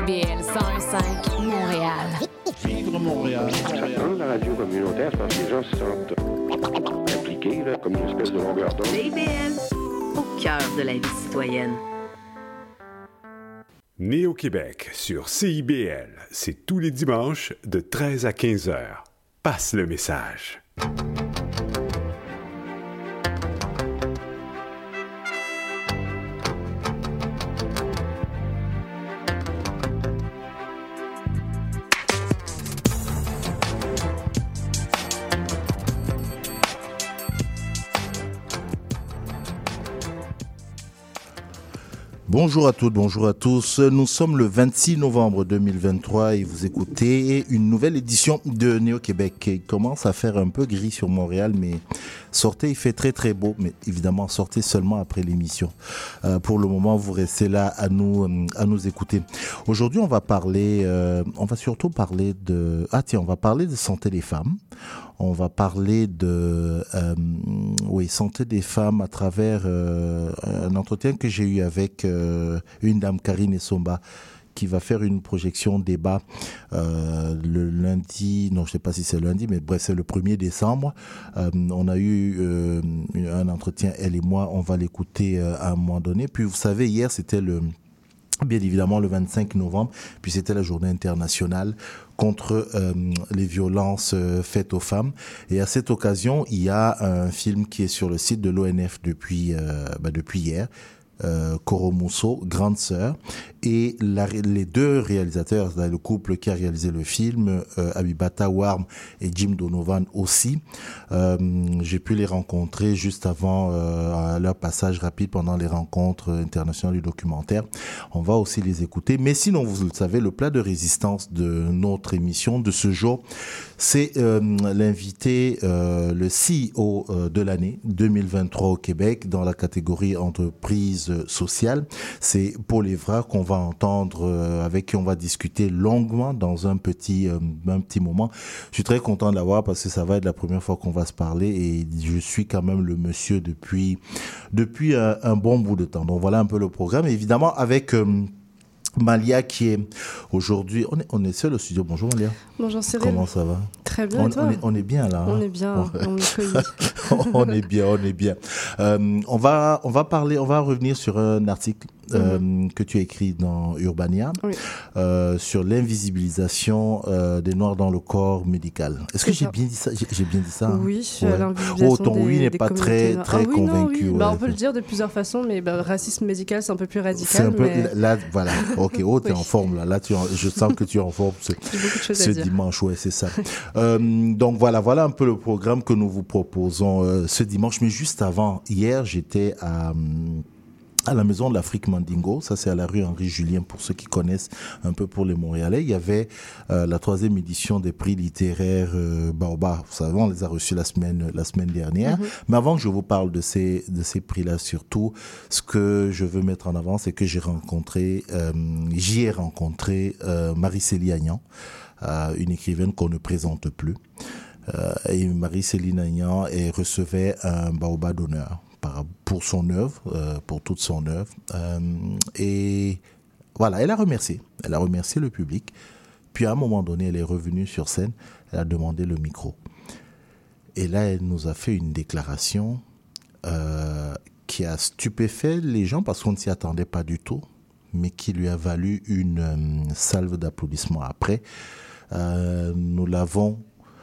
CIBL 101.5 Montréal. Vivre Montréal. Dans la radio communautaire, je pense que les gens se sentent impliqués, là, comme une espèce de longueur d'onde. CIBL, au cœur de la vie citoyenne. Né au Québec sur CIBL, c'est tous les dimanches de 13 à 15 heures. Passe le message. Bonjour à toutes, bonjour à tous. Nous sommes le 26 novembre 2023 et vous écoutez une nouvelle édition de Néo-Québec qui commence à faire un peu gris sur Montréal, mais sortez, il fait très très beau, mais évidemment sortez seulement après l'émission. Pour le moment, vous restez là à nous écouter. Aujourd'hui, on va surtout parler de santé des femmes. On va parler de santé des femmes à travers un entretien que j'ai eu avec une dame, Karine Essomba, qui va faire une projection débat le lundi, non je ne sais pas si c'est lundi, mais bref c'est le 1er décembre. On a eu un entretien, elle et moi, on va l'écouter à un moment donné. Puis vous savez, hier c'était bien évidemment le 25 novembre, puis c'était la journée internationale contre les violences faites aux femmes. Et à cette occasion, il y a un film qui est sur le site de l'ONF depuis hier, Koromuso, Grande Sœur, et les deux réalisateurs, le couple qui a réalisé le film, Abibata Warm et Jim Donovan aussi, j'ai pu les rencontrer juste avant leur passage rapide pendant les rencontres internationales du documentaire. On va aussi les écouter, mais sinon vous le savez, le plat de résistance de notre émission de ce jour, c'est l'invité, le CEO de l'année 2023 au Québec dans la catégorie entreprise sociale. C'est Paul Evra qu'on va entendre, avec qui on va discuter longuement dans un petit moment. Je suis très content de l'avoir parce que ça va être la première fois qu'on va se parler et je suis quand même le monsieur depuis un bon bout de temps. Donc voilà un peu le programme. Et évidemment avec Malia qui est aujourd'hui... On est seul au studio. Bonjour Malia. Bonjour Cyril. Comment ça va? Très bien, et toi? On est bien là. On est bien, on est cueillis. On est bien. On va revenir sur un article que tu as écrit dans Urbania, oui, sur l'invisibilisation des Noirs dans le corps médical. Est-ce que j'ai bien dit ça? J'ai bien dit ça? Oui, ouais. L'invisibilisation ton oui n'est pas très convaincu. Non, oui. Ouais. On peut le dire de plusieurs façons, mais racisme médical, c'est un peu plus radical. C'est un peu, mais... là, voilà. Ok, t'es oui, en forme là. Là, je sens que tu es en forme. J'ai beaucoup de choses à dire. Dimanche, ouais, c'est ça. Donc voilà un peu le programme que nous vous proposons ce dimanche. Mais juste avant, hier, j'étais à la Maison de l'Afrique Mandingo, ça c'est à la rue Henri-Julien pour ceux qui connaissent un peu pour les Montréalais. Il y avait la 3e édition des prix littéraires Baobab. Vous savez, on les a reçus la semaine dernière. Mais avant que je vous parle de ces prix-là, surtout, ce que je veux mettre en avant, c'est que j'y ai rencontré Marie-Céline Agnan, une écrivaine qu'on ne présente plus. Et Marie-Céline Agnan recevait un Baobab d'honneur pour son œuvre, pour toute son œuvre. Et voilà, elle a remercié le public. Puis à un moment donné, elle est revenue sur scène, elle a demandé le micro. Et là, elle nous a fait une déclaration qui a stupéfait les gens parce qu'on ne s'y attendait pas du tout, mais qui lui a valu une salve d'applaudissements après. Nous l'avons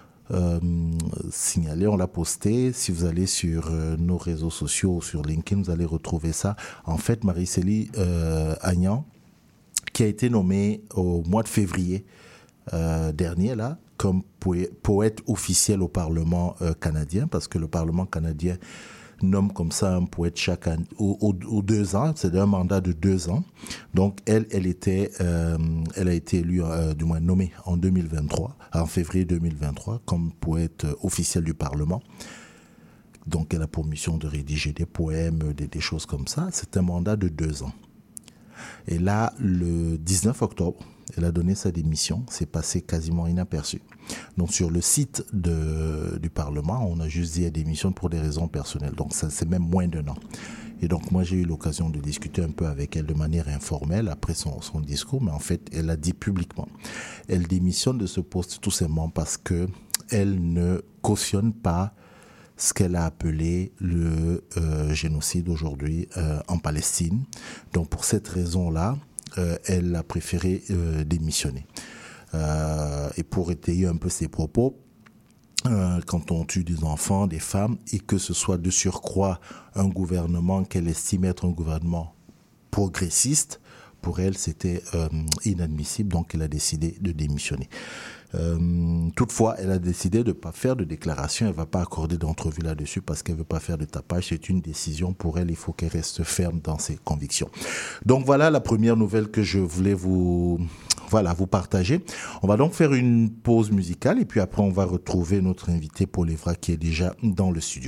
signalé, on l'a posté. Si vous allez sur nos réseaux sociaux, sur LinkedIn, vous allez retrouver ça. En fait, Marie-Céline Agnan, qui a été nommée au mois de février dernier, là, comme poète officiel au Parlement canadien, parce que le Parlement canadien nomme comme ça un poète chaque année, aux 2 ans, c'est un mandat de 2 ans. Donc elle a été élue, du moins nommée en 2023, en février 2023, comme poète officiel du Parlement. Donc elle a pour mission de rédiger des poèmes, des choses comme ça. C'est un mandat de 2 ans. Et là, le 19 octobre, Elle a donné sa démission, c'est passé quasiment inaperçu. Donc sur le site du Parlement, on a juste dit elle démissionne pour des raisons personnelles. Donc ça, c'est même moins d'1 an. Et donc moi j'ai eu l'occasion de discuter un peu avec elle de manière informelle après son discours, mais en fait elle a dit publiquement. Elle démissionne de ce poste tout simplement parce que elle ne cautionne pas ce qu'elle a appelé le génocide aujourd'hui en Palestine. Donc pour cette raison-là, elle a préféré démissionner. Et pour étayer un peu ses propos, quand on tue des enfants, des femmes, et que ce soit de surcroît un gouvernement qu'elle estime être un gouvernement progressiste, pour elle c'était inadmissible, donc elle a décidé de démissionner. Toutefois, elle a décidé de ne pas faire de déclaration, elle ne va pas accorder d'entrevue là-dessus parce qu'elle ne veut pas faire de tapage, c'est une décision pour elle, il faut qu'elle reste ferme dans ses convictions. Donc voilà la première nouvelle que je voulais vous partager. On va donc faire une pause musicale et puis après on va retrouver notre invité Paul Evra qui est déjà dans le studio.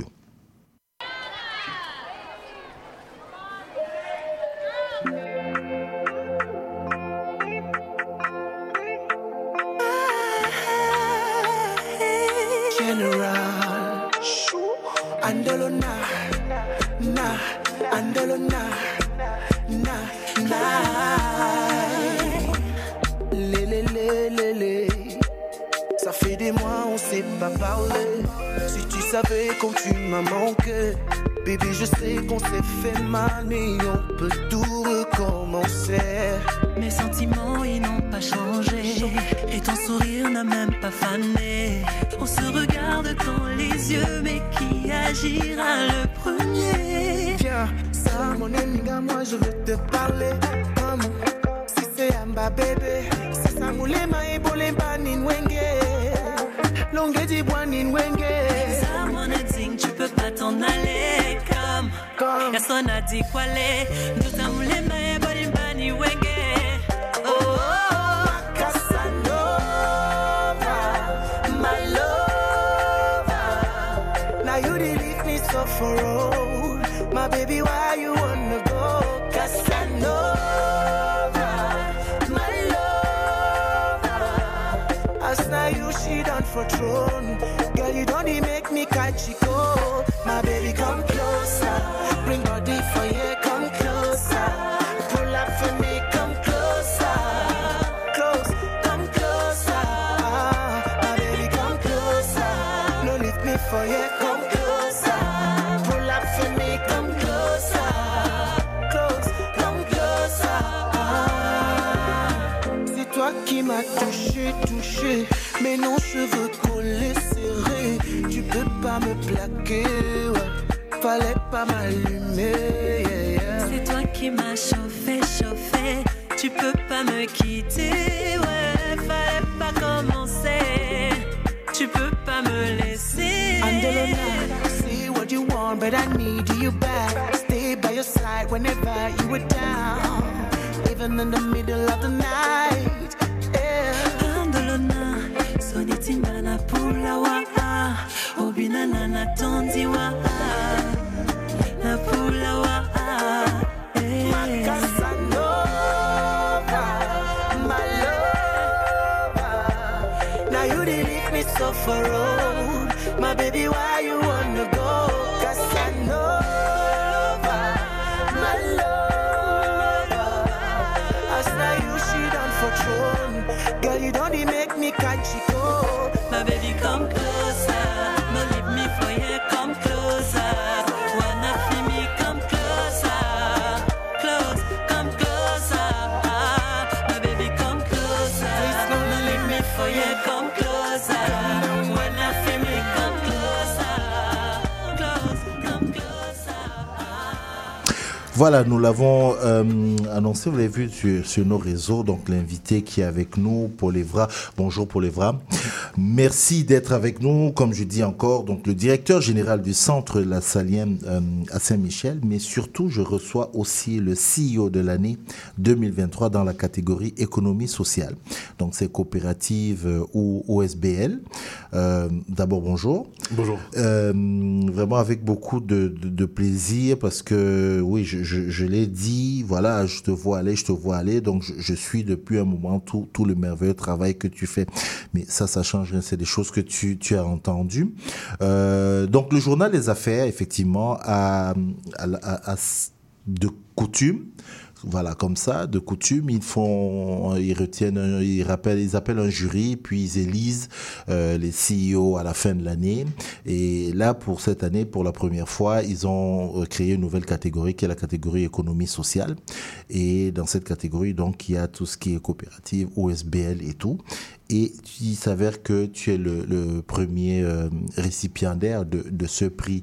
General Andelo Andelo Lé. Ça fait des mois on s'est pas parlé. Si tu savais quand tu m'as manqué, bébé je sais qu'on s'est fait mal, mais on peut tout recommencer. Mes sentiments ils n'ont pas changé et ton sourire n'a même pas fané. On se regarde dans les yeux, mais qui agira le premier? Viens, ça mon ami, moi je veux te parler. Maman, si c'est Amba bébé, si ça moulema et bolemba ninwenge, longue di bois ninwenge. Ça mon ading, tu peux pas t'en aller comme personne a dit quoi les. Nous ça moulema et bolemba ninwenge. For road, my baby, why you wanna go? Casanova, my lover. As now you she done for throne, girl you don't even make me catch it go. My baby come closer, bring body for you, come closer. Pull up for me, come closer, come closer. My baby come closer, no leave me for you, come closer. Qui m'a touché, mais non cheveux collés serrés. Tu peux pas me plaquer, ouais. Fallait pas m'allumer, yeah. C'est toi qui m'as chauffé, tu peux pas me quitter, ouais. Fallait pas commencer, tu peux pas me laisser. Angelina, see what you want, but I need you back. Stay by your side whenever you were down, even in the middle of the night. Timbana pula wa obina na tondi wa na pula wa Casanova, my lover. Now you didn't leave me so far road. My baby, why you wanna go? Casanova, my lover. As now you she done for throne, girl you don't even make me catch you go. My baby, come closer. No leave me for you, come closer. Wanna feel me, come closer. Come closer. My baby, come closer. No leave me for you, come closer. Wanna feel me, come closer. Come closer. Voilà, nous l'avons annoncé, vous l'avez vu sur nos réseaux, donc l'invité qui est avec nous, Paul Evra. Bonjour Paul Evra. Merci d'être avec nous, comme je dis encore, donc le directeur général du centre La Salienne à Saint-Michel, mais surtout je reçois aussi le CEO de l'année 2023 dans la catégorie économie sociale. Donc c'est coopérative ou OSBL. D'abord bonjour. Bonjour. Vraiment avec beaucoup de plaisir parce que oui, je je l'ai dit, voilà, je te vois aller, donc je suis depuis un moment tout le merveilleux travail que tu fais. Mais ça change rien, c'est des choses que tu as entendues. Donc le journal Les Affaires, effectivement, a de coutume, voilà, comme ça, de coutume, ils appellent un jury, puis ils élisent les CEO à la fin de l'année. Et là, pour cette année, pour la première fois, ils ont créé une nouvelle catégorie qui est la catégorie économie sociale. Et dans cette catégorie, donc, il y a tout ce qui est coopérative, OSBL et tout. Et il s'avère que tu es le premier récipiendaire de ce prix.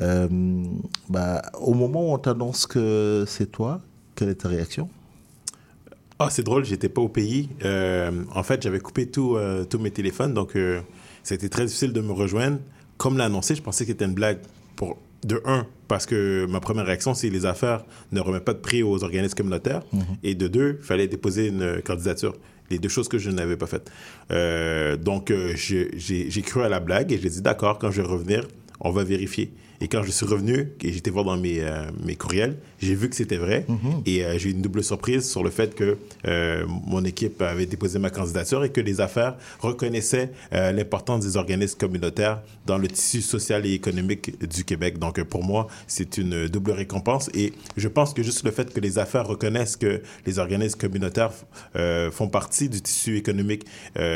Au moment où on t'annonce que c'est toi, quelle est ta réaction? C'est drôle, j'étais pas au pays. En fait, j'avais coupé tous mes téléphones, donc c'était très difficile de me rejoindre. Comme l'a annoncé, je pensais que c'était une blague. De un, parce que ma première réaction, c'est les affaires ne remettent pas de prix aux organismes communautaires. Et de deux, il fallait déposer une candidature. Les deux choses que je n'avais pas faites. Donc, j'ai cru à la blague et j'ai dit, d'accord, quand je vais revenir, on va vérifier. Et quand je suis revenu et j'étais voir dans mes courriels, j'ai vu que c'était vrai. Et j'ai eu une double surprise sur le fait que mon équipe avait déposé ma candidature et que les affaires reconnaissaient l'importance des organismes communautaires dans le tissu social et économique du Québec. Donc, pour moi, c'est une double récompense. Et je pense que juste le fait que les affaires reconnaissent que les organismes communautaires font partie du tissu économique,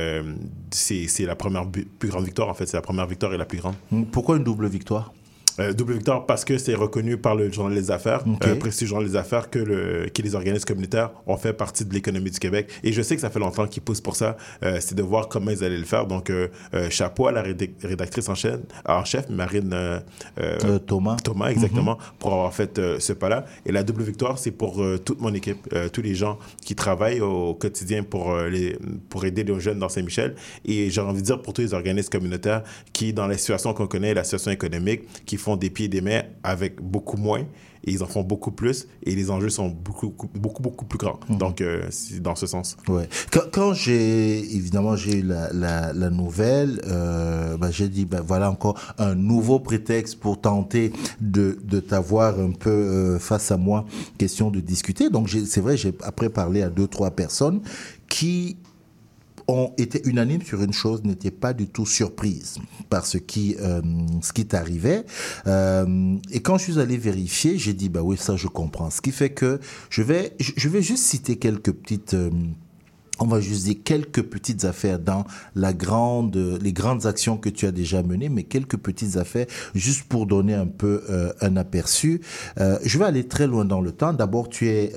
c'est la plus grande victoire, en fait. C'est la première victoire et la plus grande. Pourquoi une double victoire? Double victoire parce que c'est reconnu par le journal Les Affaires, précis journal Les Affaires, que les organismes communautaires ont fait partie de l'économie du Québec. Et je sais que ça fait longtemps qu'ils poussent pour ça. C'est de voir comment ils allaient le faire. Donc, chapeau à la rédactrice en chef, Marine Thomas, exactement, pour avoir fait ce pas-là. Et la double victoire, c'est pour toute mon équipe, tous les gens qui travaillent au quotidien pour aider les jeunes dans Saint-Michel. Et j'ai envie de dire pour tous les organismes communautaires qui, dans la situation qu'on connaît, la situation économique, qui font des pieds et des mains avec beaucoup moins et ils en font beaucoup plus et les enjeux sont beaucoup plus grands. Donc, c'est dans ce sens. Ouais. Quand j'ai eu la nouvelle, j'ai dit, voilà encore un nouveau prétexte pour tenter de t'avoir un peu face à moi, question de discuter. Donc, c'est vrai, j'ai après parlé à 2-3 personnes qui ont été unanimes sur une chose, n'étaient pas du tout surprises par ce qui t'arrivait. Et quand je suis allé vérifier, j'ai dit, oui, ça, je comprends. Ce qui fait que je vais juste citer quelques petites... on va juste dire quelques petites affaires dans les grandes actions que tu as déjà menées, mais quelques petites affaires juste pour donner un peu un aperçu. Je vais aller très loin dans le temps. D'abord, tu es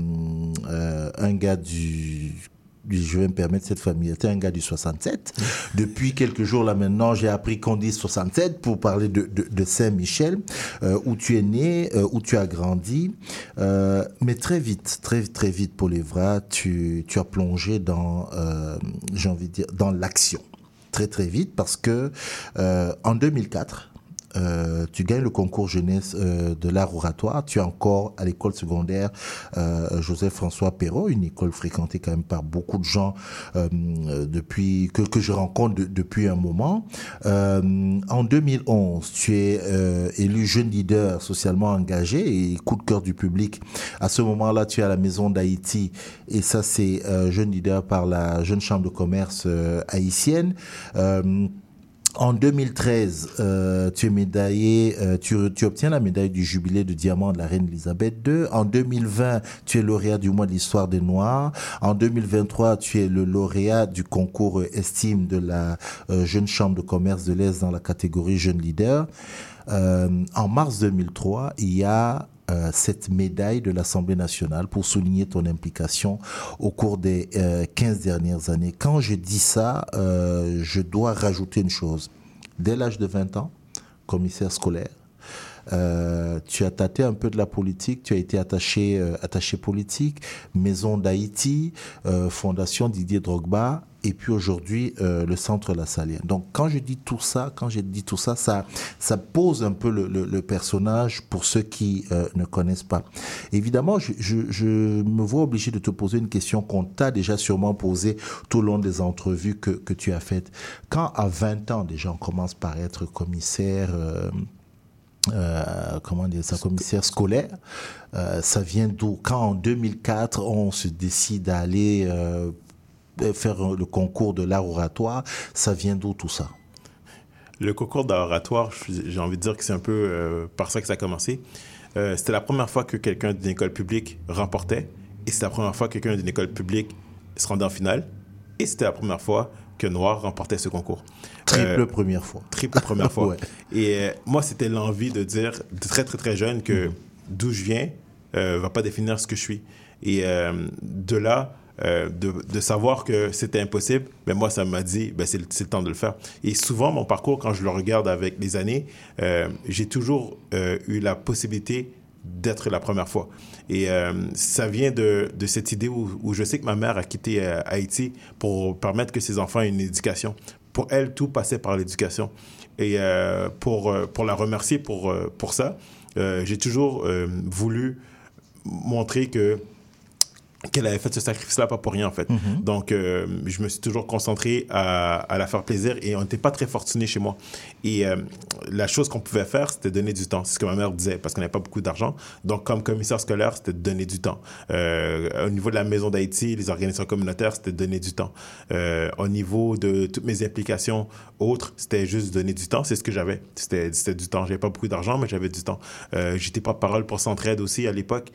un gars je vais me permettre cette familiarité, un gars du 67. Depuis quelques jours là maintenant, j'ai appris qu'on dit 67 pour parler de Saint-Michel, où tu es né, où tu as grandi. Mais très vite, Paul Evra, tu as plongé dans, j'ai envie de dire, dans l'action. Très vite, parce que en 2004, tu gagnes le concours jeunesse de l'art oratoire. Tu es encore à l'école secondaire Joseph-François Perrault, une école fréquentée quand même par beaucoup de gens depuis que je rencontre depuis un moment. En 2011, tu es élu jeune leader socialement engagé et coup de cœur du public. À ce moment-là, tu es à la Maison d'Haïti et ça, c'est jeune leader par la Jeune Chambre de commerce haïtienne. En 2013, tu es médaillé, tu obtiens la médaille du jubilé de diamant de la reine Elisabeth II. En 2020, tu es lauréat du mois de l'histoire des Noirs. En 2023, tu es le lauréat du concours estime de la Jeune Chambre de commerce de l'Est dans la catégorie jeune leader. En mars 2003, il y a cette médaille de l'Assemblée nationale pour souligner ton implication au cours des 15 dernières années. Quand je dis ça, je dois rajouter une chose. Dès l'âge de 20 ans, commissaire scolaire, tu as tâté un peu de la politique, tu as été attaché politique, Maison d'Haïti, Fondation Didier Drogba, et puis aujourd'hui le Centre La Saline. Donc quand j'ai dit tout ça, ça pose un peu le personnage pour ceux qui ne connaissent pas. Évidemment, je me vois obligé de te poser une question qu'on t'a déjà sûrement posée tout au long des entrevues que tu as faites. Quand à 20 ans déjà on commence par être commissaire sa commissaire scolaire. Ça vient d'où? Quand en 2004, on se décide à aller faire le concours de l'art oratoire, ça vient d'où tout ça? Le concours d'art oratoire, j'ai envie de dire que c'est un peu par ça que ça a commencé. C'était la première fois que quelqu'un d'une école publique remportait, et c'était la première fois que quelqu'un d'une école publique se rendait en finale, et c'était la première fois que Noir remportait ce concours. Triple première fois. Triple première fois. Ouais. Et moi, c'était l'envie de dire, de très, très, très jeune, que d'où je viens va pas définir ce que je suis. Et de là, de savoir que c'était impossible, ben moi, ça m'a dit, ben c'est le temps de le faire. Et souvent, mon parcours, quand je le regarde avec les années, j'ai toujours eu la possibilité d'être la première fois. Et ça vient de cette idée où je sais que ma mère a quitté Haïti pour permettre que ses enfants aient une éducation. Pour elle, tout passait par l'éducation. Et pour la remercier pour ça, j'ai toujours voulu montrer qu'elle avait fait ce sacrifice-là pas pour rien, en fait. Donc, je me suis toujours concentré à la faire plaisir, et on n'était pas très fortunés chez moi. Et la chose qu'on pouvait faire, c'était donner du temps. C'est ce que ma mère disait, parce qu'on n'avait pas beaucoup d'argent. Donc, comme commissaire scolaire, c'était de donner du temps. Au niveau de la Maison d'Haïti, les organisations communautaires, c'était de donner du temps. Au niveau de toutes mes implications autres, c'était juste donner du temps. C'est ce que j'avais. C'était du temps. J'avais pas beaucoup d'argent, mais j'avais du temps. J'étais porte-parole pour Centraide aussi à l'époque.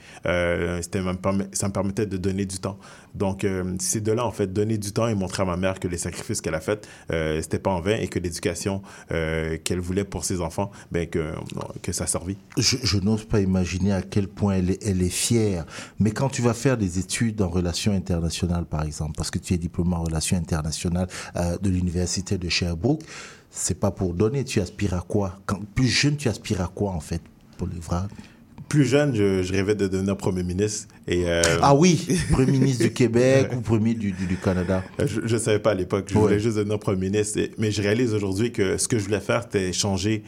Ça me permettait de donner du temps. Donc, c'est de là, en fait, donner du temps et montrer à ma mère que les sacrifices qu'elle a faits, c'était pas en vain, et que l'éducation qu'elle voulait pour ses enfants, ben, que ça servait. Je n'ose pas imaginer à quel point elle est fière. Mais quand tu vas faire des études en relations internationales, par exemple, parce que tu es diplômé en relations internationales de l'université de Sherbrooke, c'est pas pour donner. Tu aspires à quoi? Plus jeune, tu aspires à quoi, en fait, pour les vrais? Plus jeune, je rêvais de devenir Premier ministre. Et, ah oui, Premier ministre du Québec ou Premier du Canada. Je ne savais pas à l'époque. Je voulais juste devenir Premier ministre. Mais je réalise aujourd'hui que ce que je voulais faire, c'était changer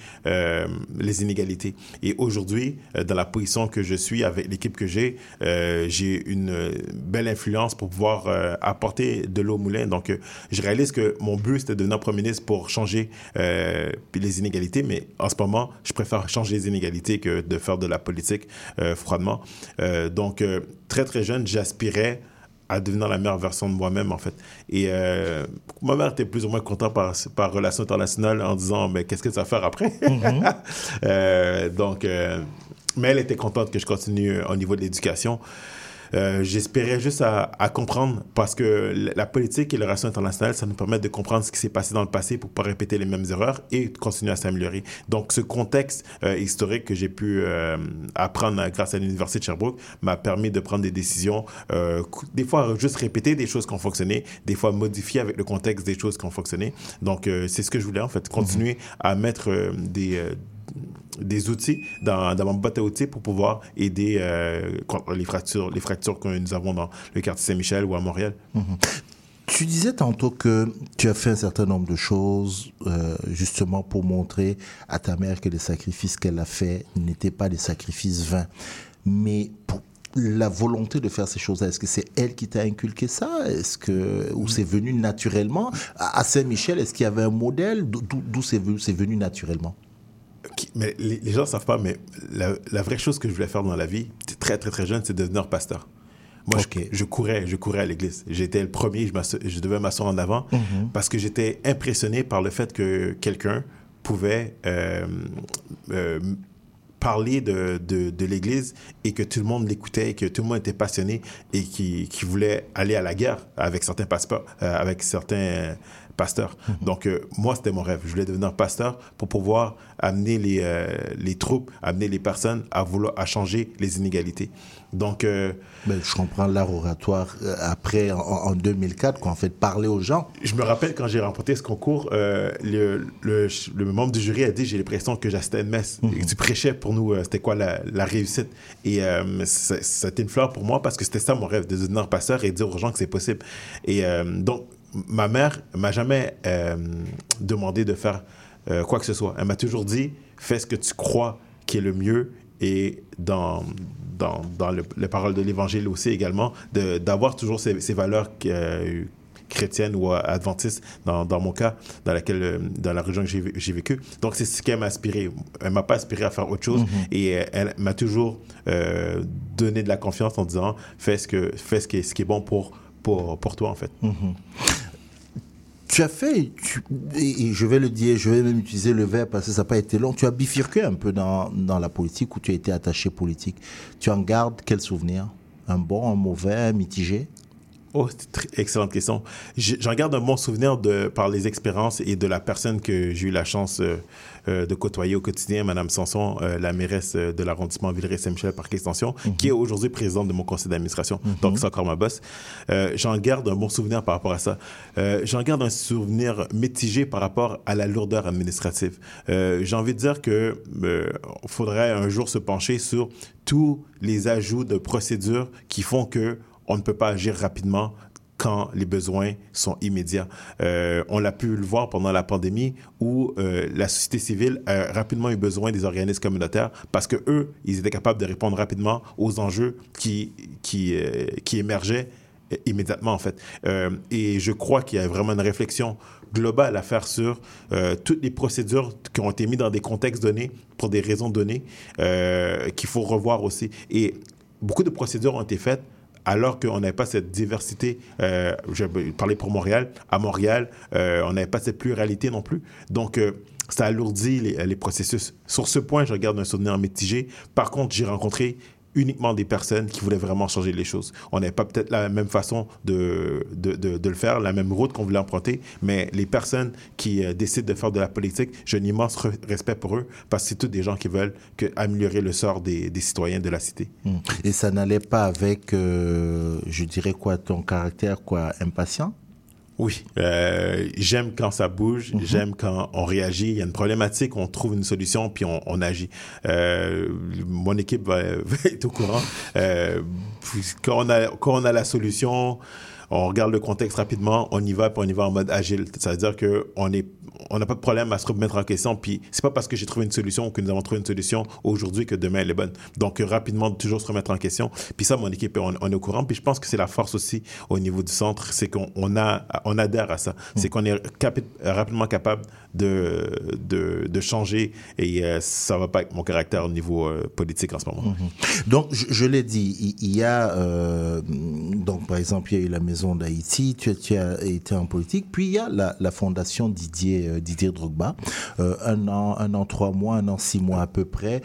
les inégalités. Et aujourd'hui, dans la position que je suis, avec l'équipe que j'ai une belle influence pour pouvoir apporter de l'eau au moulin. Donc, je réalise que mon but, c'était de devenir Premier ministre pour changer les inégalités. Mais en ce moment, je préfère changer les inégalités que de faire de la politique froidement. Donc, très, très jeune, j'aspirais à devenir la meilleure version de moi-même, en fait. Et ma mère était plus ou moins contente par Relations internationales en disant, mais qu'est-ce que tu vas faire après? Donc, mais elle était contente que je continue au niveau de l'éducation. J'espérais juste à comprendre, parce que la politique et les relations internationales, ça nous permet de comprendre ce qui s'est passé dans le passé pour ne pas répéter les mêmes erreurs et continuer à s'améliorer. Donc, ce contexte historique que j'ai pu apprendre grâce à l'Université de Sherbrooke m'a permis de prendre des décisions, des fois juste répéter des choses qui ont fonctionné, des fois modifier avec le contexte des choses qui ont fonctionné. Donc, c'est ce que je voulais, en fait, continuer à mettre des outils dans ma boîte à outils pour pouvoir aider contre les fractures que nous avons dans le quartier Saint-Michel ou à Montréal. Tu disais tantôt que tu as fait un certain nombre de choses justement pour montrer à ta mère que les sacrifices qu'elle a faits n'étaient pas des sacrifices vains. Mais pour la volonté de faire ces choses-là, est-ce que c'est elle qui t'a inculqué ça? Ou c'est venu naturellement? À Saint-Michel, est-ce qu'il y avait un modèle? D'où c'est venu naturellement? Mais les gens ne savent pas, mais la vraie chose que je voulais faire dans la vie, très, très, très jeune, c'est devenir pasteur. Moi, je courais à l'église. J'étais le premier, je devais m'asseoir en avant parce que j'étais impressionné par le fait que quelqu'un pouvait parler de l'église et que tout le monde l'écoutait, et que tout le monde était passionné et qui voulait aller à la guerre avec certains pasteurs. Donc, moi, c'était mon rêve. Je voulais devenir pasteur pour pouvoir amener les troupes, amener les personnes à changer les inégalités. Donc... je comprends l'art oratoire après, en 2004, en fait, parler aux gens. Je me rappelle quand j'ai remporté ce concours, le membre du jury a dit, j'ai l'impression que j'assistais à une messe. Tu prêchais pour nous, c'était quoi la réussite. Et c'était une fleur pour moi parce que c'était ça mon rêve, de devenir pasteur et dire aux gens que c'est possible. Et donc, ma mère m'a jamais demandé de faire quoi que ce soit. Elle m'a toujours dit, fais ce que tu crois qui est le mieux, et dans les paroles de l'Évangile aussi également, d'avoir toujours ces valeurs chrétienne ou adventiste, dans mon cas, dans la région que j'ai vécu. Donc, c'est ce qui m'a inspiré. Elle m'a pas inspiré à faire autre chose et elle m'a toujours donné de la confiance en disant fais ce qui est bon pour toi, en fait. Tu as fait, et je vais le dire, je vais même utiliser le verbe parce que ça n'a pas été long, tu as bifurqué un peu dans la politique ou tu as été attaché politique. Tu en gardes quel souvenir? Un bon, un mauvais, un mitigé? Oh, c'est une excellente question. J'en garde un bon souvenir par les expériences et de la personne que j'ai eu la chance de côtoyer au quotidien, Mme Sanson, la mairesse de l'arrondissement Villeray-Saint-Michel par extension, qui est aujourd'hui présidente de mon conseil d'administration. Donc, c'est encore ma boss. J'en garde un bon souvenir par rapport à ça. J'en garde un souvenir mitigé par rapport à la lourdeur administrative. J'ai envie de dire que faudrait un jour se pencher sur tous les ajouts de procédures qui font que on ne peut pas agir rapidement quand les besoins sont immédiats. On l'a pu le voir pendant la pandémie où la société civile a rapidement eu besoin des organismes communautaires parce que eux, ils étaient capables de répondre rapidement aux enjeux qui émergeaient immédiatement, en fait. Et je crois qu'il y a vraiment une réflexion globale à faire sur toutes les procédures qui ont été mises dans des contextes donnés, pour des raisons données, qu'il faut revoir aussi. Et beaucoup de procédures ont été faites alors qu'on n'avait pas cette diversité, je parlais pour Montréal, à Montréal, on n'avait pas cette pluralité non plus. Donc, ça alourdit les processus. Sur ce point, je garde un souvenir mitigé. Par contre, j'ai rencontré uniquement des personnes qui voulaient vraiment changer les choses. On n'avait pas peut-être la même façon de le faire, la même route qu'on voulait emprunter, mais les personnes qui décident de faire de la politique, j'ai un immense respect pour eux parce que c'est tous des gens qui veulent améliorer le sort des citoyens de la cité. Et ça n'allait pas avec, je dirais quoi, ton caractère impatient? Oui, j'aime quand ça bouge, j'aime quand on réagit, il y a une problématique, on trouve une solution, puis on agit. Mon équipe va être au courant. Quand on a la solution, on regarde le contexte rapidement, on y va, puis on y va en mode agile. Ça veut dire qu'on n'a pas de problème à se remettre en question, puis c'est pas parce que j'ai trouvé une solution ou que nous avons trouvé une solution aujourd'hui que demain elle est bonne. Donc rapidement, toujours se remettre en question. Puis ça, mon équipe, on est au courant. Puis je pense que c'est la force aussi au niveau du centre, c'est qu'on adhère à ça. C'est qu'on est rapidement capable de changer et ça va pas avec mon caractère au niveau politique en ce moment. Donc, je l'ai dit, il y a, donc par exemple, il y a eu la Maison d'Haïti, tu as été en politique, puis il y a la fondation Didier Drogba, 1 an, 3 mois, 1 an, 6 mois à peu près.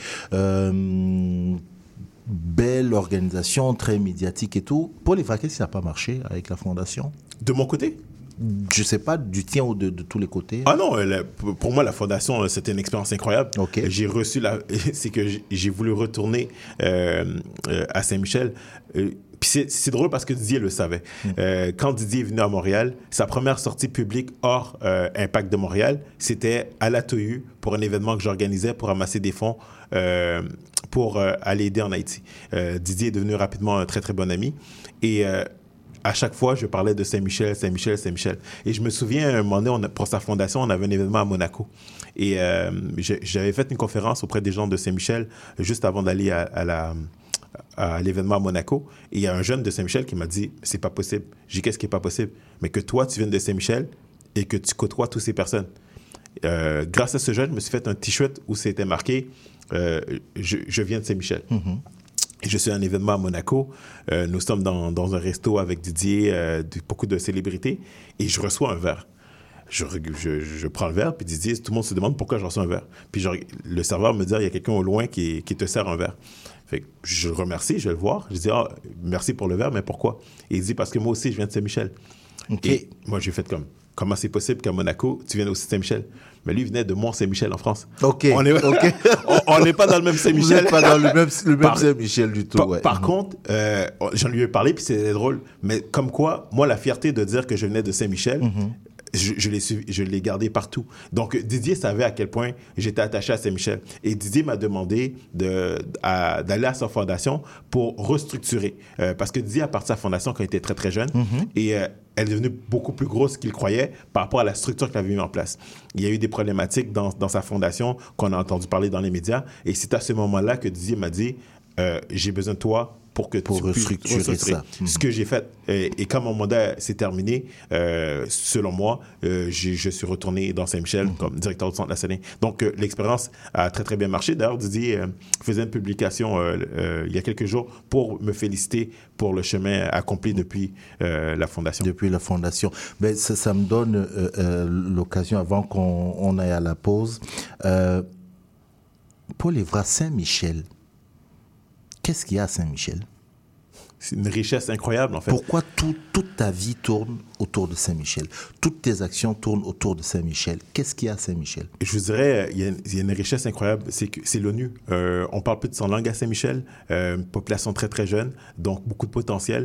Belle organisation, très médiatique et tout. Pour les vaquer, ça n'a pas marché avec la fondation? De mon côté? Je sais pas, du tien ou de tous les côtés? Ah non, pour moi, la fondation, c'était une expérience incroyable. Okay. J'ai reçu c'est que j'ai voulu retourner à Saint-Michel. Puis c'est drôle parce que Didier le savait. Quand Didier est venu à Montréal, sa première sortie publique hors Impact de Montréal, c'était à la TOU pour un événement que j'organisais pour ramasser des fonds pour aller aider en Haïti. Didier est devenu rapidement un très, très bon ami. Et à chaque fois, je parlais de Saint-Michel. Et je me souviens, à un moment donné, pour sa fondation, on avait un événement à Monaco. Et j'avais fait une conférence auprès des gens de Saint-Michel juste avant d'aller à l'événement à Monaco. Et il y a un jeune de Saint-Michel qui m'a dit « C'est pas possible. » J'ai dit « Qu'est-ce qui est pas possible? » Mais que toi, tu viennes de Saint-Michel et que tu côtoies toutes ces personnes. Grâce à ce jeune, je me suis fait un T-shirt où c'était marqué je viens de Saint-Michel. Et je suis à un événement à Monaco. Nous sommes dans un resto avec Didier, beaucoup de célébrités, et je reçois un verre. Je prends le verre, puis Didier, tout le monde se demande pourquoi je reçois un verre. Puis le serveur me dit, il y a quelqu'un au loin qui te sert un verre. Fait que je le remercie, je vais le voir. Je dis, merci pour le verre, mais pourquoi? Et il dit, parce que moi aussi, je viens de Saint-Michel. Okay. Et moi, j'ai fait comment c'est possible qu'à Monaco, tu viennes aussi de Saint-Michel? Mais lui, il venait de Mont-Saint-Michel en France. OK. On n'est pas dans le même Saint-Michel. Vous n'êtes pas dans le même Saint-Michel du tout. Par contre, j'en lui ai parlé, puis c'était drôle. Mais comme quoi, moi, la fierté de dire que je venais de Saint-Michel, je l'ai gardé partout. Donc, Didier savait à quel point j'étais attaché à Saint-Michel. Et Didier m'a demandé d'aller à sa fondation pour restructurer. Parce que Didier a parti de sa fondation quand il était très, très jeune. Et elle est devenue beaucoup plus grosse qu'il croyait par rapport à la structure qu'il avait mis en place. Il y a eu des problématiques dans sa fondation qu'on a entendu parler dans les médias. Et c'est à ce moment-là que Didier m'a dit « J'ai besoin de toi pour que Pour tu puisses restructurer ça. Ce que j'ai fait. Et quand mon mandat s'est terminé, selon moi, je suis retourné dans Saint-Michel comme directeur du centre La Saline. Donc, l'expérience a très, très bien marché. D'ailleurs, Didier faisait une publication il y a quelques jours pour me féliciter pour le chemin accompli depuis la Fondation. Depuis la Fondation. Ben, ça me donne l'occasion, avant qu'on aille à la pause. Paul Evra, Saint-Michel. Qu'est-ce qu'il y a à Saint-Michel? C'est une richesse incroyable, en fait. Pourquoi toute ta vie tourne autour de Saint-Michel? Toutes tes actions tournent autour de Saint-Michel. Qu'est-ce qu'il y a à Saint-Michel? Je vous dirais, il y a une richesse incroyable, c'est l'ONU. On parle plus de 100 langues à Saint-Michel, une population très, très jeune, donc beaucoup de potentiel,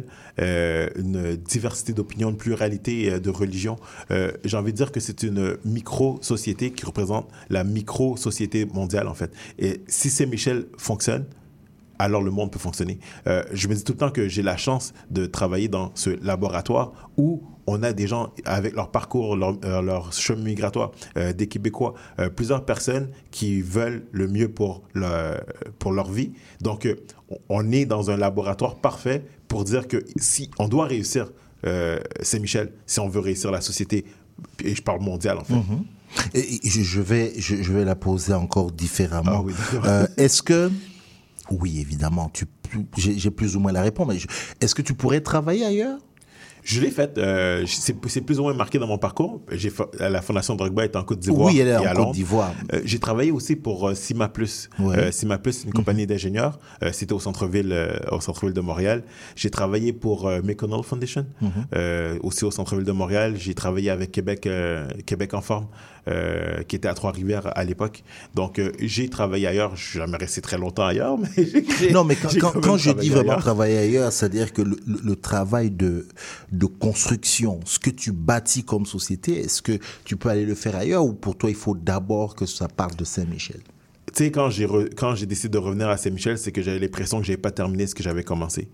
une diversité d'opinions, une pluralité de religions. J'ai envie de dire que c'est une micro-société qui représente la micro-société mondiale, en fait. Et si Saint-Michel fonctionne, alors le monde peut fonctionner. Je me dis tout le temps que j'ai la chance de travailler dans ce laboratoire où on a des gens avec leur parcours, leur chemin migratoire, des Québécois, plusieurs personnes qui veulent le mieux pour leur vie. Donc, on est dans un laboratoire parfait pour dire que si on doit réussir Saint-Michel, si on veut réussir la société, et je parle mondial en fait. Et je vais la poser encore différemment. Ah oui, est-ce que... Oui, évidemment, j'ai plus ou moins la réponse, mais est-ce que tu pourrais travailler ailleurs? Je l'ai faite. C'est plus ou moins marqué dans mon parcours. La Fondation Drogba est en Côte d'Ivoire. Oui, elle est et à en Londres. Côte d'Ivoire. J'ai travaillé aussi pour Cima Plus. Ouais. Cima Plus, une compagnie d'ingénieurs. C'était au centre-ville de Montréal. J'ai travaillé pour McConnell Foundation, aussi au centre-ville de Montréal. J'ai travaillé avec Québec en forme, qui était à Trois-Rivières à l'époque. Donc, j'ai travaillé ailleurs. Je suis jamais resté très longtemps ailleurs, mais non, mais quand je dis vraiment travailler ailleurs, c'est-à-dire que le travail de construction, ce que tu bâtis comme société, est-ce que tu peux aller le faire ailleurs ou pour toi, il faut d'abord que ça parte de Saint-Michel? Tu sais, quand j'ai décidé de revenir à Saint-Michel, c'est que j'avais l'impression que je n'avais pas terminé ce que j'avais commencé.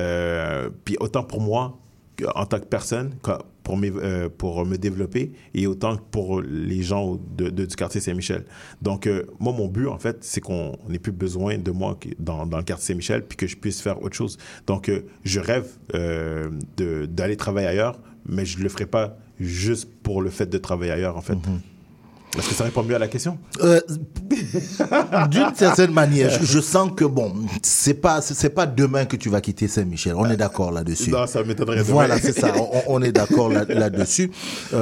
Puis autant pour moi, en tant que personne, pour me développer, et autant que pour les gens du quartier Saint-Michel. Donc, moi, mon but, en fait, c'est qu'on n'ait plus besoin de moi dans le quartier Saint-Michel, puis que je puisse faire autre chose. Donc, je rêve d'aller travailler ailleurs, mais je ne le ferai pas juste pour le fait de travailler ailleurs, en fait. Est-ce que ça répond mieux à la question? D'une certaine manière, je sens que bon, c'est pas demain que tu vas quitter Saint-Michel. On est d'accord là-dessus. Non, ça m'étonnerait demain. Voilà, c'est ça. On est d'accord là-dessus.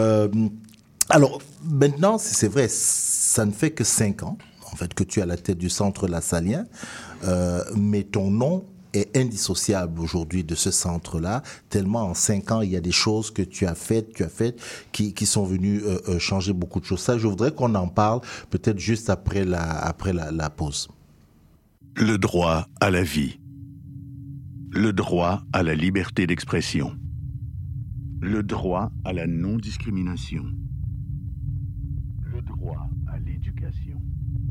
Alors maintenant, c'est vrai, ça ne fait que 5 ans en fait que tu es à la tête du centre La Saline, mais ton nom est indissociable aujourd'hui de ce centre-là, tellement en 5 ans, il y a des choses que tu as faites qui sont venues changer beaucoup de choses. Ça, je voudrais qu'on en parle peut-être juste après la pause. Le droit à la vie. Le droit à la liberté d'expression. Le droit à la non-discrimination. Le droit à l'éducation.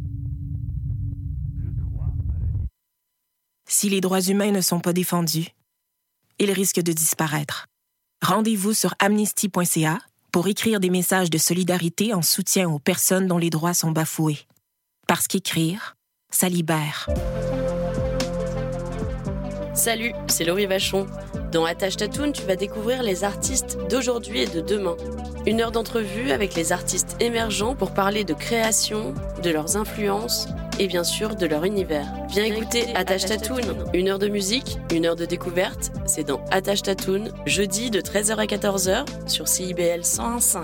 Si les droits humains ne sont pas défendus, ils risquent de disparaître. Rendez-vous sur amnesty.ca pour écrire des messages de solidarité en soutien aux personnes dont les droits sont bafoués. Parce qu'écrire, ça libère. Salut, c'est Laurie Vachon. Dans Attache Tatoune, tu vas découvrir les artistes d'aujourd'hui et de demain. 1 heure d'entrevue avec les artistes émergents pour parler de création, de leurs influences et bien sûr de leur univers. Viens écouter Attache Tatoune. 1 heure de musique, 1 heure de découverte. C'est dans Attache Tatoune, jeudi de 13h à 14h sur CIBL 101.5.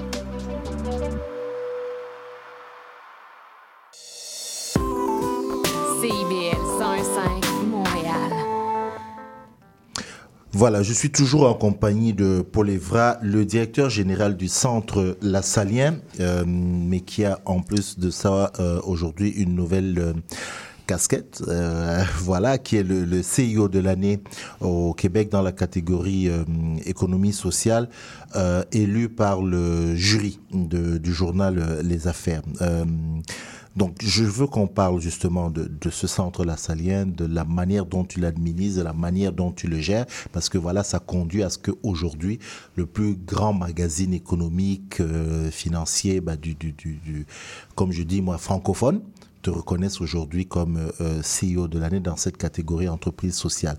CIBL 101.5 Montréal. Voilà, je suis toujours en compagnie de Paul Evra, le directeur général du centre La Saline, mais qui a en plus de ça aujourd'hui une nouvelle casquette, voilà, qui est le CIO de l'année au Québec dans la catégorie économie sociale, élu par le jury du journal Les Affaires. Donc, je veux qu'on parle justement de ce centre La Saline, de la manière dont tu l'administres, de la manière dont tu le gères, parce que voilà, ça conduit à ce qu'aujourd'hui, le plus grand magazine économique, financier, comme je dis moi, francophone, te reconnaissent aujourd'hui comme CEO de l'année dans cette catégorie entreprise sociale.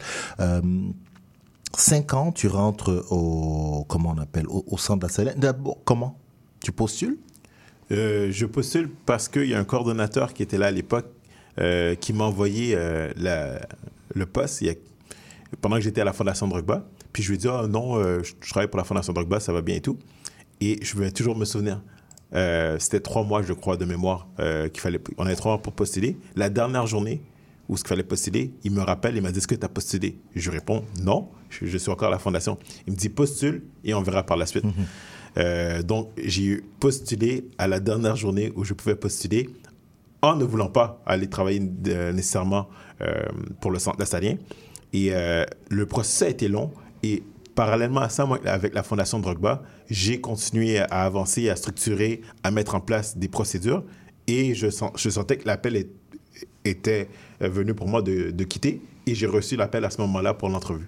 5 ans, tu rentres au centre de la Salerne. D'abord, comment? Tu postules? Je postule parce qu'il y a un coordonnateur qui était là à l'époque qui m'a envoyé le poste pendant que j'étais à la Fondation Drogba. Puis je lui ai dit, non, je travaille pour la Fondation Drogba, ça va bien et tout. Et je vais toujours me souvenir. C'était 3 mois, je crois, de mémoire qu'il fallait. On avait 3 mois pour postuler. La dernière journée où ce qu'il fallait postuler, il me rappelle, il m'a dit, est-ce que tu as postulé? Je réponds, non, je suis encore à la Fondation. Il me dit, postule et on verra par la suite. Donc, j'ai postulé à la dernière journée où je pouvais postuler en ne voulant pas aller travailler nécessairement pour le centre lassalien. Et le processus a été long. Et parallèlement à ça, moi, avec la Fondation Drogba, j'ai continué à avancer, à structurer, à mettre en place des procédures. Et je sentais que l'appel était venu pour moi de quitter. Et j'ai reçu l'appel à ce moment-là pour l'entrevue.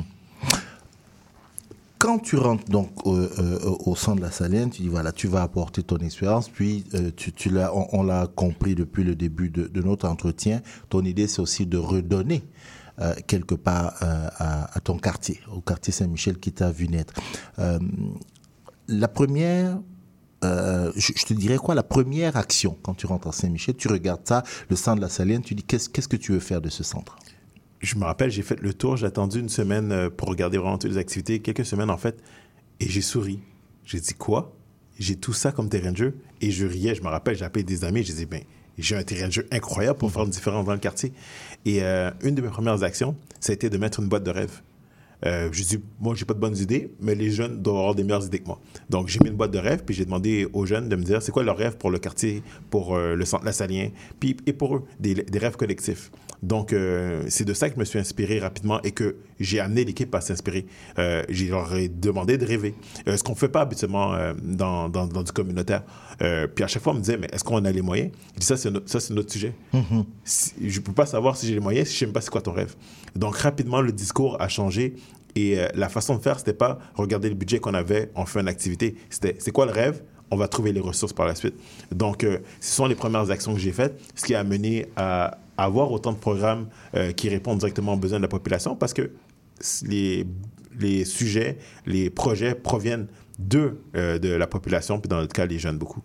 Quand tu rentres donc au centre de la Salerne, tu dis voilà, tu vas apporter ton expérience, puis on l'a compris depuis le début de notre entretien, ton idée c'est aussi de redonner quelque part à ton quartier, au quartier Saint-Michel qui t'a vu naître. La première, je te dirais quoi, la première action quand tu rentres à Saint-Michel, tu regardes ça, le centre de la Salerne, tu dis qu'est-ce que tu veux faire de ce centre? Je me rappelle, j'ai fait le tour, j'ai attendu une semaine pour regarder vraiment toutes les activités, quelques semaines en fait, et j'ai souri. J'ai dit quoi? J'ai tout ça comme terrain de jeu, et je riais, je me rappelle, j'ai appelé des amis, j'ai dit, j'ai un terrain de jeu incroyable pour faire une différence dans le quartier. Et une de mes premières actions, ça a été de mettre une boîte de rêve. Je dis, moi, j'ai pas de bonnes idées, mais les jeunes doivent avoir des meilleures idées que moi. Donc, j'ai mis une boîte de rêve, puis j'ai demandé aux jeunes de me dire c'est quoi leur rêve pour le quartier, pour le centre lassalien, puis et pour eux, des rêves collectifs. Donc, c'est de ça que je me suis inspiré rapidement et que j'ai amené l'équipe à s'inspirer. Je leur ai demandé de rêver. Ce qu'on ne fait pas habituellement dans du communautaire. Puis à chaque fois, on me disait, mais est-ce qu'on a les moyens? Je dis, ça, c'est notre sujet. Je ne peux pas savoir si j'ai les moyens si je ne sais même pas c'est quoi ton rêve. Donc, rapidement, le discours a changé. Et la façon de faire, c'était pas regarder le budget qu'on avait, on fait une activité. C'était, c'est quoi le rêve? On va trouver les ressources par la suite. Donc, ce sont les premières actions que j'ai faites, ce qui a amené à avoir autant de programmes qui répondent directement aux besoins de la population parce que les sujets, les projets proviennent de la population, puis dans notre cas, les jeunes beaucoup.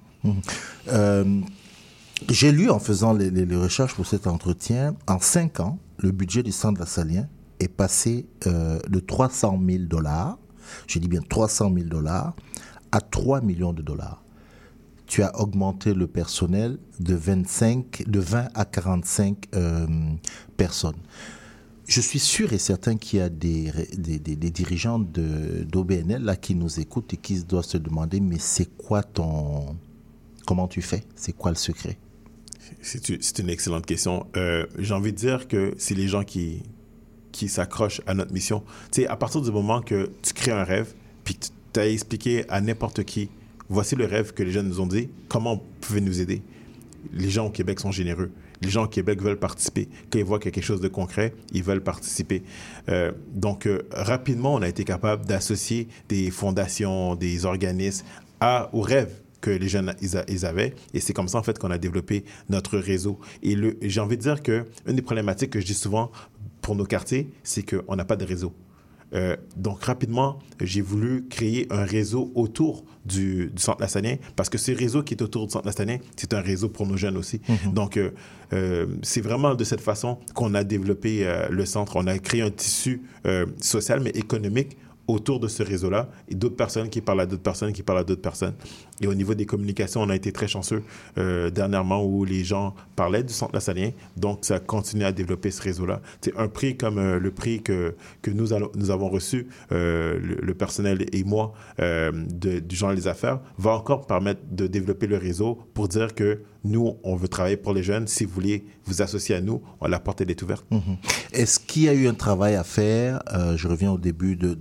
J'ai lu en faisant les recherches pour cet entretien, en 5 ans, le budget du centre lassalien est passé de 300 000 $, je dis bien 300 000 $, à 3 millions de dollars. Tu as augmenté le personnel de 20 à 45 personnes. Je suis sûr et certain qu'il y a des dirigeants d'OBNL là qui nous écoutent et qui doivent se demander mais c'est quoi comment tu fais? C'est quoi le secret? C'est une excellente question. J'ai envie de dire que c'est les gens qui s'accrochent à notre mission. Tu sais, à partir du moment que tu crées un rêve, puis que tu as expliqué à n'importe qui, voici le rêve que les jeunes nous ont dit, comment vous pouvez nous aider? Les gens au Québec sont généreux. Les gens au Québec veulent participer. Quand ils voient qu'il y a quelque chose de concret, ils veulent participer. Donc, rapidement, on a été capable d'associer des fondations, des organismes aux rêves que les jeunes ils avaient. Et c'est comme ça, en fait, qu'on a développé notre réseau. Et j'ai envie de dire qu'une des problématiques que je dis souvent pour nos quartiers, c'est qu'on n'a pas de réseau. Donc, rapidement, j'ai voulu créer un réseau autour du centre lassalien parce que ce réseau qui est autour du centre lassalien, c'est un réseau pour nos jeunes aussi. Donc, c'est vraiment de cette façon qu'on a développé le centre. On a créé un tissu social mais économique autour de ce réseau-là et d'autres personnes qui parlent à d'autres personnes qui parlent à d'autres personnes. Et au niveau des communications, on a été très chanceux dernièrement où les gens parlaient du centre lassalien. Donc, ça continue à développer ce réseau-là. C'est un prix comme le prix que nous avons reçu, le personnel et moi, du Journal des Affaires, va encore permettre de développer le réseau pour dire que nous, on veut travailler pour les jeunes. Si vous voulez vous associer à nous, la porte est ouverte. Est-ce qu'il y a eu un travail à faire, je reviens au début de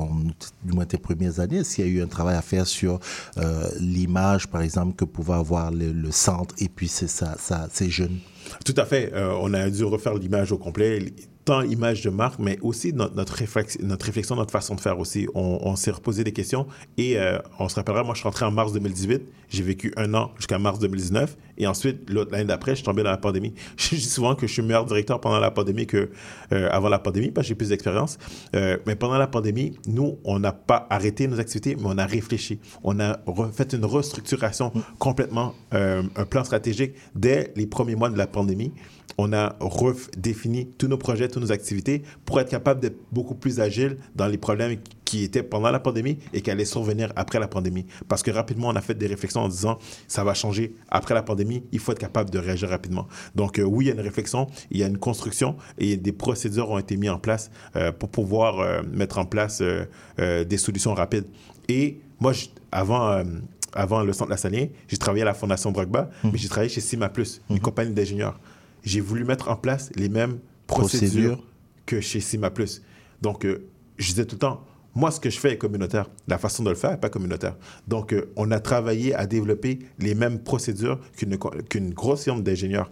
tes premières années, est-ce qu'il y a eu un travail à faire sur l'image, par exemple, que pouvait avoir le centre et puis ces jeunes? Tout à fait. On a dû refaire l'image au complet, tant image de marque, mais aussi notre réflexion, notre façon de faire aussi. On s'est reposé des questions et on se rappellera, moi je suis rentré en mars 2018, j'ai vécu 1 an jusqu'à mars 2019 Et ensuite, l'année d'après, je suis tombé dans la pandémie. Je dis souvent que je suis meilleur directeur pendant la pandémie qu'avant la pandémie, parce que j'ai plus d'expérience. Mais pendant la pandémie, nous, on n'a pas arrêté nos activités, mais on a réfléchi. On a fait une restructuration complètement, un plan stratégique dès les premiers mois de la pandémie. On a redéfini tous nos projets, toutes nos activités pour être capable d'être beaucoup plus agile dans les problèmes qui étaient pendant la pandémie et qui allaient survenir après la pandémie. Parce que rapidement, on a fait des réflexions en disant ça va changer après la pandémie, il faut être capable de réagir rapidement. Donc oui, il y a une réflexion, il y a une construction et des procédures ont été mises en place pour pouvoir mettre en place des solutions rapides. Et moi, avant le Centre Lassagnien, j'ai travaillé à la Fondation Drogba, mais j'ai travaillé chez Cima+, une compagnie d'ingénieurs. J'ai voulu mettre en place les mêmes procédures que chez Cima+. Donc, je disais tout le temps, moi, ce que je fais est communautaire. La façon de le faire n'est pas communautaire. Donc, on a travaillé à développer les mêmes procédures qu'une grosse firme d'ingénieurs.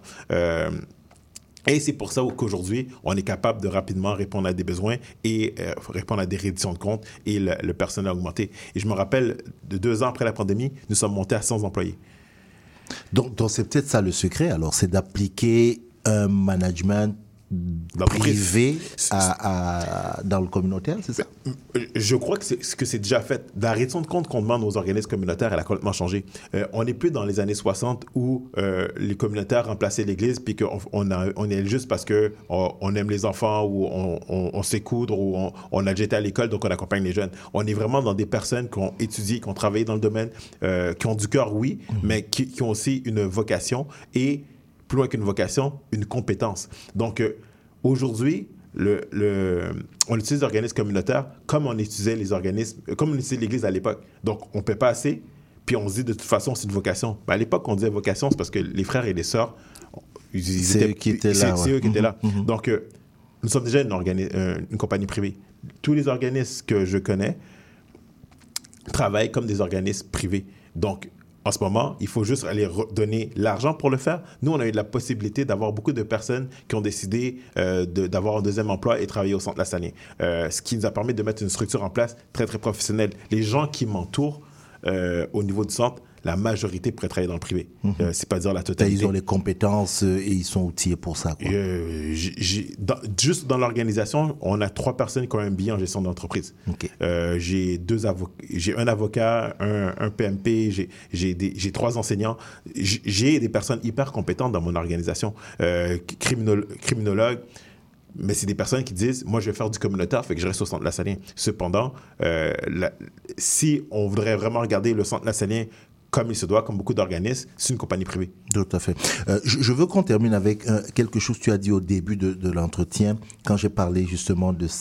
Et c'est pour ça qu'aujourd'hui, on est capable de rapidement répondre à des besoins et répondre à des redditions de comptes et le personnel a augmenté. Et je me rappelle, de 2 ans après la pandémie, nous sommes montés à 100 employés. Donc c'est peut-être ça le secret, alors, c'est d'appliquer un management privé dans le communautaire, c'est ça? Je crois que c'est déjà fait. La reddition de compte qu'on demande aux organismes communautaires, elle a complètement changé. On n'est plus dans les années 60 où les communautaires remplaçaient l'Église puis on est juste parce qu'on aime les enfants ou on sait coudre ou on a déjà été à l'école, donc on accompagne les jeunes. On est vraiment dans des personnes qui ont étudié, qui ont travaillé dans le domaine, qui ont du cœur, oui, mais qui ont aussi une vocation et plus loin qu'une vocation, une compétence. Donc, aujourd'hui, on utilise les organismes communautaires comme on utilisait comme on utilisait l'Église à l'époque. Donc, on ne paie pas assez, puis on se dit de toute façon, c'est une vocation. Ben, à l'époque, on disait vocation, c'est parce que les frères et les sœurs, c'est eux qui étaient là. C'est eux qui étaient là. Donc, nous sommes déjà une compagnie privée. Tous les organismes que je connais travaillent comme des organismes privés. Donc, en ce moment, il faut juste aller donner l'argent pour le faire. Nous, on a eu la possibilité d'avoir beaucoup de personnes qui ont décidé d'avoir un deuxième emploi et travailler au Centre Lassagnien. Ce qui nous a permis de mettre une structure en place très, très professionnelle. Les gens qui m'entourent au niveau du centre, la majorité pourrait travailler dans le privé. C'est pas dire la totalité. Ils ont les compétences et ils sont outillés pour ça, quoi. Juste dans l'organisation, on a 3 personnes qui ont un billet en gestion d'entreprise. Okay. J'ai un avocat, un PMP, j'ai 3 enseignants. J'ai des personnes hyper compétentes dans mon organisation. Criminologues. Mais c'est des personnes qui disent, moi, je vais faire du communautaire, fait que je reste au Centre Lassagnien. Cependant, si on voudrait vraiment regarder le Centre Lassagnien comme il se doit, comme beaucoup d'organismes, c'est une compagnie privée. Tout à fait. Je veux qu'on termine avec quelque chose que tu as dit au début de l'entretien, quand j'ai parlé justement de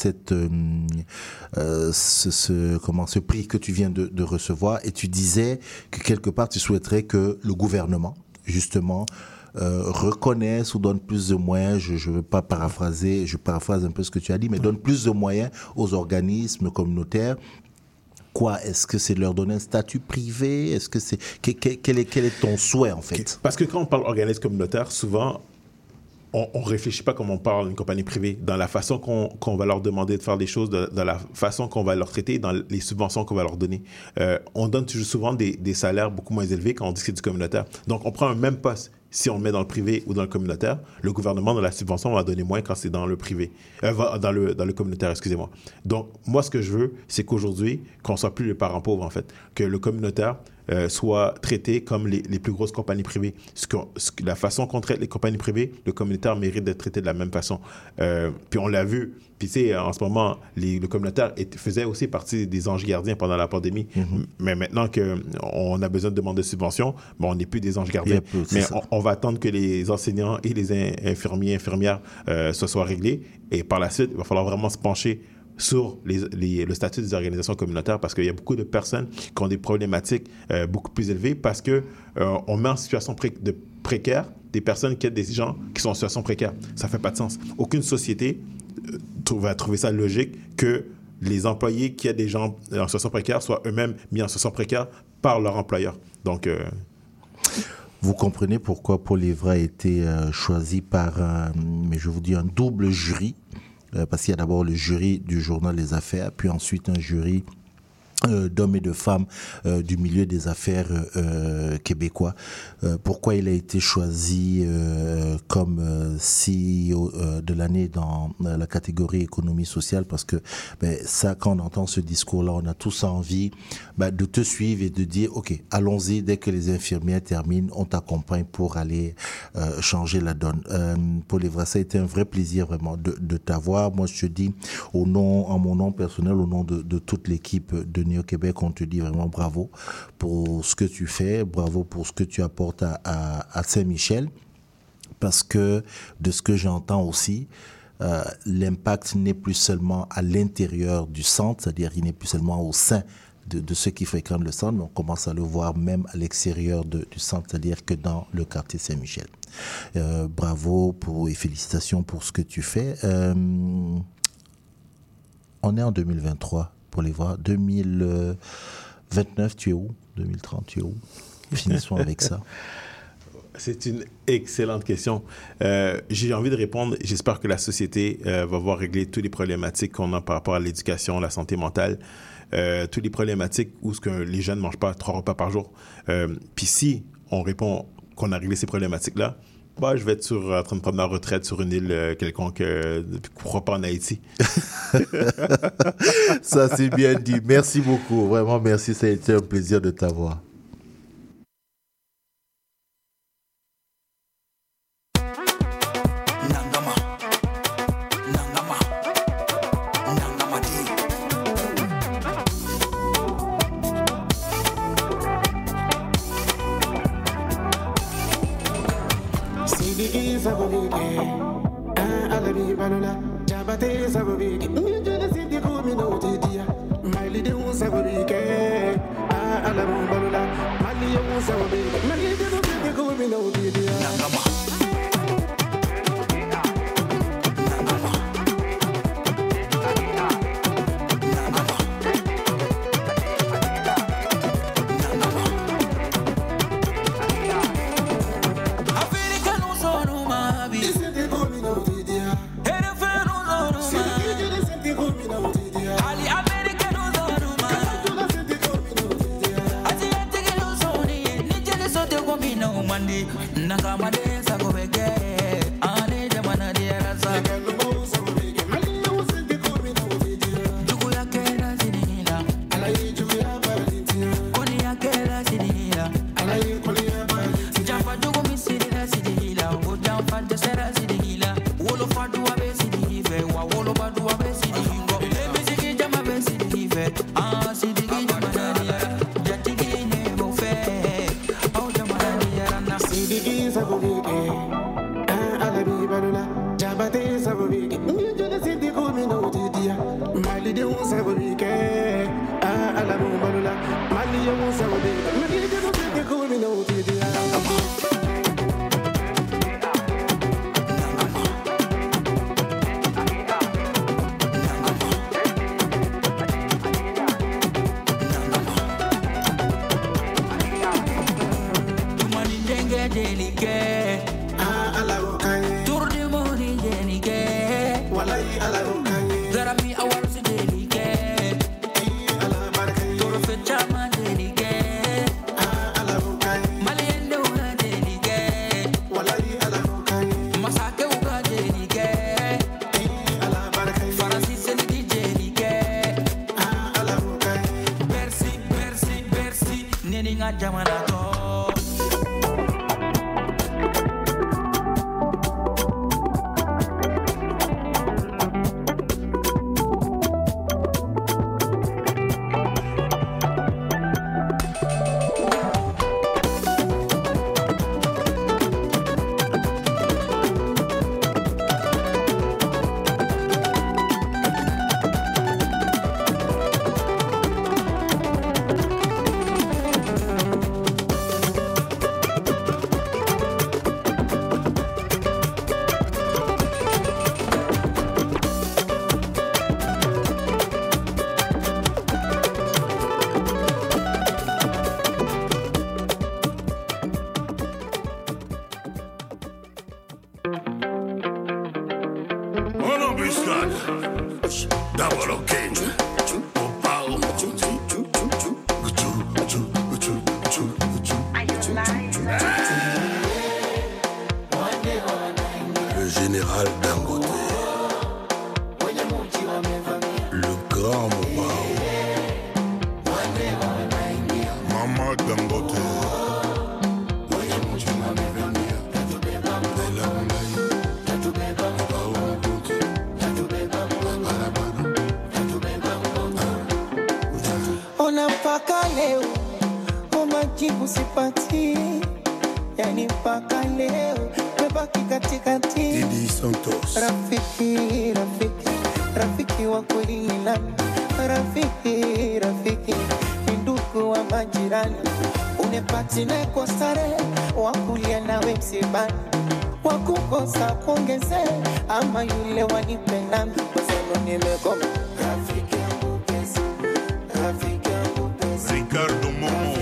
ce prix que tu viens de recevoir, et tu disais que quelque part, tu souhaiterais que le gouvernement, justement, reconnaissent ou donnent plus de moyens, je ne veux pas paraphraser, je paraphrase un peu ce que tu as dit, mais donne plus de moyens aux organismes communautaires. Quoi? Est-ce que c'est de leur donner un statut privé? Est-ce que c'est quel est ton souhait, en fait? Parce que quand on parle organisme communautaire, souvent, on ne réfléchit pas comme on parle d'une compagnie privée, dans la façon qu'on va leur demander de faire des choses, dans la façon qu'on va leur traiter, dans les subventions qu'on va leur donner. On donne toujours souvent des salaires beaucoup moins élevés quand on dit que c'est du communautaire. Donc, on prend un même poste. Si on le met dans le privé ou dans le communautaire, le gouvernement, dans la subvention, va donner moins quand c'est dans le privé, dans le communautaire, excusez-moi. Donc, moi, ce que je veux, c'est qu'aujourd'hui, qu'on ne soit plus les parents pauvres, en fait, que le communautaire soit traité comme les plus grosses compagnies privées. La façon qu'on traite les compagnies privées, le communautaire mérite d'être traité de la même façon. Puis on l'a vu. Puis tu sais, en ce moment, le communautaire faisait aussi partie des anges gardiens pendant la pandémie. Mais maintenant qu'on a besoin de demander de subventions, on n'est plus des anges gardiens. Mais on va attendre que les enseignants et les infirmiers et infirmières soient réglés. Et par la suite, il va falloir vraiment se pencher sur le statut des organisations communautaires parce qu'il y a beaucoup de personnes qui ont des problématiques beaucoup plus élevées parce qu'on met en situation précaire des personnes qui aident des gens qui sont en situation précaire. Ça ne fait pas de sens. Aucune société va trouver ça logique que les employés qui aident des gens en situation précaire soient eux-mêmes mis en situation précaire par leur employeur. Donc, vous comprenez pourquoi Paul Evra a été choisi par, mais je vous dis, un double jury. Parce qu'il y a d'abord le jury du journal Les Affaires, puis ensuite un jury d'hommes et de femmes du milieu des affaires québécois. Pourquoi il a été choisi comme CEO de l'année dans la catégorie économie sociale? Parce que ça, quand on entend ce discours-là, on a tous envie de te suivre et de dire, OK, allons-y, dès que les infirmières terminent, on t'accompagne pour aller changer la donne. Paul Evra, ça a été un vrai plaisir vraiment de t'avoir. Moi, je te dis, en mon nom personnel, au nom de toute l'équipe de Néo-Québec, on te dit vraiment bravo pour ce que tu fais, bravo pour ce que tu apportes à Saint-Michel, parce que de ce que j'entends aussi, l'impact n'est plus seulement à l'intérieur du centre, c'est-à-dire il n'est plus seulement au sein de ceux qui fréquentent le centre, mais on commence à le voir même à l'extérieur du centre, c'est-à-dire que dans le quartier Saint-Michel. Bravo et félicitations pour ce que tu fais. On est en 2023. Pour les voir. 2029, tu es où? 2030, tu es où? Finissons avec ça. C'est une excellente question. J'ai envie de répondre. J'espère que la société va voir régler toutes les problématiques qu'on a par rapport à l'éducation, la santé mentale, toutes les problématiques où les jeunes ne mangent pas 3 repas par jour. Puis si on répond qu'on a réglé ces problématiques-là, je vais être en train de prendre ma retraite sur une île quelconque, pourquoi pas en Haïti. Ça, c'est bien dit. Merci beaucoup. Vraiment, merci. Ça a été un plaisir de t'avoir. Double occasion. Général Dangote. Le grand Mopao. Maman Dangote. Ona mpaka leo majibu sipati, yani mpaka leo mebaki katikati. Didi Santos. Rafiki wa kweli ni nani? Rafiki ni ndugu wa majirani, unepati naye kwa starehe, wakulia nawe msibani, wakukosa kuongeze, ama yule wanipe nami, kwa sababu nimekoma. Rafiki yangu pesa, Ricardo Momo.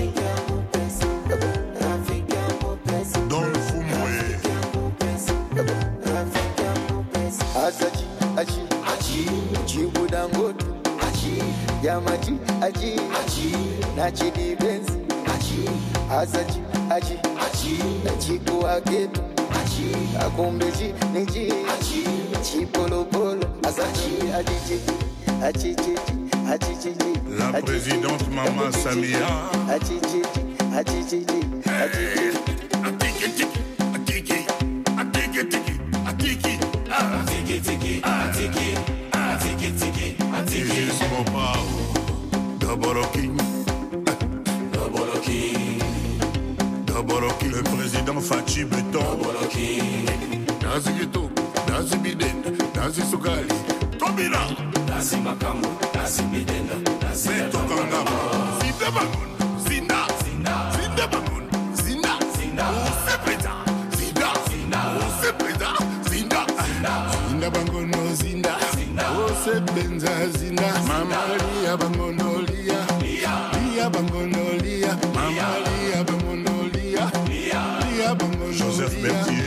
Don Fumwe. Aji Chibu Dangote Yamaji Aji Nachidi Benz Aji Chiku Ageto Akumbeji Niji Chipolo Polo Aji La présidente Maman Samia. Gis Mopao. Daboroki. Le président Fachi Beton. Nazi Gito, Nazi Biden, Nazi Sugali, Tobina, Nazi Makambo, Nazi Biden, Nazi Tokangama, Zinde Bangun, Zinde Bangun, Zinda, Usepeta, Zinda, Usepeta, Zinda Bangono, Zinda, Usepenza, Zinda, Mama Lia Bangono, Lia Bangono, Lia, Mama Lia Bangono, Lia Bangono, Joseph Bertier.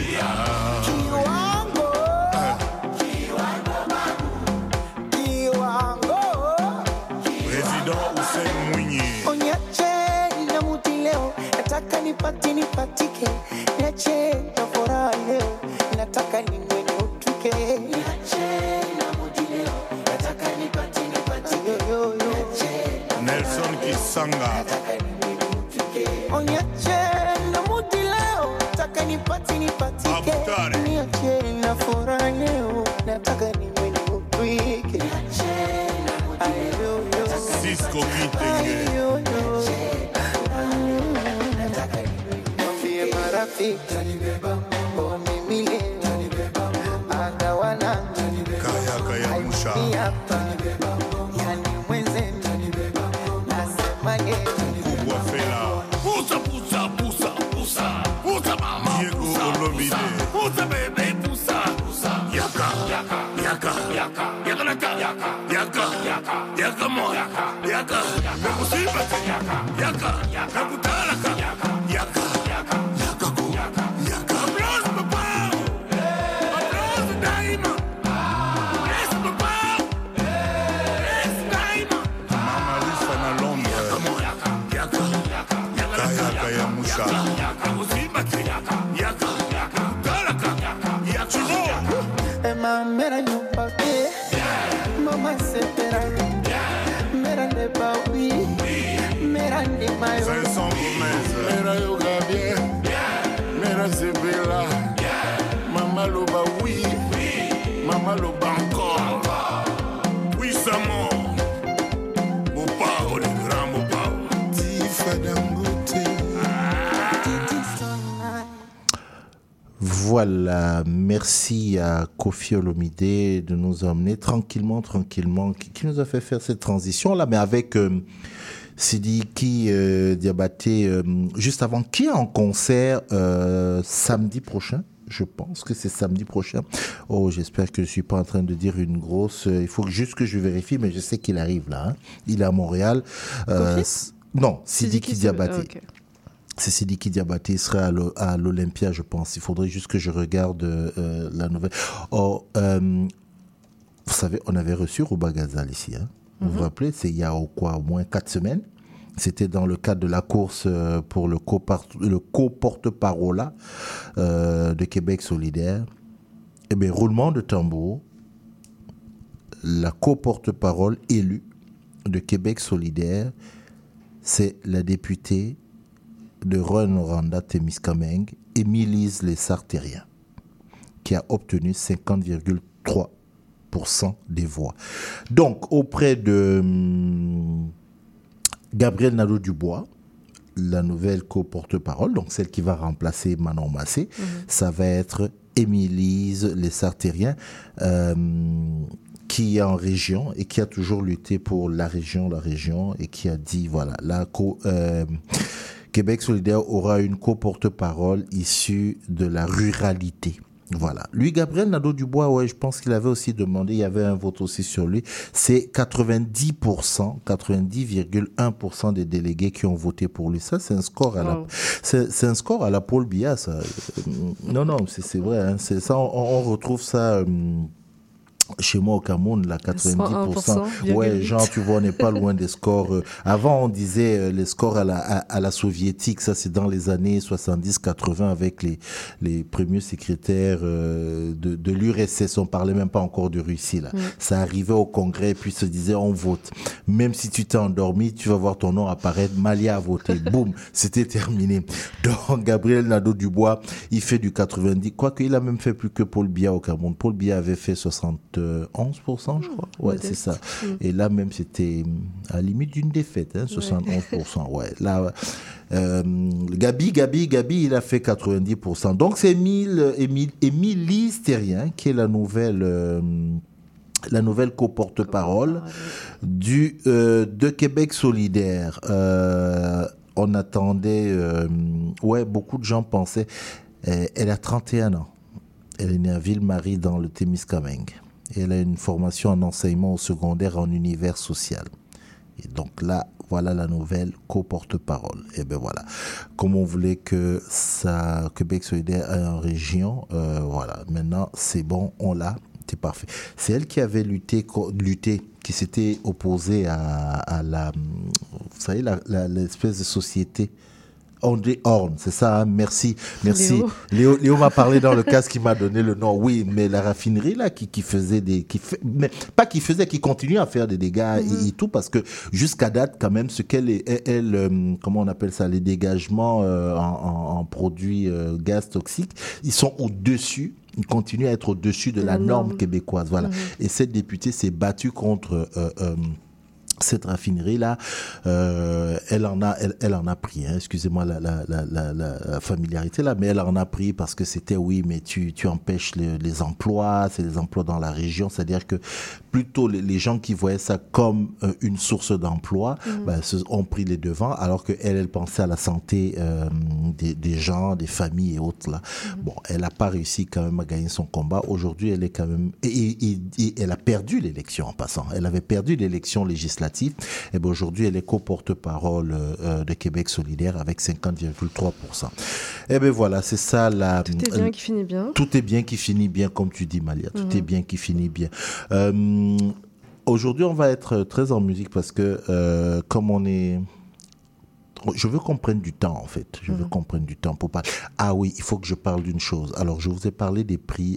Nipatike, niache na furaha leo, nataka ni mwenye utuke. Niache na mudi leo, nataka nipatike. Nelson Kisanga. Niache na mudi leo, nataka nipatike. Niache na furaha leo, nataka ni mwenye utuke. Niache na mudi leo, Cisco Kitenge. Kaya Musha. Kubwa Fela. Pusa mama. Diego Olomide. Pusa bebe, pusa. Yaka mo. Yaka. Nakusibate. Yaka. Nakutalaka. Yaka. Mera nyumba ke mama sepera mera ne bawi mera ne mayo Vincent Gomez mera yoga bien mera zebela mama loba oui mama loba encore oui samo Mopao le grand Mopao Tifa Dangote. Voilà, merci à Koffi Olomide de nous emmener tranquillement, qui nous a fait faire cette transition-là, mais avec Sidiki Diabaté, juste avant, qui est en concert samedi prochain. Je pense que c'est samedi prochain. Oh, j'espère que je ne suis pas en train de dire une grosse... il faut juste que je vérifie, mais je sais qu'il arrive là. Hein. Il est à Montréal. Non, Sidiki Diabaté. Okay. C'est Sidiki Diabaté, il sera à l'Olympia, je pense. Il faudrait juste que je regarde la nouvelle. Oh, vous savez, on avait reçu Rouba Gazal ici. Hein. Vous vous rappelez, c'est il y a au moins 4 semaines. C'était dans le cadre de la course pour le co-porte-parole de Québec solidaire. Eh bien, roulement de tambour, la co-porte-parole élue de Québec solidaire, c'est la députée de Rouyn-Noranda-Témiscamingue, Émilise Lessard-Thérien, qui a obtenu 50,3% des voix. Donc, auprès de Gabriel Nadeau-Dubois, la nouvelle co-porte-parole, donc celle qui va remplacer Manon Massé, ça va être Émilise Lessard-Thérien, qui est en région et qui a toujours lutté pour la région, et qui a dit, voilà, Québec solidaire aura une co-porte-parole issue de la ruralité. Voilà. Lui, Gabriel Nadeau-Dubois, ouais, je pense qu'il avait aussi demandé, il y avait un vote aussi sur lui. C'est 90,1% des délégués qui ont voté pour lui. Ça, c'est un score c'est un score à la Paul Biya, ça. Non, c'est vrai, hein. C'est ça, on retrouve ça, chez moi au Cameroun, là, 90%. Ouais, genre, tu vois, on n'est pas loin des scores. Avant, on disait les scores à la soviétique. Ça, c'est dans les années 70-80 avec les premiers secrétaires de l'URSS. On parlait même pas encore de Russie, là. Ça arrivait au Congrès et puis se disait, on vote. Même si tu t'es endormi, tu vas voir ton nom apparaître. Malia a voté. Boum, c'était terminé. Donc, Gabriel Nadeau-Dubois, il fait du 90. Quoique, il a même fait plus que Paul Biya au Cameroun. Paul Biya avait fait 11%, je crois. Ouais, c'est ça. Et là, même, c'était à la limite d'une défaite, hein, 71%. Ouais. Là, Gabi, il a fait 90%. Donc, c'est Émilise Thérien qui est la nouvelle co-porte-parole de Québec solidaire. On attendait... beaucoup de gens pensaient... elle a 31 ans. Elle est née à Ville-Marie dans le Témiscamingue. Et elle a une formation en enseignement au secondaire en univers social. Et donc là, voilà la nouvelle co-porte-parole. Et ben voilà. Comme on voulait que Québec solidaire aille en région, voilà. Maintenant, c'est bon, on l'a. C'est parfait. C'est elle qui avait lutté, qui s'était opposée à la, vous savez, l'espèce de société André Horn, c'est ça, hein? Merci. Léo m'a parlé dans le casque, qui m'a donné le nom. Oui, mais la raffinerie là, qui continue à faire des dégâts et tout, parce que jusqu'à date, quand même, ce qu'elle, comment on appelle ça, les dégagements en produits gaz toxiques, ils sont au-dessus. Ils continuent à être au-dessus de la norme québécoise. Voilà. Et cette députée s'est battue contre cette raffinerie-là, elle en a pris, hein, excusez-moi la familiarité là, mais elle en a pris parce que c'était, oui, mais tu empêches les emplois, c'est les emplois dans la région, c'est-à-dire que plutôt les gens qui voyaient ça comme une source d'emploi, ont pris les devants, alors que elle pensait à la santé des gens, des familles et autres là. Bon, elle n'a pas réussi quand même à gagner son combat. Aujourd'hui, elle est quand même, et elle a perdu l'élection en passant. Elle avait perdu l'élection législative. Et bien aujourd'hui, elle est co-porte-parole de Québec solidaire avec 50,3%. Et bien voilà, c'est ça la... Tout est bien qui finit bien. Tout est bien qui finit bien, comme tu dis, Malia. Tout est bien qui finit bien. Aujourd'hui, on va être très en musique parce que comme on est... Je veux qu'on prenne du temps, en fait. Je veux qu'on prenne du temps pour parler. Ah oui, il faut que je parle d'une chose. Alors, je vous ai parlé des prix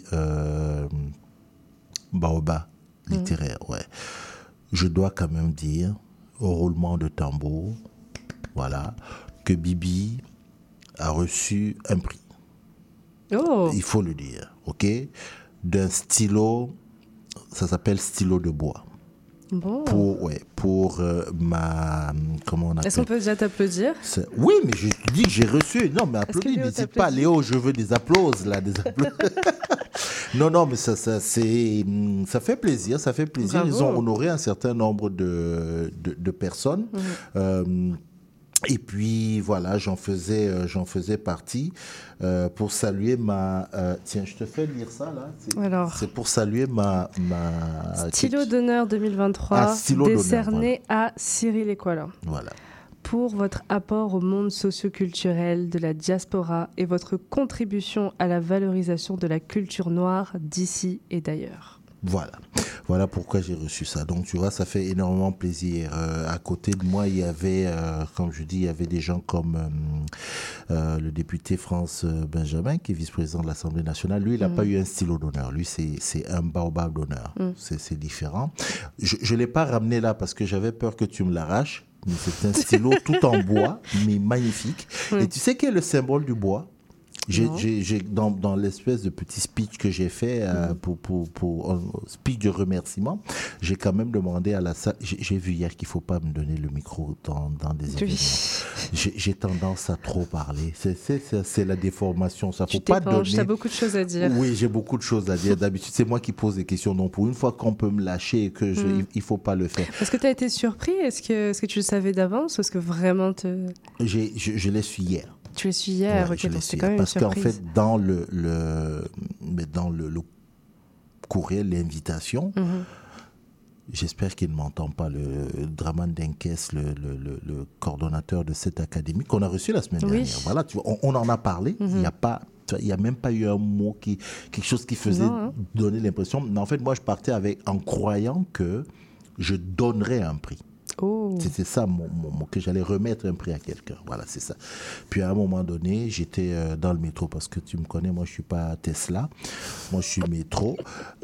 Baobab littéraires, ouais. Je dois quand même dire, au roulement de tambour, voilà, que Bibi a reçu un prix. Oh. Il faut le dire, ok? D'un stylo, ça s'appelle stylo de bois. Bon. Pour ma... Comment on appelle? Est-ce qu'on peut déjà t'applaudir? Oui, mais je dis que j'ai reçu. Non, mais applaudis, n'hésite pas. Léo, je veux des applauses, là. Non, mais ça fait plaisir, ça fait plaisir. Bravo. Ils ont honoré un certain nombre de personnes. Et puis, voilà, j'en faisais partie pour saluer ma... tiens, je te fais lire ça, là. C'est pour saluer ma stylo d'honneur 2023, décerné à Cyril Equala. Voilà. Pour votre apport au monde socio-culturel de la diaspora et votre contribution à la valorisation de la culture noire d'ici et d'ailleurs. Voilà pourquoi j'ai reçu ça. Donc, tu vois, ça fait énormément plaisir. À côté de moi, il y avait, comme je dis, il y avait des gens comme le député France Benjamin, qui est vice-président de l'Assemblée nationale. Lui, il n'a pas eu un stylo d'honneur. Lui, c'est un baobab d'honneur. C'est différent. Je ne l'ai pas ramené là parce que j'avais peur que tu me l'arraches. Mais c'est un stylo tout en bois, mais magnifique. Et tu sais quel est le symbole du bois ? Dans l'espèce de petit speech que j'ai fait pour un speech de remerciement, j'ai quand même demandé à la salle. J'ai vu hier qu'il ne faut pas me donner le micro dans des événements. J'ai tendance à trop parler. C'est la déformation. Ça faut pas donner. Tu as beaucoup de choses à dire. Oui, j'ai beaucoup de choses à dire. D'habitude, c'est moi qui pose des questions. Donc, pour une fois qu'on peut me lâcher et que il ne faut pas le faire. Est-ce que tu as été surpris ? Est-ce que tu le savais d'avance ou est-ce que vraiment Je l'ai su hier. Tu l'as su hier, ok, donc c'est quand même une surprise. Parce qu'en fait, dans le courriel, l'invitation, j'espère qu'il ne m'entend pas, le Draman Denkes, le coordonnateur de cette académie, qu'on a reçu la semaine dernière. Voilà, tu vois, on en a parlé, il n'y a même pas eu un mot, quelque chose qui faisait donner l'impression. Mais en fait, moi, je partais en croyant que je donnerais un prix. C'était ça, que j'allais remettre un prix à quelqu'un. Voilà, c'est ça. Puis à un moment donné, j'étais dans le métro parce que tu me connais, moi je suis pas Tesla, moi je suis métro.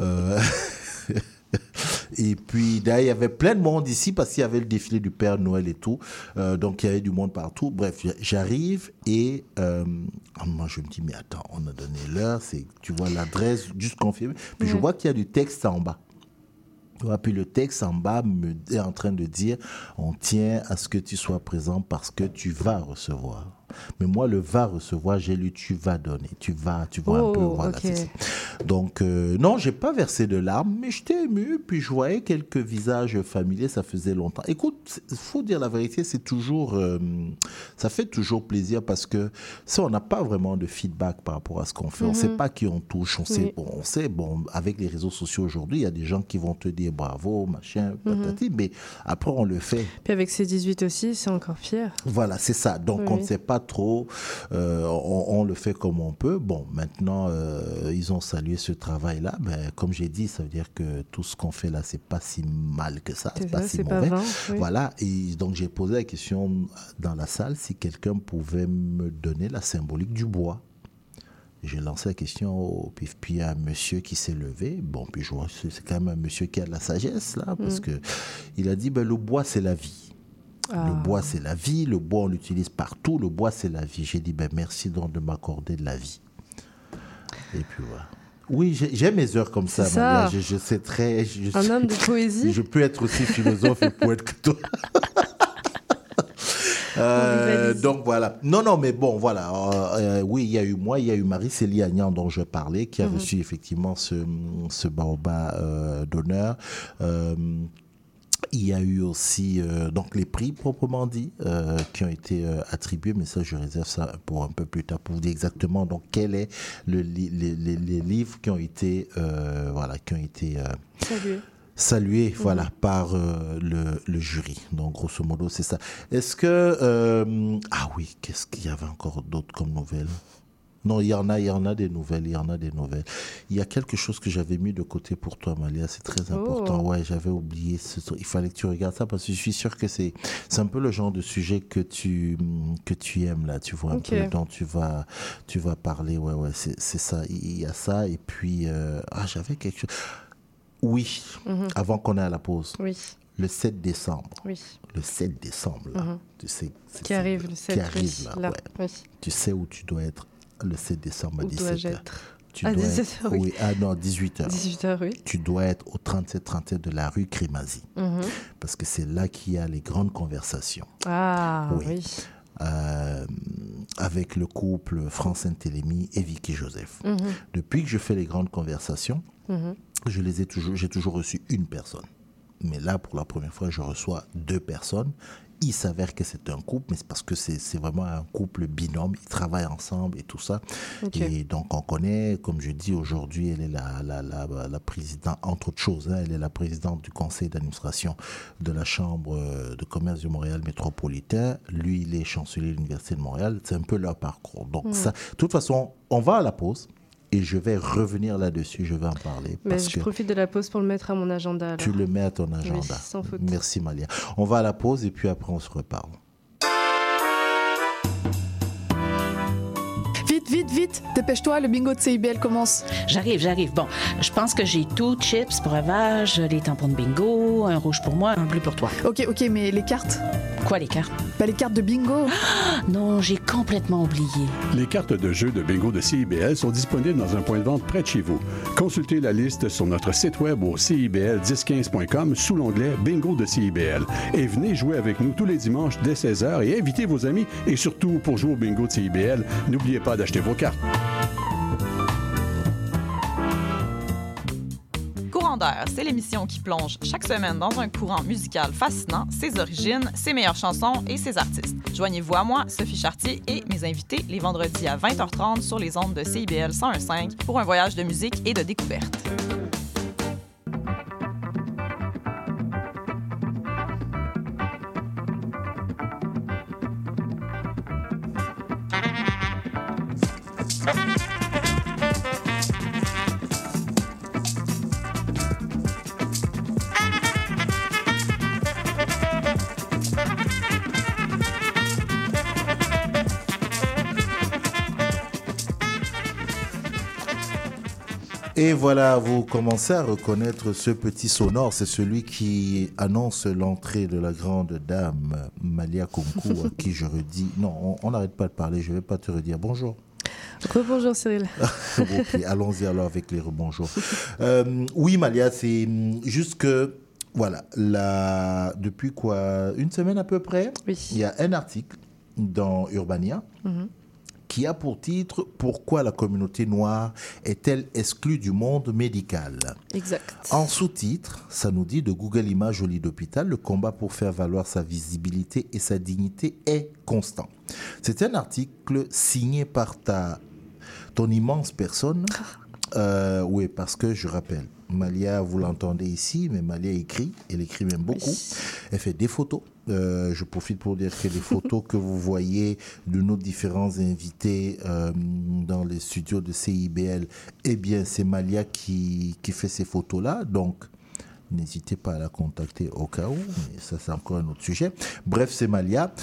Et puis d'ailleurs, il y avait plein de monde ici parce qu'il y avait le défilé du Père Noël et tout. Donc il y avait du monde partout. Bref, j'arrive et moi je me dis, mais attends, on a donné l'heure, tu vois l'adresse, juste confirmer. Puis je vois qu'il y a du texte en bas. Puis le texte en bas est en train de dire on tient à ce que tu sois présent parce que tu vas recevoir. Mais moi, le va recevoir, j'ai lu tu vas donner. Tu vois un peu. Voilà, c'est ça. Donc, non, j'ai pas versé de larmes, mais j'étais ému. Puis je voyais quelques visages familiers, ça faisait longtemps. Écoute, il faut dire la vérité, c'est toujours, ça fait toujours plaisir parce que ça, on n'a pas vraiment de feedback par rapport à ce qu'on fait. On ne sait pas qui on touche. On sait, avec les réseaux sociaux aujourd'hui, il y a des gens qui vont te dire bravo, machin, patati, mais après, on le fait. Puis avec C18 aussi, c'est encore pire. Voilà, c'est ça. Donc, on ne sait pas trop, on le fait comme on peut. Bon, maintenant, ils ont salué ce travail-là. Ben, comme j'ai dit, ça veut dire que tout ce qu'on fait là, c'est pas si mal que ça, c'est pas si mauvais. Voilà, et donc j'ai posé la question dans la salle si quelqu'un pouvait me donner la symbolique du bois. J'ai lancé la question au pif, puis il y a un monsieur qui s'est levé. Bon, puis je vois, c'est quand même un monsieur qui a de la sagesse là, parce que il a dit, ben, le bois c'est la vie. Le bois, c'est la vie. Le bois, on l'utilise partout. Le bois, c'est la vie. J'ai dit, ben, merci donc de m'accorder de la vie. Et puis, voilà. Oui, j'ai mes heures comme ça, Maria. Je sais très... Un homme de poésie. Je peux être aussi philosophe et poète que toi. Donc voilà. Non, mais bon, voilà. Oui, il y a eu moi, il y a eu Marie-Célie Agnan dont je parlais, qui a reçu effectivement ce baobab d'honneur. Il y a eu aussi donc les prix proprement dit qui ont été attribués, mais ça je réserve ça pour un peu plus tard pour vous dire exactement donc quel est les livres qui ont été salués voilà par le jury. Donc grosso modo c'est ça. Est-ce que qu'est-ce qu'il y avait encore d'autres comme nouvelles? Non, il y en a des nouvelles. Il y a quelque chose que j'avais mis de côté pour toi, Malia, c'est très important. Ouais, j'avais oublié. Il fallait que tu regardes ça parce que je suis sûr que c'est un peu le genre de sujet que tu aimes là. Tu vois un peu dont tu vas parler. Ouais, c'est ça. Il y a ça et puis j'avais quelque chose. Oui, avant qu'on ait à la pause. Oui. Le 7 décembre. Oui. Le 7 décembre là. Tu sais. Qui arrive le 7. Qui arrive là. Ouais. Oui. Tu sais où tu dois être. Le 7 décembre à 17h. Tu dois 17h, oui. Non, 18h. 18h, oui. Tu dois être au 37-37 de la rue Crémazie. Parce que c'est là qu'il y a les grandes conversations. Ah, oui. Avec le couple France Saint-Élémy et Vicky Joseph. Depuis que je fais les grandes conversations, j'ai toujours reçu une personne. Mais là, pour la première fois, je reçois 2 personnes. Il s'avère que c'est un couple, mais c'est parce que c'est vraiment un couple binôme. Ils travaillent ensemble et tout ça. Et donc, on connaît, comme je dis, aujourd'hui, elle est la présidente, entre autres choses, elle est la présidente du conseil d'administration de la Chambre de commerce de Montréal métropolitain. Lui, il est chancelier de l'Université de Montréal. C'est un peu leur parcours. Donc, ça, de toute façon, on va à la pause. et je vais revenir là-dessus, je vais en parler. Mais je profite de la pause pour le mettre à mon agenda. Alors. Tu le mets à ton agenda. Oui, sans faute. Merci Malia. On va à la pause et puis après on se reparle. Vite, dépêche-toi, le bingo de CIBL commence. J'arrive. Bon, je pense que j'ai tout, chips, breuvage, les tampons de bingo, un rouge pour moi, un bleu pour toi. Ok, mais les cartes? Quoi, les cartes? Les cartes de bingo. Non, j'ai complètement oublié. Les cartes de jeu de bingo de CIBL sont disponibles dans un point de vente près de chez vous. Consultez la liste sur notre site web au CIBL1015.com sous l'onglet Bingo de CIBL. Et venez jouer avec nous tous les dimanches dès 16h et invitez vos amis. Et surtout, pour jouer au bingo de CIBL, n'oubliez pas d'acheter vos cartes. Courant d'air, c'est l'émission qui plonge chaque semaine dans un courant musical fascinant, ses origines, ses meilleures chansons et ses artistes. Joignez-vous à moi, Sophie Chartier, et mes invités les vendredis à 20h30 sur les ondes de CIBL 101.5 pour un voyage de musique et de découverte. Et voilà, vous commencez à reconnaître ce petit sonore. C'est celui qui annonce l'entrée de la grande dame Malia Kunku, à qui je redis... Non, on n'arrête pas de parler, je ne vais pas te redire bonjour. Rebonjour Cyril. Ok, allons-y alors avec les rebonjours. Oui Malia, c'est juste que, voilà, depuis quoi, une semaine à peu près, il y a un article dans Urbania qui a pour titre « Pourquoi la communauté noire est-elle exclue du monde médical ?» Exact. En sous-titre, ça nous dit de Google Images au lit d'hôpital, le combat pour faire valoir sa visibilité et sa dignité est constant. C'est un article signé par ton immense personne. Oui, parce que je rappelle, Malia, vous l'entendez ici, mais Malia écrit, elle écrit même beaucoup. Elle fait des photos. Je profite pour dire que les photos que vous voyez de nos différents invités dans les studios de CIBL, eh bien, c'est Malia qui fait ces photos-là. Donc, n'hésitez pas à la contacter au cas où, mais ça, c'est encore un autre sujet. Bref, c'est Malia.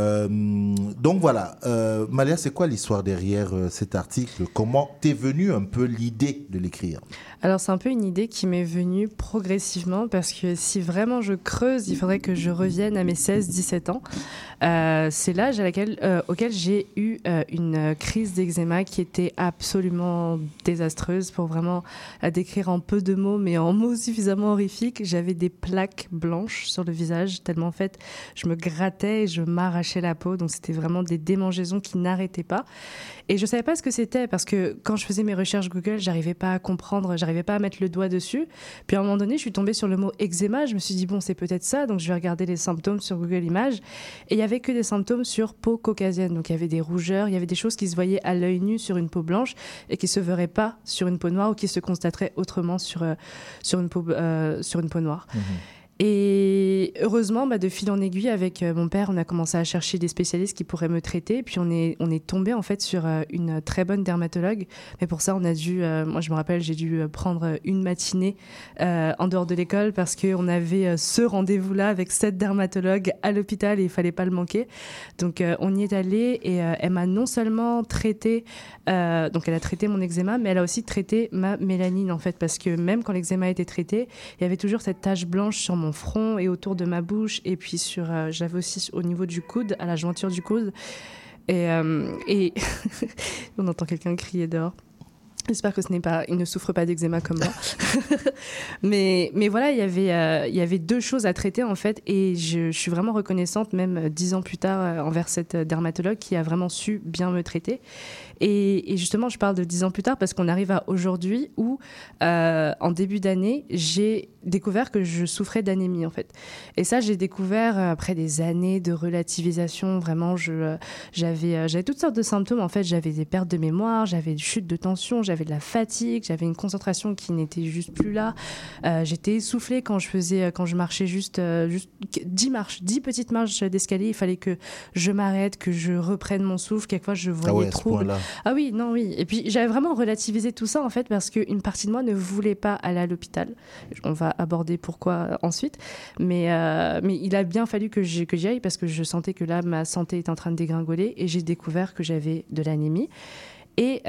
Donc, voilà. Malia, c'est quoi l'histoire derrière cet article? Comment t'es venue un peu l'idée de l'écrire? Alors, c'est un peu une idée qui m'est venue progressivement parce que si vraiment je creuse, il faudrait que je revienne à mes 16-17 ans. C'est l'âge auquel j'ai eu une crise d'eczéma qui était absolument désastreuse pour vraiment la décrire en peu de mots, mais en mots suffisamment horrifiques. J'avais des plaques blanches sur le visage, tellement en fait, je me grattais et je m'arrachais la peau. Donc, c'était vraiment des démangeaisons qui n'arrêtaient pas. Et je ne savais pas ce que c'était parce que quand je faisais mes recherches Google, j'arrivais pas à comprendre, j'arrivais pas à mettre le doigt dessus. Puis à un moment donné, je suis tombée sur le mot eczéma. Je me suis dit, bon, c'est peut-être ça. Donc je vais regarder les symptômes sur Google Images. Et il n'y avait que des symptômes sur peau caucasienne. Donc il y avait des rougeurs, il y avait des choses qui se voyaient à l'œil nu sur une peau blanche et qui ne se verraient pas sur une peau noire ou qui se constateraient autrement sur une peau noire. Et heureusement, de fil en aiguille, avec mon père, on a commencé à chercher des spécialistes qui pourraient me traiter. Puis on est tombé en fait sur une très bonne dermatologue. Mais pour ça, on a dû, moi je me rappelle, j'ai dû prendre une matinée en dehors de l'école parce qu'on avait ce rendez-vous-là avec cette dermatologue à l'hôpital et il fallait pas le manquer. Donc on y est allé et elle m'a non seulement traité, donc elle a traité mon eczéma, mais elle a aussi traité ma mélanine en fait, parce que même quand l'eczéma a été traité, il y avait toujours cette tache blanche sur mon front et autour de ma bouche et puis j'avais aussi au niveau du coude, à la jointure du coude et on entend quelqu'un crier dehors. J'espère que il ne souffre pas d'eczéma comme moi. mais voilà, il y avait deux choses à traiter en fait et je suis vraiment reconnaissante même 10 ans plus tard envers cette dermatologue qui a vraiment su bien me traiter. Et justement, je parle de 10 ans plus tard parce qu'on arrive à aujourd'hui où, en début d'année, j'ai découvert que je souffrais d'anémie, en fait. Et ça, j'ai découvert après des années de relativisation. Vraiment, j'avais toutes sortes de symptômes. En fait, j'avais des pertes de mémoire, j'avais des chutes de tension, j'avais j'avais de la fatigue, j'avais une concentration qui n'était juste plus là. J'étais essoufflée quand je marchais juste 10 petites marches d'escalier. Il fallait que je m'arrête, que je reprenne mon souffle. Quelquefois, je voyais trop. Ah oui, non, oui. Et puis, j'avais vraiment relativisé tout ça, en fait, parce qu'une partie de moi ne voulait pas aller à l'hôpital. On va aborder pourquoi ensuite. Mais il a bien fallu que j'y aille parce que je sentais que là, ma santé était en train de dégringoler et j'ai découvert que j'avais de l'anémie. Et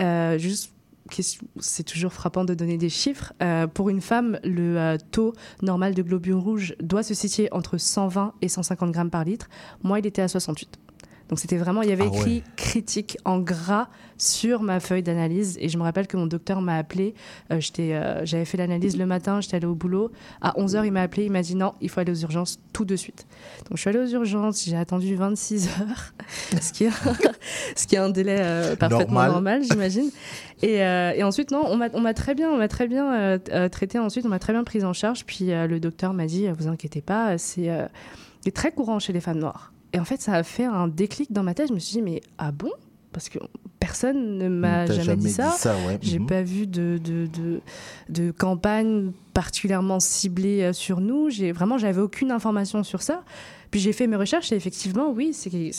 c'est toujours frappant de donner des chiffres. Pour une femme, le taux normal de globules rouges doit se situer entre 120 et 150 grammes par litre. Moi, il était à 68. Donc c'était vraiment, il y avait écrit critique en gras sur ma feuille d'analyse. Et je me rappelle que mon docteur m'a appelé. J'avais fait l'analyse le matin, j'étais allée au boulot. À 11h, il m'a appelé, il m'a dit non, il faut aller aux urgences tout de suite. Donc je suis allée aux urgences, j'ai attendu 26 heures, ce qui est un délai parfaitement normal, j'imagine. Et ensuite, non, on m'a très bien traité ensuite, on m'a très bien prise en charge. Puis le docteur m'a dit, vous inquiétez pas, c'est très courant chez les femmes noires. Et en fait, ça a fait un déclic dans ma tête. Je me suis dit, mais ah bon ? Parce que personne ne m'a jamais dit ça. Ouais. J'ai pas vu de campagne particulièrement ciblée sur nous. J'avais aucune information sur ça. Puis j'ai fait mes recherches et effectivement, oui,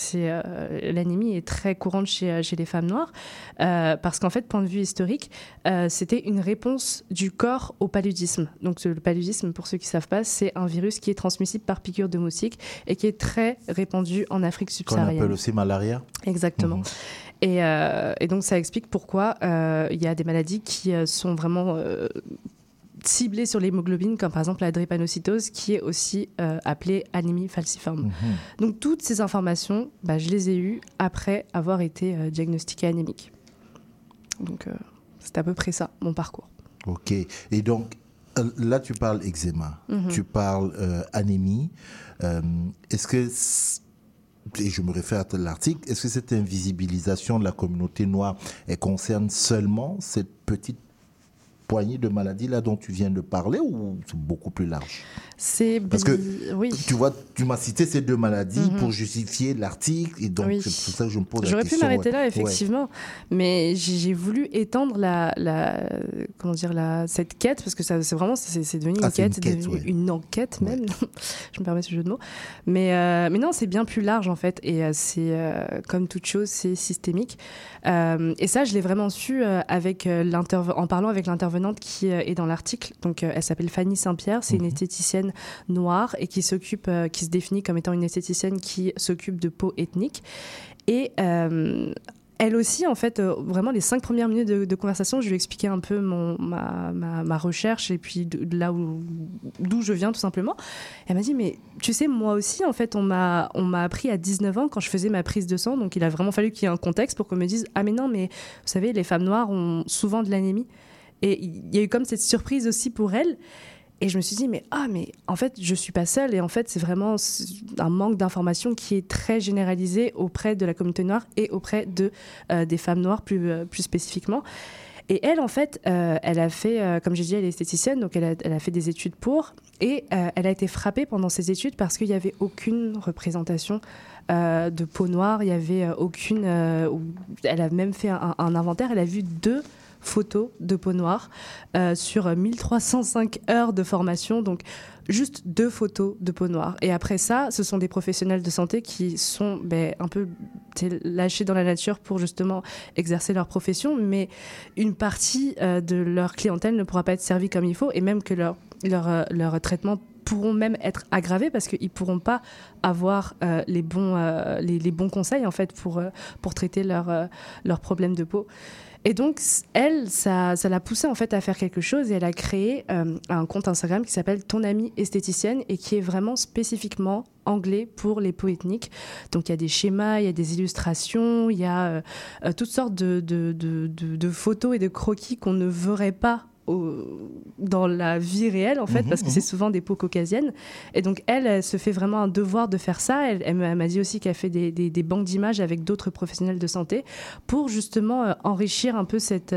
l'anémie est très courante chez les femmes noires parce qu'en fait, point de vue historique, c'était une réponse du corps au paludisme. Donc le paludisme, pour ceux qui ne savent pas, c'est un virus qui est transmissible par piqûre de moustique et qui est très répandu en Afrique subsaharienne. Qu'on appelle aussi malaria. Exactement. Et donc ça explique pourquoi il y a des maladies qui sont vraiment ciblées sur l'hémoglobine, comme par exemple la drépanocytose, qui est aussi appelée anémie falciforme. Donc toutes ces informations, je les ai eues après avoir été diagnostiquée anémique. Donc c'est à peu près ça, mon parcours. Ok. Et donc, là, tu parles eczéma, tu parles anémie. Est-ce que... Et je me réfère à l'article, est-ce que cette invisibilisation de la communauté noire, elle concerne seulement cette petite poignée de maladies là dont tu viens de parler ou c'est beaucoup plus large? Parce que tu vois, tu m'as cité ces deux maladies pour justifier l'article et donc c'est pour ça que je me pose la question. J'aurais pu m'arrêter là effectivement, mais j'ai voulu étendre cette quête parce que ça, c'est devenu une quête, c'est devenu une enquête même. Je me permets ce jeu de mots, mais non, c'est bien plus large en fait et c'est comme toute chose, c'est systémique. Et ça, je l'ai vraiment su en parlant avec l'intervenante qui est dans l'article. Donc, elle s'appelle Fanny Saint-Pierre. C'est une esthéticienne noire et qui se définit comme étant une esthéticienne qui s'occupe de peau ethnique. Et elle aussi, en fait, vraiment les 5 premières minutes de conversation, je lui ai expliqué un peu ma recherche et puis d'où je viens tout simplement. Elle m'a dit, mais tu sais, moi aussi, en fait, on m'a appris à 19 ans quand je faisais ma prise de sang. Donc, il a vraiment fallu qu'il y ait un contexte pour qu'on me dise, ah mais non, mais vous savez, les femmes noires ont souvent de l'anémie. Et il y a eu comme cette surprise aussi pour elle. Et je me suis dit, mais en fait, je ne suis pas seule. Et en fait, c'est vraiment un manque d'information qui est très généralisé auprès de la communauté noire et auprès des femmes noires plus spécifiquement. Et elle, en fait, elle a fait, comme j'ai dit, elle est esthéticienne, donc elle a fait des études pour. Et elle a été frappée pendant ses études parce qu'il n'y avait aucune représentation de peau noire. Il n'y avait aucune... elle a même fait un inventaire. Elle a vu 2 photos de peau noire sur 1305 heures de formation, donc juste 2 photos de peau noire. Et après ça, ce sont des professionnels de santé qui sont un peu lâchés dans la nature pour justement exercer leur profession, mais une partie de leur clientèle ne pourra pas être servie comme il faut, et même que leur traitement pourront même être aggravés parce qu'ils ne pourront pas avoir les bons conseils en fait, pour traiter leurs problèmes de peau. Et donc, elle, ça l'a poussée en fait à faire quelque chose et elle a créé un compte Instagram qui s'appelle Ton Amie Esthéticienne et qui est vraiment spécifiquement anglais pour les peaux ethniques. Donc, il y a des schémas, il y a des illustrations, il y a toutes sortes de photos et de croquis qu'on ne verrait pas dans la vie réelle en fait, parce que c'est souvent des peaux caucasiennes. Et donc elle se fait vraiment un devoir de faire ça. Elle m'a dit aussi qu'elle fait des banques d'images avec d'autres professionnels de santé pour justement enrichir un peu cette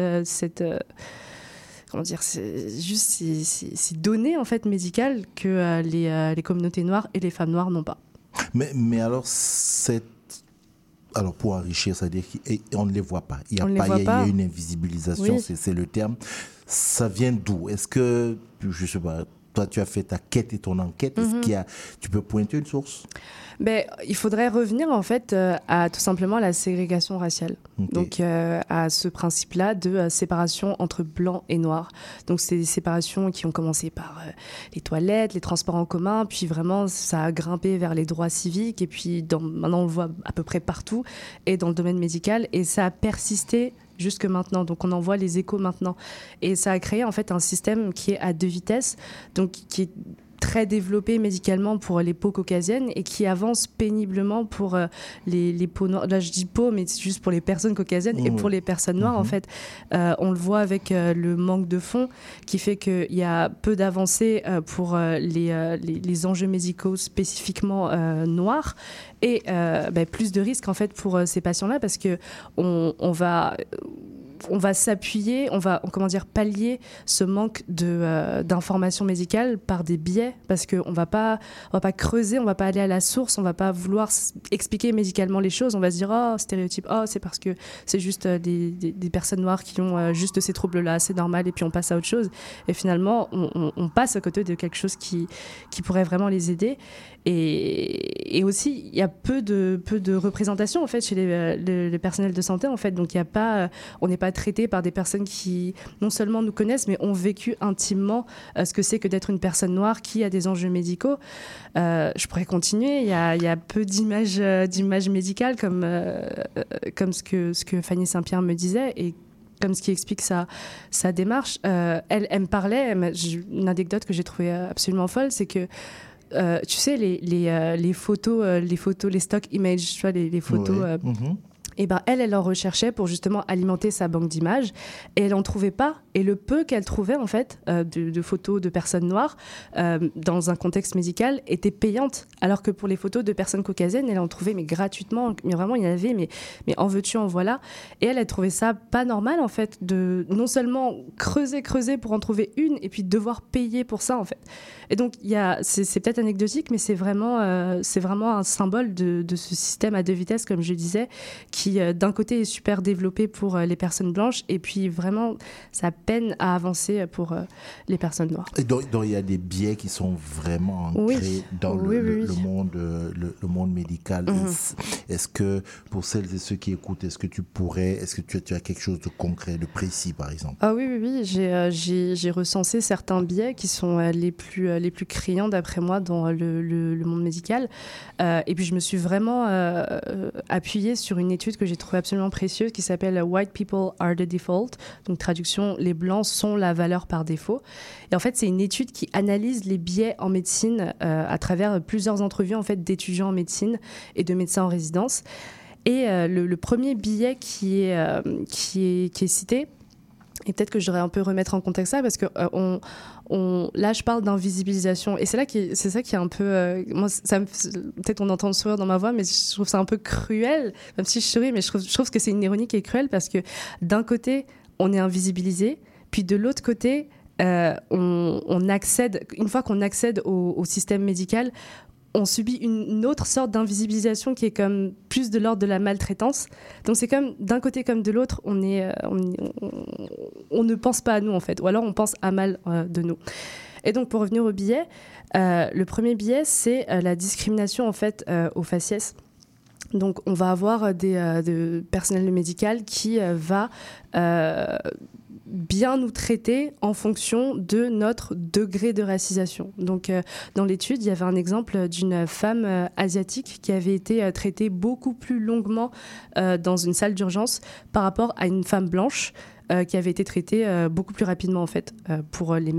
comment dire, c'est juste ces données en fait médicales que les communautés noires et les femmes noires n'ont pas. Mais alors Alors, pour enrichir, c'est-à-dire qu'on ne les voit pas. Il y a une invisibilisation, Oui. c'est le terme. Ça vient d'où? Est-ce que, je ne sais pas, toi, tu as fait ta quête et ton enquête. Est-ce qu'il y a, tu peux pointer une source? Il faudrait revenir en fait à tout simplement la ségrégation raciale. Okay. Donc à ce principe-là de séparation entre blanc et noir. Donc c'est des séparations qui ont commencé par les toilettes, les transports en commun, puis vraiment ça a grimpé vers les droits civiques et puis maintenant on le voit à peu près partout et dans le domaine médical et ça a persisté jusque maintenant, donc on en voit les échos maintenant et ça a créé en fait un système qui est à 2 vitesses, donc qui est très développé médicalement pour les peaux caucasiennes et qui avance péniblement pour les peaux noires. Là, je dis peau, mais c'est juste pour les personnes caucasiennes et pour les personnes noires, en fait. On le voit avec le manque de fonds qui fait qu'il y a peu d'avancées pour les enjeux médicaux spécifiquement noirs et plus de risques, en fait, pour ces patients-là parce qu'on va s'appuyer, on va pallier ce manque d'informations médicales par des biais parce qu'on va pas creuser, on va pas aller à la source, on va pas vouloir expliquer médicalement les choses, on va se dire stéréotype, c'est parce que c'est juste des personnes noires qui ont juste ces troubles-là, c'est normal et puis on passe à autre chose et finalement on passe à côté de quelque chose qui pourrait vraiment les aider et aussi il y a peu de représentation en fait chez les personnels de santé en fait, donc il y a pas, on n'est pas traité par des personnes qui non seulement nous connaissent mais ont vécu intimement ce que c'est que d'être une personne noire qui a des enjeux médicaux. Je pourrais continuer, il y a peu d'images médicales comme ce que Fanny Saint-Pierre me disait et comme ce qui explique sa démarche. Elle me parlait, une anecdote que j'ai trouvée absolument folle, c'est que tu sais les photos, les stock images, tu vois, les photos. Ouais. Et elle en recherchait pour justement alimenter sa banque d'images et elle en trouvait pas. Et le peu qu'elle trouvait en fait de photos de personnes noires dans un contexte médical était payante, alors que pour les photos de personnes caucasiennes, elle en trouvait mais gratuitement. Mais vraiment, il y en avait, mais en veux-tu, en voilà. Et elle trouvait ça pas normal en fait de non seulement creuser pour en trouver une et puis devoir payer pour ça en fait. Et donc c'est peut-être anecdotique, mais c'est vraiment un symbole de ce système à 2 vitesses, comme je disais, qui d'un côté est super développé pour les personnes blanches et puis vraiment ça peine à avancer pour les personnes noires. Et donc il y a des biais qui sont vraiment ancrés dans le monde médical. Est-ce que pour celles et ceux qui écoutent, est-ce que tu as quelque chose de concret, de précis par exemple? Oui, j'ai recensé certains biais qui sont les plus criants d'après moi dans le monde médical et puis je me suis vraiment appuyée sur une étude que j'ai trouvée absolument précieuse qui s'appelle White People Are the Default, donc traduction, les blancs sont la valeur par défaut. Et en fait, c'est une étude qui analyse les biais en médecine à travers plusieurs entrevues en fait, d'étudiants en médecine et de médecins en résidence. Et le premier biais qui est cité, et peut-être que je devrais un peu remettre en contexte ça, parce que là, je parle d'invisibilisation. Et c'est ça qui est un peu... moi, peut-être on entend le sourire dans ma voix, mais je trouve ça un peu cruel, même si je souris, mais je trouve que c'est une ironie qui est cruelle, parce que d'un côté, on est invisibilisé, puis de l'autre côté, on accède... Une fois qu'on accède au système médical, on subit une autre sorte d'invisibilisation qui est comme plus de l'ordre de la maltraitance. Donc c'est comme d'un côté comme de l'autre, on ne pense pas à nous en fait, ou alors on pense à mal de nous. Et donc pour revenir au biais, le premier biais c'est la discrimination en fait au faciès. Donc on va avoir des personnel médical qui va bien nous traiter en fonction de notre degré de racisation. Donc, dans l'étude, il y avait un exemple d'une femme asiatique qui avait été traitée beaucoup plus longuement dans une salle d'urgence par rapport à une femme blanche qui avait été traitée beaucoup plus rapidement, en fait, pour la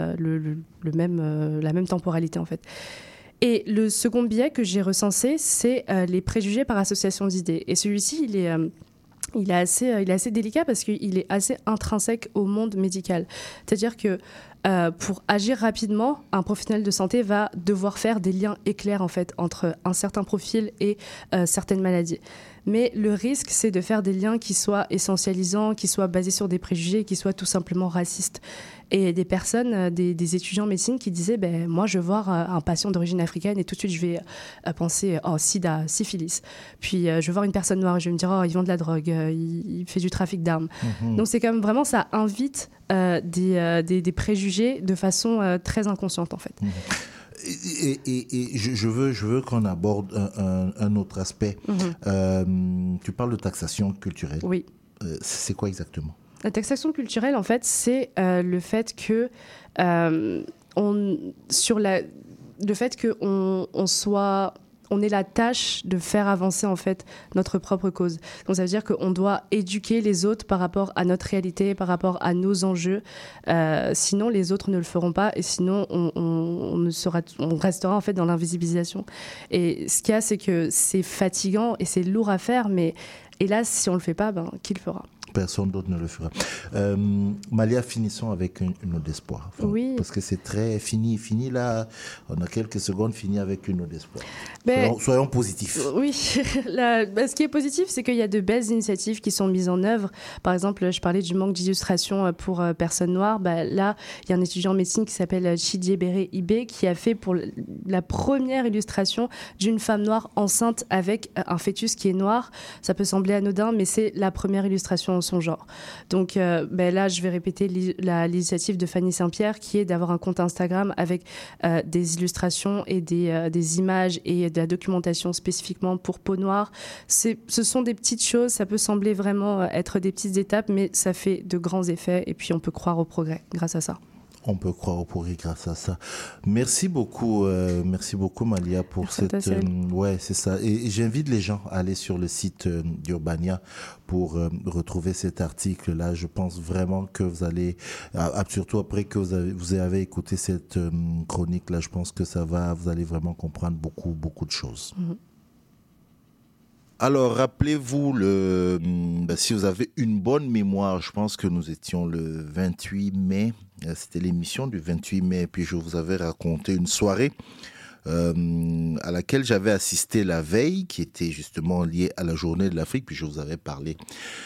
même temporalité, en fait. Et le second biais que j'ai recensé, c'est les préjugés par association d'idées. Et celui-ci, il est assez délicat parce qu'il est assez intrinsèque au monde médical. C'est-à-dire que pour agir rapidement, un professionnel de santé va devoir faire des liens éclairs en fait, entre un certain profil et certaines maladies. Mais le risque, c'est de faire des liens qui soient essentialisants, qui soient basés sur des préjugés, qui soient tout simplement racistes. Et des personnes, des étudiants en médecine qui disaient moi, je vais voir un patient d'origine africaine et tout de suite, je vais penser sida, syphilis. Puis, je vais voir une personne noire et je vais me dire il vend de la drogue, il fait du trafic d'armes. Donc, c'est comme vraiment, ça invite des préjugés de façon très inconsciente, en fait. Et je veux qu'on aborde un autre aspect. Tu parles de taxation culturelle. Oui. C'est quoi exactement? La taxation culturelle, en fait, c'est le fait que on ait la tâche de faire avancer en fait notre propre cause. Donc ça veut dire qu'on doit éduquer les autres par rapport à notre réalité, par rapport à nos enjeux. Sinon, les autres ne le feront pas et sinon on restera en fait dans l'invisibilisation. Et ce qu'il y a, c'est que c'est fatigant et c'est lourd à faire, mais hélas, si on le fait pas, qui le fera? Personne d'autre ne le fera. Malia, finissons avec une note d'espoir. Oui. Parce que c'est très fini là. On a quelques secondes, fini avec une note d'espoir. Soyons positifs. Oui. Ce qui est positif, c'est qu'il y a de belles initiatives qui sont mises en œuvre. Par exemple, je parlais du manque d'illustration pour personnes noires. Là, il y a un étudiant en médecine qui s'appelle Chidiebere Ibe qui a fait pour la première illustration d'une femme noire enceinte avec un fœtus qui est noir. Ça peut sembler anodin, mais c'est la première illustration son genre. Donc là, je vais répéter l'initiative de Fanny Saint-Pierre qui est d'avoir un compte Instagram avec des illustrations et des images et de la documentation spécifiquement pour peau noire. Ce sont des petites choses, ça peut sembler vraiment être des petites étapes, mais ça fait de grands effets et puis on peut croire au progrès grâce à ça. On peut croire au progrès grâce à ça. Merci beaucoup Malia pour cette. Ouais, c'est ça. Et j'invite les gens à aller sur le site d'Urbania pour retrouver cet article-là. Je pense vraiment que vous allez, surtout après que vous avez écouté cette chronique-là, je pense que vous allez vraiment comprendre beaucoup de choses. Alors, rappelez-vous, si vous avez une bonne mémoire, je pense que nous étions le 28 mai. C'était l'émission du 28 mai. Puis je vous avais raconté une soirée à laquelle j'avais assisté la veille, qui était justement liée à la journée de l'Afrique. Puis je vous avais parlé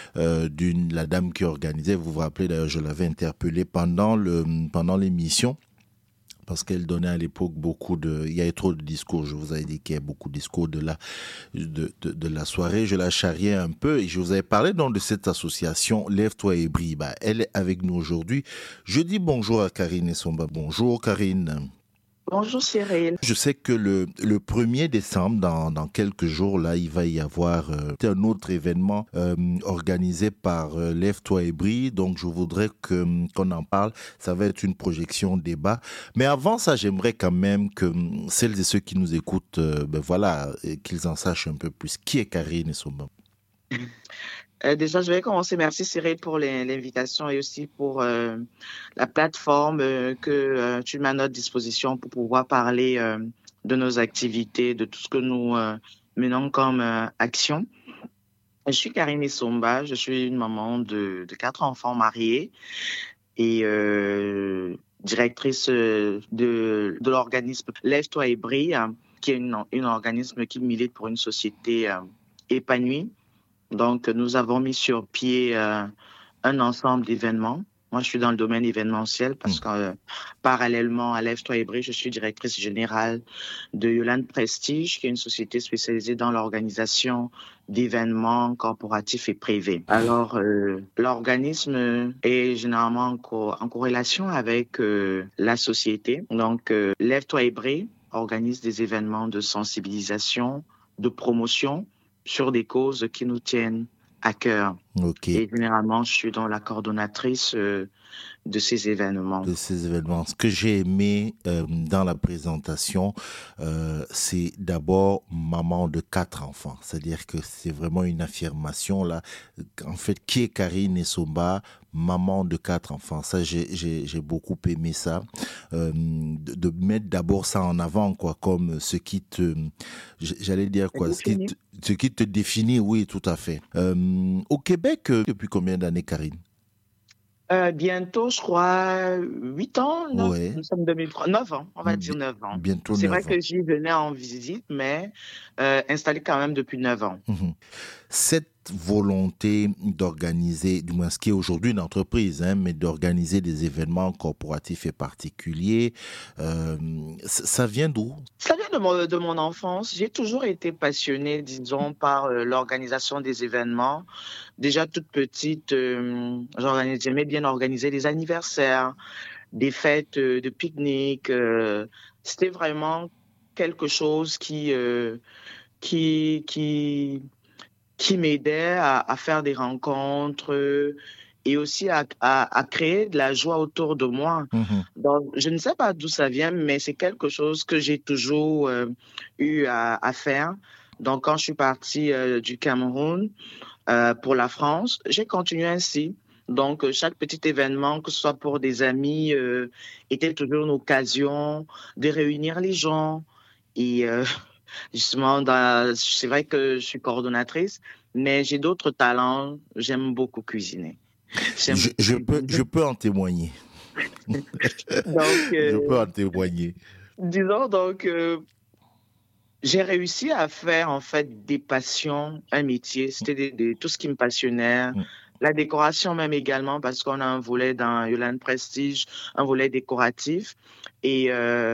la dame qui organisait. Vous vous rappelez, d'ailleurs, je l'avais interpellée pendant l'émission. Parce qu'elle donnait à l'époque il y avait trop de discours. Je vous avais dit qu'il y a beaucoup de discours de la soirée. Je la charriais un peu et je vous avais parlé donc de cette association Lève-toi et brille. Elle est avec nous aujourd'hui. Je dis bonjour à Karine Essomba. Bonjour Karine. Bonjour Cyril. Je sais que le 1er décembre, dans quelques jours, là, il va y avoir un autre événement organisé par Lève-toi et brille. Donc, je voudrais qu'on en parle. Ça va être une projection débat. Mais avant ça, j'aimerais quand même que celles et ceux qui nous écoutent, qu'ils en sachent un peu plus. Qui est Karine Essomba? Déjà, je vais commencer. Merci Cyril pour l'invitation et aussi pour la plateforme que tu mets à notre disposition pour pouvoir parler de nos activités, de tout ce que nous menons comme action. Je suis Karine Essomba, je suis une maman de 4 enfants mariés et directrice de l'organisme Lève-toi et brille, qui est un organisme qui milite pour une société épanouie. Donc, nous avons mis sur pied un ensemble d'événements. Moi, je suis dans le domaine événementiel parce que parallèlement à Lève-toi et brille, je suis directrice générale de Yolande Prestige, qui est une société spécialisée dans l'organisation d'événements corporatifs et privés. Alors, l'organisme est généralement en corrélation avec la société. Donc, Lève-toi et brille organise des événements de sensibilisation, de promotion, sur des causes qui nous tiennent à cœur. Okay. Et généralement, je suis dans la coordonnatrice de ces événements. Ce que j'ai aimé dans la présentation, c'est d'abord maman de 4 enfants. C'est-à-dire que c'est vraiment une affirmation là. En fait, qui est Karine Essomba, maman de 4 enfants? Ça, j'ai beaucoup aimé ça. De mettre d'abord ça en avant, quoi, comme ce qui te... J'allais dire quoi? Ce qui te définit, oui, tout à fait. Au Québec, depuis combien d'années, Karine? Bientôt, je crois, 8 ans, non, Ouais. nous sommes 2003, 9 ans, on va dire 9 ans. Bientôt C'est 9 vrai ans. que j'y venais en visite, mais installé quand même depuis 9 ans. Cette volonté d'organiser, du moins ce qui est aujourd'hui une entreprise, hein, mais d'organiser des événements corporatifs et particuliers, ça vient d'où? Ça vient de mon enfance. J'ai toujours été passionnée, disons, par l'organisation des événements. Déjà toute petite, j'aimais bien organiser des anniversaires, des fêtes de pique-nique. C'était vraiment quelque chose qui m'aidait à faire des rencontres et aussi à créer de la joie autour de moi. Donc, je ne sais pas d'où ça vient, mais c'est quelque chose que j'ai toujours eu à faire. Donc, quand je suis partie du Cameroun pour la France, j'ai continué ainsi. Donc, chaque petit événement, que ce soit pour des amis, était toujours une occasion de réunir les gens. Et justement, c'est vrai que je suis coordonnatrice, mais j'ai d'autres talents. J'aime beaucoup cuisiner. Je peux en témoigner. Donc, Je peux en témoigner. Disons donc, j'ai réussi à faire en fait des passions un métier. C'était tout ce qui me passionnait. La décoration même également, parce qu'on a un volet dans Yolande Prestige, un volet décoratif. Et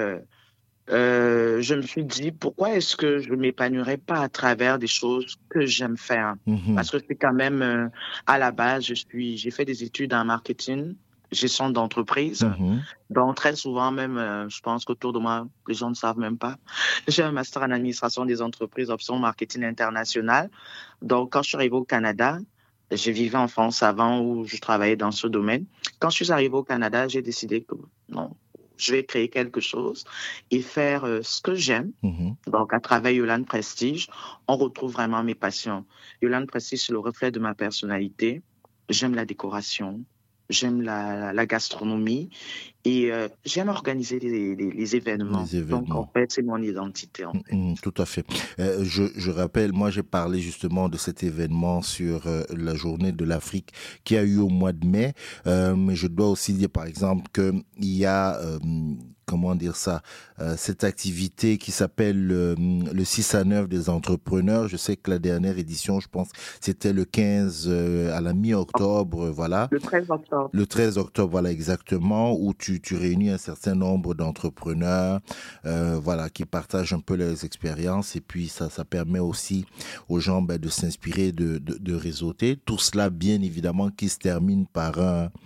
je me suis dit, pourquoi est-ce que je ne m'épanouirais pas à travers des choses que j'aime faire? Parce que c'est quand même, à la base, j'ai fait des études en marketing, gestion d'entreprise. Donc, très souvent, même, je pense qu'autour de moi, les gens ne savent même pas. J'ai un master en administration des entreprises, option marketing international. Donc, quand je suis arrivée au Canada, je vivais en France avant où je travaillais dans ce domaine. Quand je suis arrivée au Canada, j'ai décidé que non, je vais créer quelque chose et faire ce que j'aime. Donc, à travers Yolande Prestige, on retrouve vraiment mes passions. Yolande Prestige, c'est le reflet de ma personnalité. J'aime la décoration, j'aime la gastronomie et j'aime organiser les événements. Donc, en fait, c'est mon identité. Tout à fait. Je rappelle, moi, j'ai parlé justement de cet événement sur la journée de l'Afrique qui a eu au mois de mai. Mais je dois aussi dire, par exemple, qu'il y a... comment dire ça, cette activité qui s'appelle le 6 à 9 des entrepreneurs. Je sais que la dernière édition, je pense, c'était le 15 à la mi-octobre, voilà. Le 13 octobre. Le 13 octobre, voilà, exactement, où tu réunis un certain nombre d'entrepreneurs, voilà, qui partagent un peu leurs expériences et puis ça permet aussi aux gens de s'inspirer, de réseauter. Tout cela, bien évidemment, qui se termine par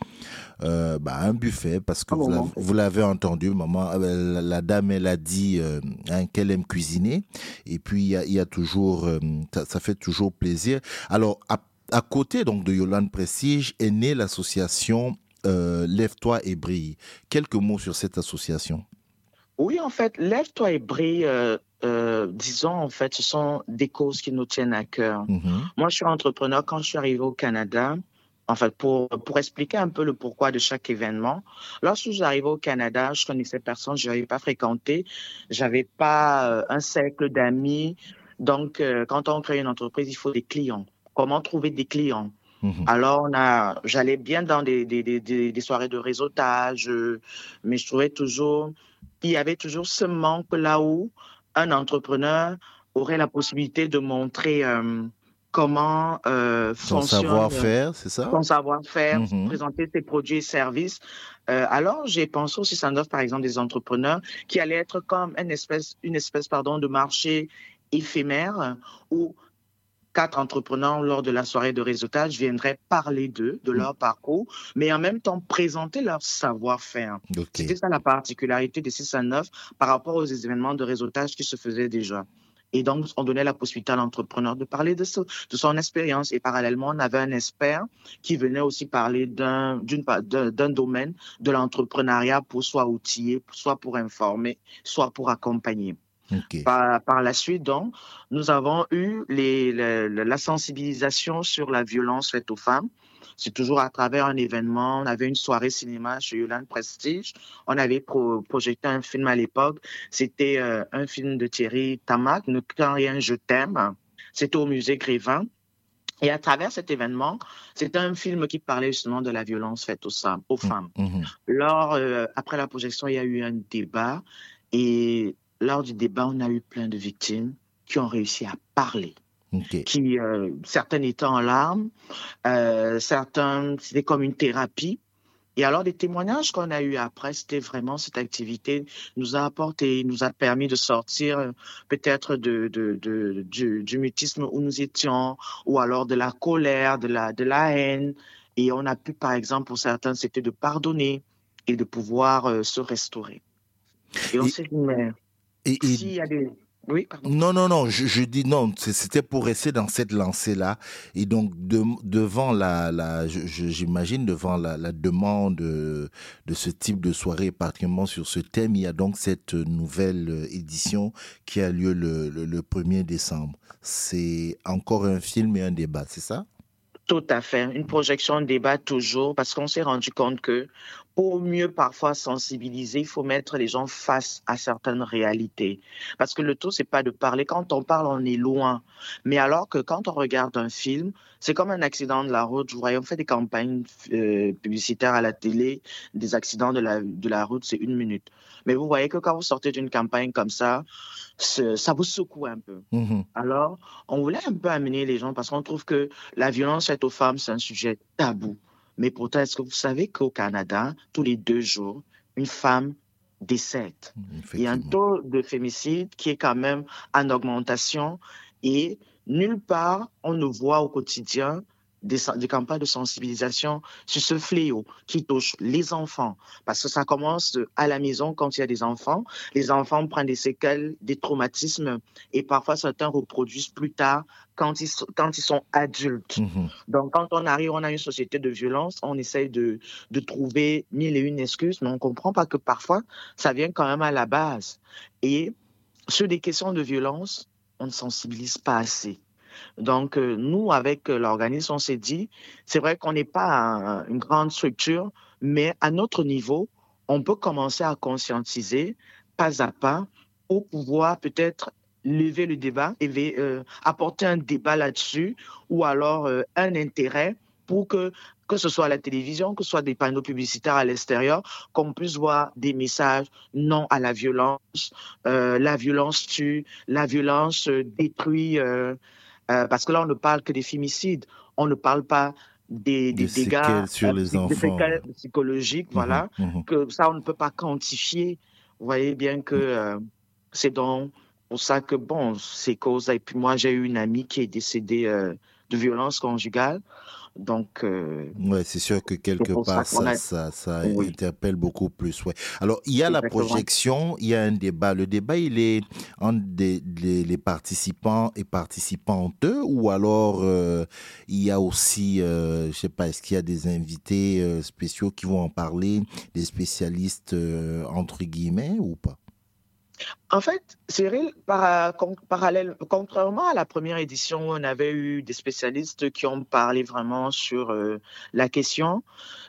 un buffet, parce que vous l'avez entendu, maman, la dame, elle a dit qu'elle aime cuisiner, et puis il y a toujours, ça fait toujours plaisir. Alors, à côté donc de Yolande Prestige est née l'association Lève-toi et brille. Quelques mots sur cette association. Oui, en fait, Lève-toi et brille, disons, en fait, ce sont des causes qui nous tiennent à cœur. Moi, je suis entrepreneur. Quand je suis arrivé au Canada, en fait, pour expliquer un peu le pourquoi de chaque événement, lorsque j'arrivais au Canada, je connaissais personne, je n'avais pas fréquenté, j'avais pas un cercle d'amis. Donc, quand on crée une entreprise, il faut des clients. Comment trouver des clients? Alors, j'allais bien dans des soirées de réseautage, mais je trouvais toujours, il y avait toujours ce manque là où un entrepreneur aurait la possibilité de montrer comment son fonctionne savoir-faire, c'est ça? Son savoir-faire, présenter ses produits et services. Alors, j'ai pensé aussi, ça offre par exemple des entrepreneurs qui allaient être comme une espèce de marché éphémère où 4 entrepreneurs, lors de la soirée de réseautage, viendraient parler d'eux, de leur parcours, mais en même temps présenter leur savoir-faire. C'était ça la particularité des 6 à 9 par rapport aux événements de réseautage qui se faisaient déjà. Et donc, on donnait la possibilité à l'entrepreneur de parler de son expérience. Et parallèlement, on avait un expert qui venait aussi parler d'un domaine de l'entrepreneuriat pour soit outiller, soit pour informer, soit pour accompagner. Par la suite, donc, nous avons eu la sensibilisation sur la violence faite aux femmes. C'est toujours à travers un événement. On avait une soirée cinéma chez Yolande Prestige. On avait projeté un film à l'époque. C'était un film de Thierry Tamac, Ne quand rien je t'aime. C'était au musée Grévin. Et à travers cet événement, c'était un film qui parlait justement de la violence faite aux femmes. Après la projection, il y a eu un débat. Et lors du débat, on a eu plein de victimes qui ont réussi à parler. Certaines étaient en larmes, certains, c'était comme une thérapie. Et alors, les témoignages qu'on a eus après, c'était vraiment cette activité nous a apporté, nous a permis de sortir peut-être du mutisme où nous étions, ou alors de la colère, de la haine. Et on a pu, par exemple, pour certains, c'était de pardonner et de pouvoir se restaurer. Et on s'est dit, mais s'il y a des... Oui, pardon. Non, je dis non, c'était pour rester dans cette lancée-là. Et donc, devant j'imagine, devant la demande de ce type de soirée, particulièrement sur ce thème, il y a donc cette nouvelle édition qui a lieu le 1er décembre. C'est encore un film et un débat, c'est ça? Tout à fait. Une projection, un débat toujours, parce qu'on s'est rendu compte que pour mieux parfois sensibiliser, il faut mettre les gens face à certaines réalités. Parce que le tout, c'est pas de parler. Quand on parle, on est loin. Mais alors que quand on regarde un film, c'est comme un accident de la route. Vous voyez, on fait des campagnes publicitaires à la télé, des accidents de la route, c'est 1 minute. Mais vous voyez que quand vous sortez d'une campagne comme ça vous secoue un peu. Alors, on voulait un peu amener les gens parce qu'on trouve que la violence faite aux femmes, c'est un sujet tabou. Mais pourtant, est-ce que vous savez qu'au Canada, tous les 2 jours, une femme décède? Il y a un taux de fémicide qui est quand même en augmentation et nulle part, on ne voit au quotidien des campagnes de sensibilisation sur ce fléau qui touche les enfants. Parce que ça commence à la maison quand il y a des enfants. Les enfants prennent des séquelles, des traumatismes et parfois certains reproduisent plus tard quand ils sont adultes. Donc quand on arrive, on a une société de violence, on essaye de trouver 1001 excuses, mais on ne comprend pas que parfois ça vient quand même à la base. Et sur des questions de violence, on ne sensibilise pas assez. Donc, nous, avec l'organisme, on s'est dit, c'est vrai qu'on n'est pas une grande structure, mais à notre niveau, on peut commencer à conscientiser pas à pas pour pouvoir peut-être lever le débat, apporter un débat là-dessus ou alors un intérêt pour que ce soit à la télévision, que ce soit des panneaux publicitaires à l'extérieur, qu'on puisse voir des messages non à la violence. La violence tue, la violence détruit... parce que là, on ne parle que des fémicides. On ne parle pas des dégâts sur les enfants. Des séquelles psychologiques, voilà. Que ça, on ne peut pas quantifier. Vous voyez bien que c'est donc pour ça que, bon, c'est cause. Et puis moi, j'ai eu une amie qui est décédée de violence conjugale. Donc, ouais, c'est sûr que quelque part, ça interpelle beaucoup plus. Ouais. Alors, il y a la projection, il y a un débat. Le débat, il est entre les participants et participantes, ou alors il y a aussi, je sais pas, est-ce qu'il y a des invités spéciaux qui vont en parler, des spécialistes entre guillemets ou pas? En fait, Cyril, contrairement à la première édition où on avait eu des spécialistes qui ont parlé vraiment sur la question,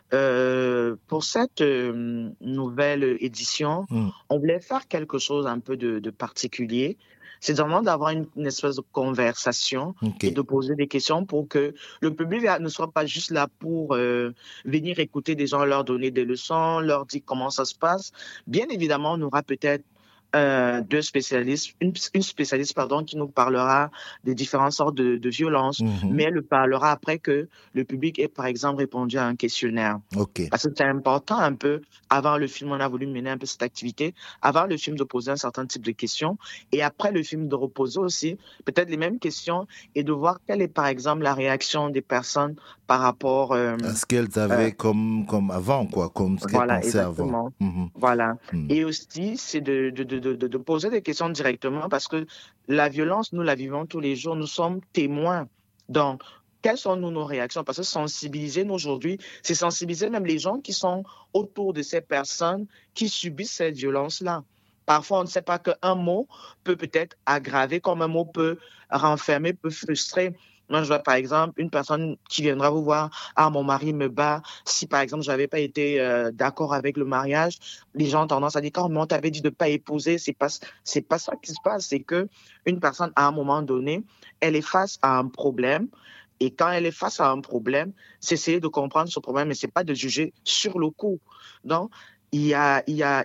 pour cette nouvelle édition, on voulait faire quelque chose un peu de particulier. C'est vraiment d'avoir une espèce de conversation et de poser des questions pour que le public ne soit pas juste là pour venir écouter des gens, leur donner des leçons, leur dire comment ça se passe. Bien évidemment, on aura peut-être deux spécialistes, une spécialiste qui nous parlera des différentes sortes de violences, mais elle parlera après que le public ait par exemple répondu à un questionnaire. Parce que c'est important un peu, avant le film, on a voulu mener un peu cette activité, avant le film de poser un certain type de questions, et après le film de reposer aussi peut-être les mêmes questions et de voir quelle est par exemple la réaction des personnes par rapport à ce qu'elles avaient comme avant, quoi, comme ce qu'elles pensaient avant. Voilà. Et aussi, c'est de poser des questions directement parce que la violence, nous la vivons tous les jours, nous sommes témoins. Donc, quelles sont nos réactions? Parce que sensibiliser nous aujourd'hui, c'est sensibiliser même les gens qui sont autour de ces personnes qui subissent cette violence-là. Parfois, on ne sait pas qu'un mot peut peut-être aggraver, comme un mot peut renfermer, peut frustrer. Moi, je vois par exemple une personne qui viendra vous voir, mon mari me bat. Si par exemple, je n'avais pas été d'accord avec le mariage, les gens ont tendance à dire, on t'avait dit de ne pas épouser. C'est pas ça qui se passe. C'est que une personne, à un moment donné, elle est face à un problème. Et quand elle est face à un problème, c'est essayer de comprendre ce problème, mais c'est pas de juger sur le coup. Donc, il y a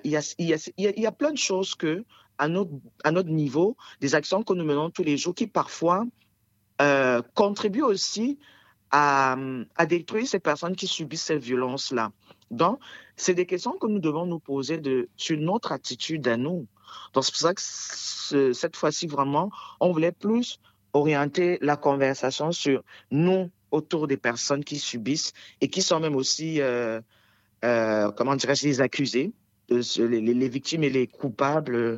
plein de choses que, à notre niveau, des actions que nous menons tous les jours qui parfois contribuent aussi à détruire ces personnes qui subissent ces violences-là. Donc, c'est des questions que nous devons nous poser sur notre attitude à nous. Donc, c'est pour ça que cette fois-ci, vraiment, on voulait plus orienter la conversation sur nous autour des personnes qui subissent et qui sont même aussi, comment dirais-je, les accusés, les victimes et les coupables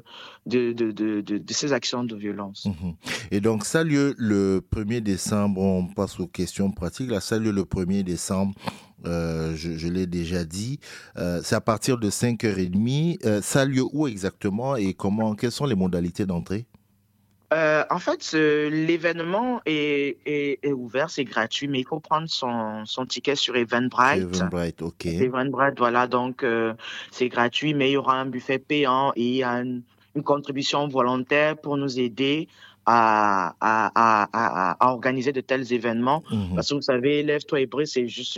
de ces actions de violence. Et donc, ça a lieu le 1er décembre, on passe aux questions pratiques, là, ça a lieu le 1er décembre, je l'ai déjà dit, c'est à partir de 5h30, ça a lieu où exactement et quelles sont les modalités d'entrée? En fait, l'événement est ouvert, c'est gratuit, mais il faut prendre son ticket sur Eventbrite. Eventbrite, ok. Eventbrite, voilà, donc c'est gratuit, mais il y aura un buffet payant et il y a une contribution volontaire pour nous aider à organiser de tels événements. Parce que vous savez, Lève-toi et brille, c'est juste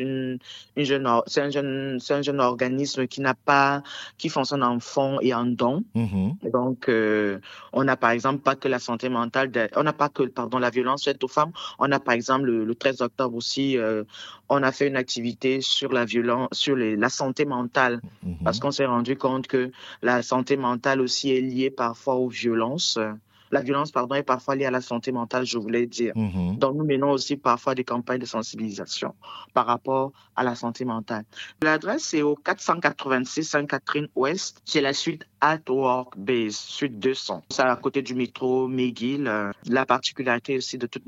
c'est un jeune organisme qui fonctionne en fonds et en dons. Donc, on n'a par exemple pas que la santé mentale, on n'a pas que, la violence faite aux femmes. On a par exemple le 13 octobre aussi, on a fait une activité sur la violence, sur la santé mentale. Parce qu'on s'est rendu compte que la santé mentale aussi est liée parfois aux violences. La violence, est parfois liée à la santé mentale, je voulais dire. Donc, nous menons aussi parfois des campagnes de sensibilisation par rapport à la santé mentale. L'adresse, c'est au 486 Sainte-Catherine-Ouest. C'est la suite At Work Base, suite 200. C'est à côté du métro McGill. La particularité aussi de tous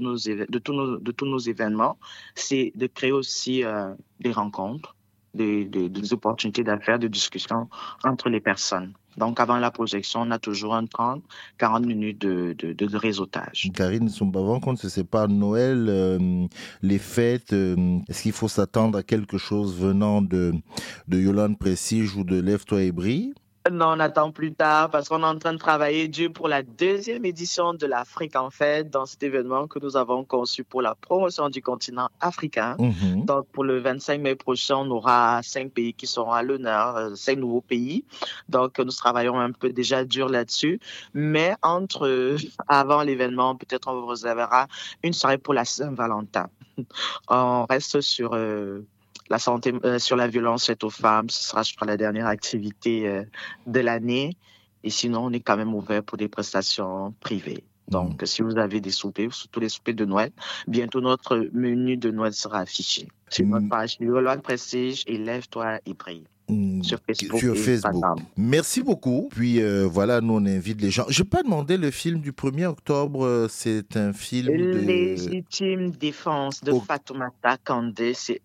nos événements, c'est de créer aussi des rencontres, des opportunités d'affaires, de discussion entre les personnes. Donc, avant la projection, on a toujours 40 minutes de réseautage. Karine Soumba, avant qu'on ne se sépare, Noël, les fêtes, est-ce qu'il faut s'attendre à quelque chose venant de Yolande Prestige ou de Lève-toi et brille? Non, on attend plus tard parce qu'on est en train de travailler dur pour la 2e édition de l'Afrique en fête dans cet événement que nous avons conçu pour la promotion du continent africain. Donc, pour le 25 mai prochain, on aura 5 pays qui seront à l'honneur, 5 nouveaux pays. Donc, nous travaillons un peu déjà dur là-dessus. Mais avant l'événement, peut-être on vous réservera une soirée pour la Saint-Valentin. On reste sur la santé, sur la violence faite aux femmes. Ce sera, je crois, la dernière activité de l'année. Et sinon, on est quand même ouvert pour des prestations privées. Donc, si vous avez des soupers, surtout les soupers de Noël, bientôt notre menu de Noël sera affiché sur notre page Yolande Prestige et Lève-toi et brille. Sur Facebook. Merci beaucoup. Puis voilà, nous on invite les gens. Je n'ai pas demandé le film du 1er octobre. C'est un film Légitime défense de Fatoumata Kandé. C'est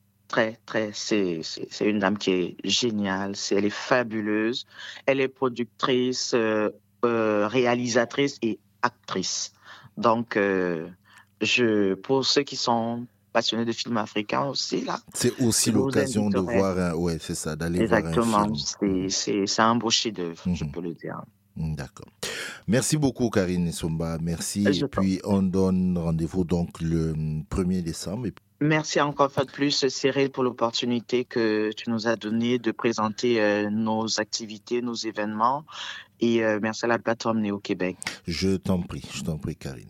c'est une dame qui est géniale. Elle est fabuleuse. Elle est productrice, réalisatrice et actrice. Donc, pour ceux qui sont passionnés de films africains aussi, là. C'est aussi l'occasion de voir c'est ça, d'aller voir un film. Exactement. C'est un beau chef-d'œuvre, je peux le dire. D'accord. Merci beaucoup, Karine Soumba. Merci. Et puis, on donne rendez-vous donc le 1er décembre. Merci encore une fois de plus, Cyril, pour l'opportunité que tu nous as donnée de présenter nos activités, nos événements. Et merci à la plateforme Néo-Québec. Je t'en prie, Karine.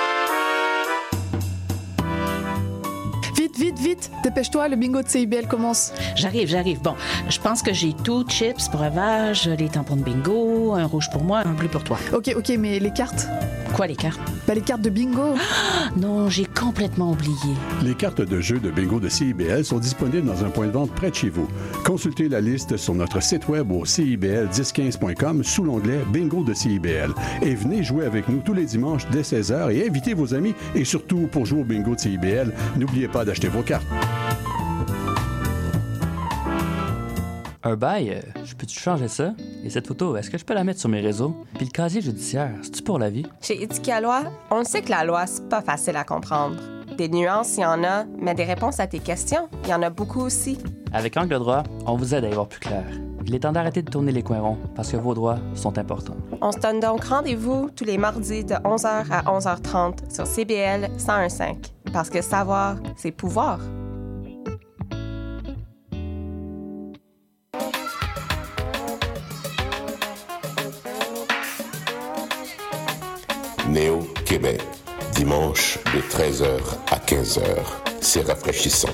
Vite, dépêche-toi, le bingo de CIBL commence. J'arrive. Bon, je pense que j'ai tout, chips, breuvage, les tampons de bingo, un rouge pour moi, un bleu pour toi. Ok, mais les cartes? Quoi, les cartes? Les cartes de bingo. Non, j'ai complètement oublié. Les cartes de jeu de bingo de CIBL sont disponibles dans un point de vente près de chez vous. Consultez la liste sur notre site web au CIBL1015.com sous l'onglet Bingo de CIBL. Et venez jouer avec nous tous les dimanches dès 16h et invitez vos amis. Et surtout, pour jouer au bingo de CIBL, n'oubliez pas d'acheter vos cartes. Un bail, je peux-tu changer ça? Et cette photo, est-ce que je peux la mettre sur mes réseaux? Puis le casier judiciaire, c'est-tu pour la vie? Chez Éthique à loi, on le sait que la loi, c'est pas facile à comprendre. Des nuances, il y en a, mais des réponses à tes questions, il y en a beaucoup aussi. Avec Angle droit, on vous aide à y voir plus clair. Il est temps d'arrêter de tourner les coins ronds, parce que vos droits sont importants. On se donne donc rendez-vous tous les mardis de 11h à 11h30 sur CBL 101.5. Parce que savoir, c'est pouvoir. Néo-Québec, dimanche de 13h à 15h. C'est rafraîchissant.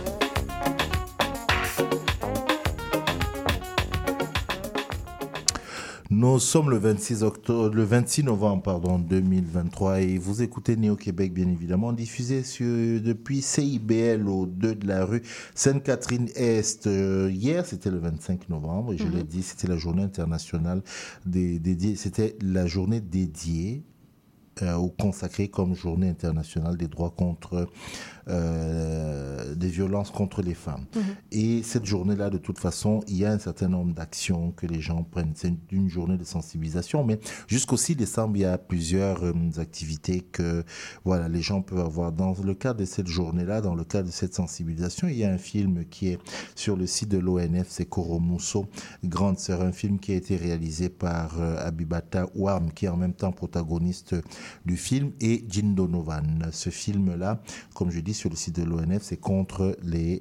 Nous sommes le 26 novembre 2023 et vous écoutez Néo-Québec bien évidemment, diffusé depuis CIBL au 2 de la rue Sainte-Catherine-Est. Hier c'était le 25 novembre et je l'ai dit, c'était la journée internationale c'était la journée dédiée ou consacrée comme journée internationale des droits contre des violences contre les femmes. Et cette journée-là, de toute façon, il y a un certain nombre d'actions que les gens prennent. C'est une journée de sensibilisation, mais jusqu'au 6 décembre, il y a plusieurs activités que voilà, les gens peuvent avoir. Dans le cadre de cette journée-là, dans le cadre de cette sensibilisation, il y a un film qui est sur le site de l'ONF, c'est Koromuso, Grande Sœur, un film qui a été réalisé par Abibata Ouam, qui est en même temps protagoniste du film, et Jean Donovan. Ce film-là, comme je dis, sur le site de l'ONF, c'est contre les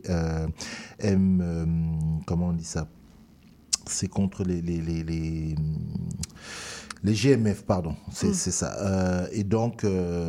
comment on dit ça? C'est contre les GMF, pardon, c'est ça. Et donc,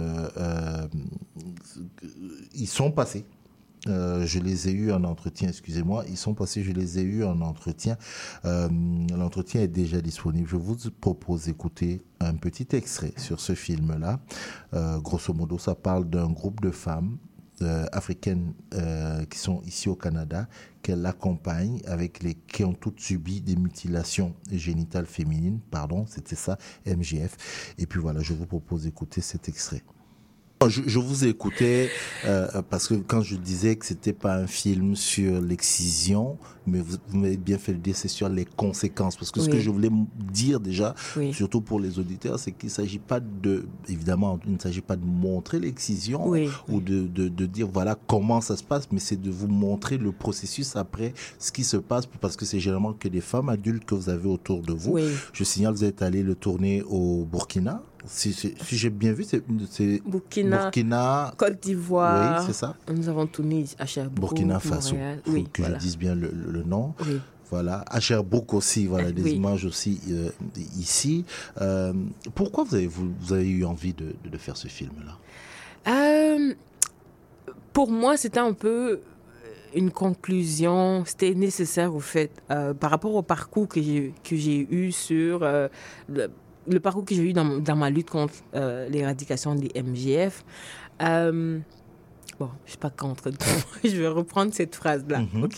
ils sont passés. Je les ai eus en entretien, excusez-moi. Ils sont passés, je les ai eus en entretien. L'entretien est déjà disponible. Je vous propose d'écouter un petit extrait sur ce film-là. Grosso modo, ça parle d'un groupe de femmes africaines qui sont ici au Canada, qu'elle accompagne, qui ont toutes subi des mutilations génitales féminines, c'était ça, MGF. Et puis voilà, je vous propose d'écouter cet extrait. Je vous ai écouté parce que quand je disais que c'était pas un film sur l'excision, mais vous m'avez bien fait le dire, c'est sur les conséquences. Parce que ce que je voulais dire déjà, surtout pour les auditeurs, c'est qu'il ne s'agit pas évidemment, il ne s'agit pas de montrer l'excision ou de dire voilà comment ça se passe, mais c'est de vous montrer le processus après ce qui se passe, parce que c'est généralement que des femmes adultes que vous avez autour de vous. Je signale que vous êtes allé le tourner au Burkina. Si j'ai bien vu, c'est Burkina, Côte d'Ivoire. Oui, c'est ça. Nous avons tourné à Sherbrooke, Burkina Faso. Montréal. Que je dise bien le nom. Oui. Voilà, à Sherbrooke aussi, voilà, des images aussi ici. Pourquoi vous avez eu envie de faire ce film-là? Pour moi, c'était un peu une conclusion. C'était nécessaire, au fait, par rapport au parcours que j'ai eu sur le parcours que j'ai eu dans ma lutte contre l'éradication des MGF. Bon, je ne suis pas contre. Je vais reprendre cette phrase-là, OK?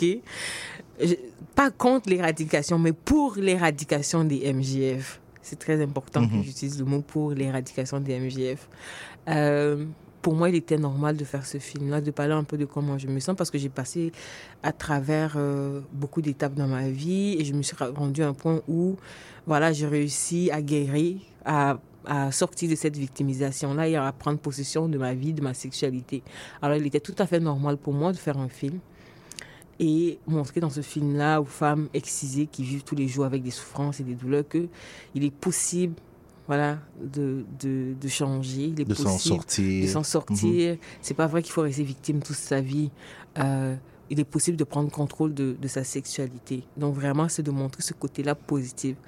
Pas contre l'éradication, mais pour l'éradication des MGF. C'est très important que j'utilise le mot pour l'éradication des MGF. Pour moi, il était normal de faire ce film-là, de parler un peu de comment je me sens, parce que j'ai passé à travers beaucoup d'étapes dans ma vie et je me suis rendue à un point où voilà, j'ai réussi à guérir, à sortir de cette victimisation-là et à prendre possession de ma vie, de ma sexualité. Alors, il était tout à fait normal pour moi de faire un film et montrer dans ce film-là aux femmes excisées qui vivent tous les jours avec des souffrances et des douleurs qu'il est possible, voilà, de changer, il est possible de s'en sortir. C'est pas vrai qu'il faut rester victime toute sa vie. Il est possible de prendre contrôle de sa sexualité. Donc vraiment, c'est de montrer ce côté-là positif.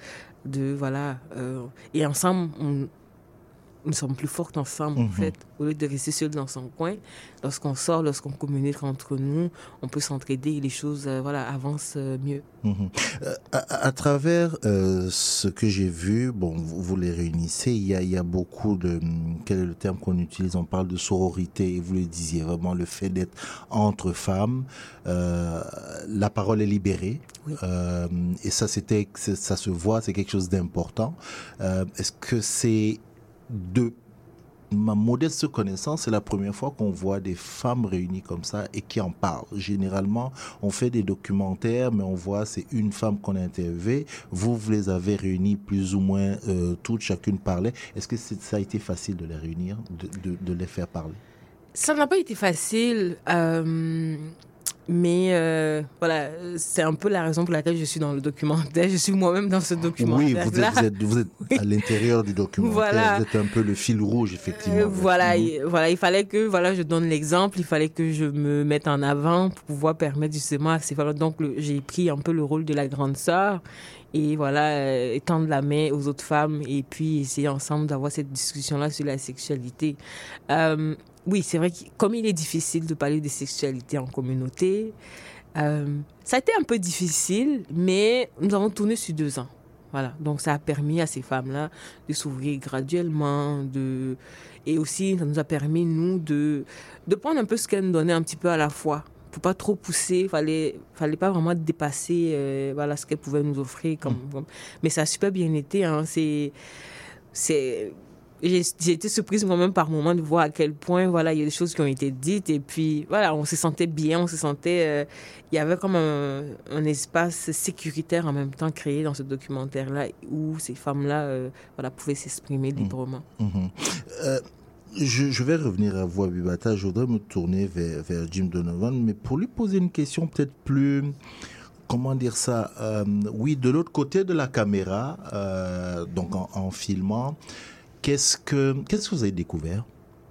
Et ensemble, nous sommes plus fortes ensemble, en fait. Au lieu de rester seul dans son coin, lorsqu'on sort, lorsqu'on communique entre nous, on peut s'entraider et les choses avancent mieux. À travers ce que j'ai vu, bon, vous les réunissez, il y a beaucoup de... Quel est le terme qu'on utilise? On parle de sororité, et vous le disiez, vraiment le fait d'être entre femmes. La parole est libérée. Oui. Et ça se voit, c'est quelque chose d'important. Est-ce que c'est de ma modeste connaissance, c'est la première fois qu'on voit des femmes réunies comme ça et qui en parlent. Généralement, on fait des documentaires, mais on voit c'est une femme qu'on a interviewée. Vous les avez réunies plus ou moins toutes, chacune parlait. Est-ce que ça a été facile de les réunir, de les faire parler? Ça n'a pas été facile. Mais voilà, c'est un peu la raison pour laquelle je suis dans le documentaire. Je suis moi-même dans ce documentaire. Oui, vous êtes à l'intérieur du documentaire. Voilà. Vous êtes un peu le fil rouge, effectivement. Voilà, il fallait que je donne l'exemple. Il fallait que je me mette en avant pour pouvoir permettre justement à ces femmes. Donc, j'ai pris un peu le rôle de la grande sœur. Et voilà, étendre la main aux autres femmes et puis essayer ensemble d'avoir cette discussion-là sur la sexualité. Oui, c'est vrai que comme il est difficile de parler de sexualité en communauté, ça a été un peu difficile, mais nous avons tourné sur 2 ans. Voilà, donc ça a permis à ces femmes-là de s'ouvrir graduellement, et aussi ça nous a permis, nous, de prendre un peu ce qu'elles nous donnaient un petit peu à la fois. Pour pas trop pousser, fallait pas vraiment dépasser ce qu'elle pouvait nous offrir mais ça a super bien été, hein. J'ai été surprise moi-même par moment de voir à quel point il y a des choses qui ont été dites et puis voilà, on se sentait bien, il y avait comme un espace sécuritaire en même temps créé dans ce documentaire-là où ces femmes-là pouvaient s'exprimer librement. Je vais revenir à vous, Abibata. Je voudrais me tourner vers Jim Donovan, mais pour lui poser une question peut-être plus... Comment dire ça oui, de l'autre côté de la caméra, donc en filmant, qu'est-ce que vous avez découvert?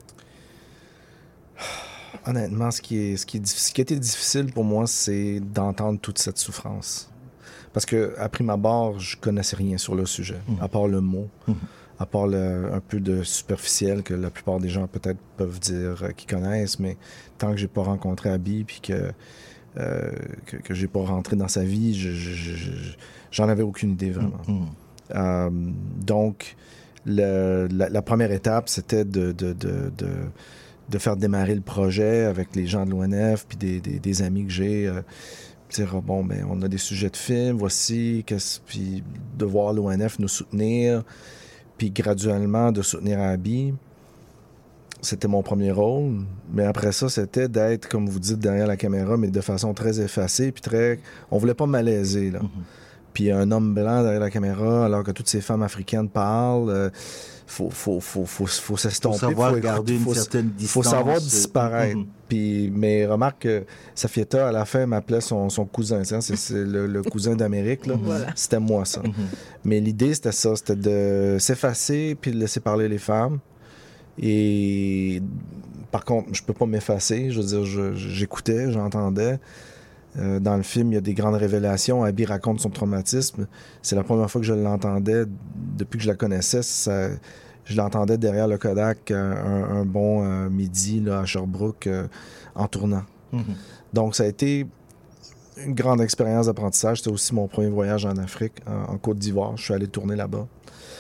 Honnêtement, ce qui a été difficile pour moi, c'est d'entendre toute cette souffrance. Parce qu'à prime abord, je connaissais rien sur le sujet, à part le mot. À part un peu de superficiel que la plupart des gens peut-être peuvent dire qu'ils connaissent, mais tant que j'ai pas rencontré Abby puis que j'ai pas rentré dans sa vie, j'en avais aucune idée vraiment. Donc, la première étape, c'était de faire démarrer le projet avec les gens de l'ONF puis des amis que j'ai. Dire, on a des sujets de films, voici, puis de voir l'ONF nous soutenir. Puis graduellement, de soutenir Abby, c'était mon premier rôle. Mais après ça, c'était d'être, comme vous dites, derrière la caméra, mais de façon très effacée, puis très... On voulait pas malaiser, là. Puis un homme blanc derrière la caméra, alors que toutes ces femmes africaines parlent, faut s'estomper. Faut savoir garder une certaine distance. Faut savoir disparaître. Puis, mais remarque que Safieta, à la fin, m'appelait son cousin. C'est le cousin d'Amérique. Là. Voilà. C'était moi, ça. Mais l'idée, c'était ça. C'était de s'effacer puis de laisser parler les femmes. Et par contre, je peux pas m'effacer. Je veux dire, j'écoutais, j'entendais. Dans le film, il y a des grandes révélations. Abby raconte son traumatisme. C'est la première fois que je l'entendais depuis que je la connaissais. Je l'entendais derrière le Kodak un bon midi là, à Sherbrooke en tournant. Donc, ça a été une grande expérience d'apprentissage. C'était aussi mon premier voyage en Afrique, en Côte d'Ivoire. Je suis allé tourner là-bas.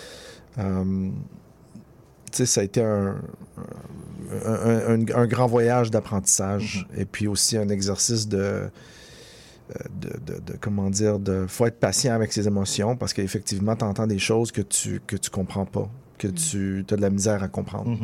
Ça a été un grand voyage d'apprentissage. Et puis aussi un exercice comment dire, faut être patient avec ses émotions parce qu'effectivement, tu entends des choses que tu comprends pas, que tu as de la misère à comprendre.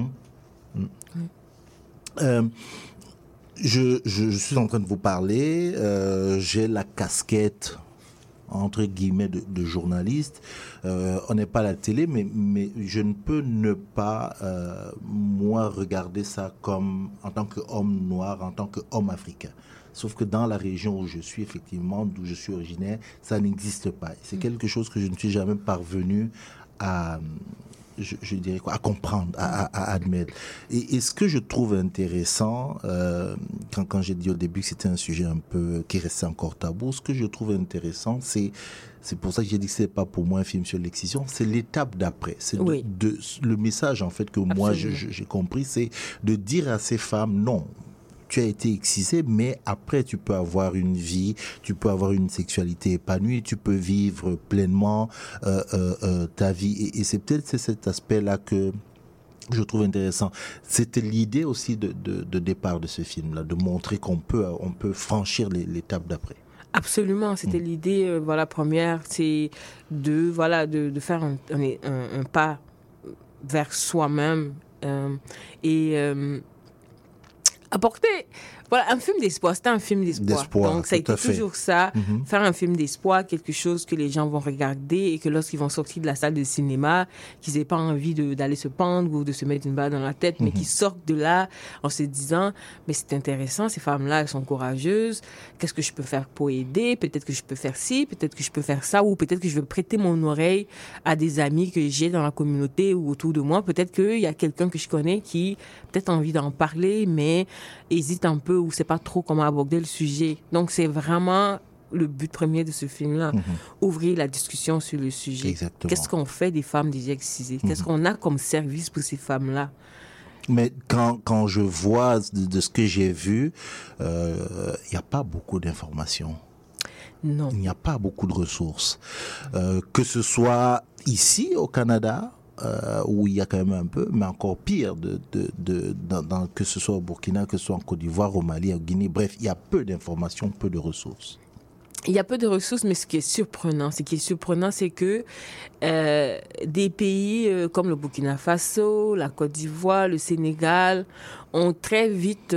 Je suis en train de vous parler. J'ai la casquette entre guillemets de journaliste. On n'est pas à la télé, mais je ne peux ne pas moi regarder ça comme en tant qu'homme noir, en tant qu'homme africain. Sauf que dans la région où je suis, effectivement, d'où je suis originaire, ça n'existe pas. C'est quelque chose que je ne suis jamais parvenu à, je dirais quoi, à comprendre, à admettre. Et ce que je trouve intéressant, quand j'ai dit au début que c'était un sujet un peu qui restait encore tabou, ce que je trouve intéressant, c'est pour ça que j'ai dit que c'est pas pour moi un film sur l'excision, c'est l'étape d'après. C'est le message en fait que moi j'ai compris, c'est de dire à ces femmes non. Tu as été excisé, mais après, tu peux avoir une vie, tu peux avoir une sexualité épanouie, tu peux vivre pleinement ta vie. Et c'est peut-être cet aspect-là que je trouve intéressant. C'était l'idée aussi de départ de ce film-là, de montrer qu'on peut franchir l'étape d'après. Absolument, c'était l'idée première, c'est de faire un pas vers soi-même et apporter Voilà, un film d'espoir. C'était un film d'espoir. Donc, ça a été toujours ça. Faire un film d'espoir, quelque chose que les gens vont regarder et que lorsqu'ils vont sortir de la salle de cinéma, qu'ils n'aient pas envie d'aller se pendre ou de se mettre une balle dans la tête, mais qu'ils sortent de là en se disant, mais c'est intéressant, ces femmes-là, elles sont courageuses. Qu'est-ce que je peux faire pour aider? Peut-être que je peux faire ci, peut-être que je peux faire ça, ou peut-être que je veux prêter mon oreille à des amis que j'ai dans la communauté ou autour de moi. Peut-être qu'il y a quelqu'un que je connais qui peut-être a envie d'en parler, mais hésite un peu ou sait pas trop comment aborder le sujet. Donc, c'est vraiment le but premier de ce film-là. Ouvrir la discussion sur le sujet. Exactement. Qu'est-ce qu'on fait des femmes déjà excisées? Qu'est-ce qu'on a comme service pour ces femmes-là? Mais quand je vois de ce que j'ai vu, il n'y a pas beaucoup d'informations. Non. Il n'y a pas beaucoup de ressources. Que ce soit ici au Canada, où il y a quand même un peu, mais encore pire, que ce soit au Burkina, que ce soit en Côte d'Ivoire, au Mali, en Guinée, bref, il y a peu d'informations, peu de ressources. Il y a peu de ressources, mais ce qui est surprenant, c'est que des pays comme le Burkina Faso, la Côte d'Ivoire, le Sénégal ont très vite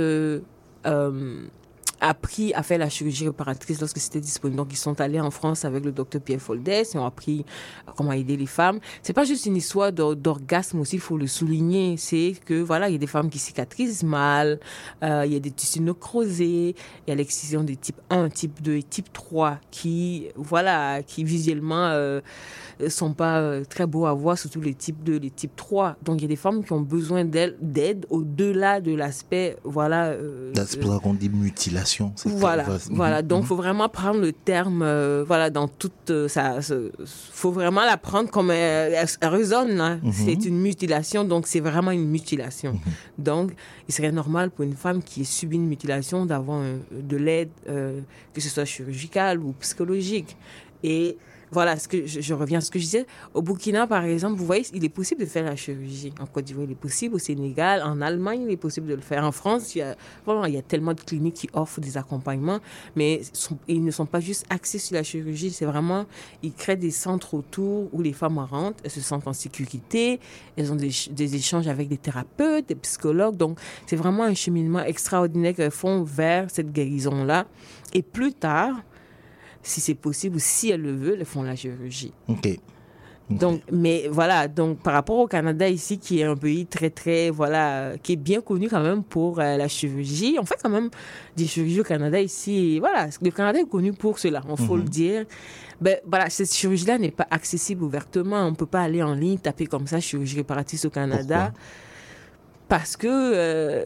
appris à faire la chirurgie réparatrice lorsque c'était disponible. Donc, ils sont allés en France avec le docteur Pierre Foldès et ont appris comment aider les femmes. C'est pas juste une histoire d'orgasme aussi, il faut le souligner. C'est que, voilà, il y a des femmes qui cicatrisent mal, il y a des tissus nécrosés, il y a l'excision de type 1, type 2 et type 3 qui, voilà, qui visuellement sont pas très beaux à voir, surtout les types 2, les types 3. Donc, il y a des femmes qui ont besoin d'aide au-delà de l'aspect, voilà... c'est pour ça qu'on dit mutilation. Voilà. Donc, il faut vraiment prendre le terme, voilà, dans toute ça. Faut vraiment la prendre comme elle résonne, là. C'est une mutilation, donc c'est vraiment une mutilation. Donc, il serait normal pour une femme qui a subi une mutilation d'avoir de l'aide, que ce soit chirurgicale ou psychologique. Et voilà, je reviens à ce que je disais. Au Burkina, par exemple, vous voyez, il est possible de faire la chirurgie. En Côte d'Ivoire, il est possible. Au Sénégal, en Allemagne, il est possible de le faire. En France, il y a tellement de cliniques qui offrent des accompagnements, mais ils ne sont pas juste axés sur la chirurgie. C'est vraiment, ils créent des centres autour où les femmes rentrent, elles se sentent en sécurité, elles ont des échanges avec des thérapeutes, des psychologues. Donc, c'est vraiment un cheminement extraordinaire qu'elles font vers cette guérison-là. Et plus tard, si c'est possible ou si elles le veulent, elles font la chirurgie. OK. Donc, mais voilà, donc par rapport au Canada ici, qui est un pays très, très, voilà, qui est bien connu quand même pour la chirurgie. On fait quand même des chirurgies au Canada ici. Et voilà, le Canada est connu pour cela, il faut le dire. Ben, voilà, cette chirurgie-là n'est pas accessible ouvertement. On ne peut pas aller en ligne, taper comme ça, chirurgie réparatrice au Canada. Pourquoi? Parce que...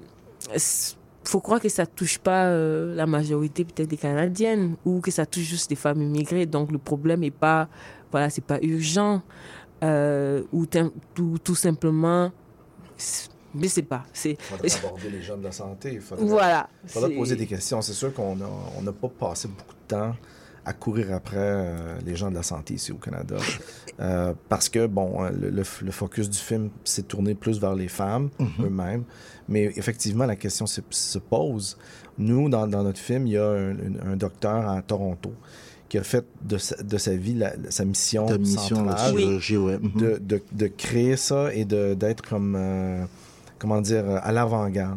faut croire que ça touche pas la majorité peut-être des Canadiennes ou que ça touche juste des femmes immigrées. Donc le problème est pas, voilà, c'est pas urgent ou tout simplement, je sais pas. Il faudrait aborder les gens de la santé. Il faudrait poser des questions. C'est sûr qu'on n'a pas passé beaucoup de temps à courir après les gens de la santé ici au Canada. Parce que, bon, le focus du film s'est tourné plus vers les femmes eux-mêmes. Mais effectivement, la question se pose. Nous, dans notre film, il y a un docteur à Toronto qui a fait de sa vie sa mission centrale de créer ça et d'être comme, comment dire, à l'avant-garde.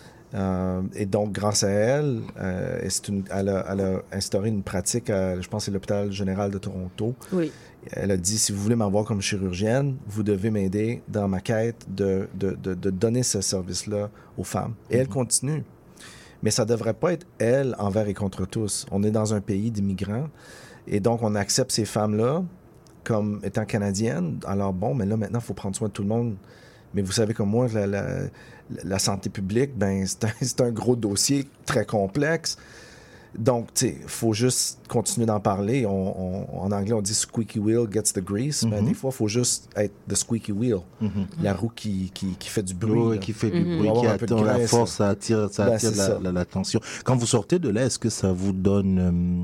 Et donc, grâce à elle, elle a instauré une pratique je pense que c'est l'hôpital général de Toronto. Oui. Elle a dit, si vous voulez m'avoir comme chirurgienne, vous devez m'aider dans ma quête de donner ce service-là aux femmes. Et elle continue. Mais ça ne devrait pas être elle envers et contre tous. On est dans un pays d'immigrants. Et donc, on accepte ces femmes-là comme étant canadiennes. Alors bon, mais là, maintenant, il faut prendre soin de tout le monde. Mais vous savez comme moi, la santé publique, ben, c'est un gros dossier très complexe. Donc, tu sais, il faut juste continuer d'en parler. En anglais, on dit « squeaky wheel gets the grease ». Mais des fois, il faut juste être the squeaky wheel. La roue qui fait du bruit. Oui, qui fait du bruit, qui attire la force, ça attire l'attention. Quand vous sortez de là, est-ce que ça vous donne...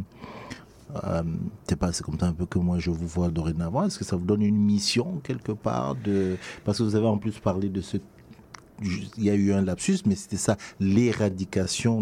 c'est comme ça un peu que moi je vous vois dorénavant. Est-ce que ça vous donne une mission quelque part parce que vous avez en plus parlé de ce... Il y a eu un lapsus, mais c'était ça, l'éradication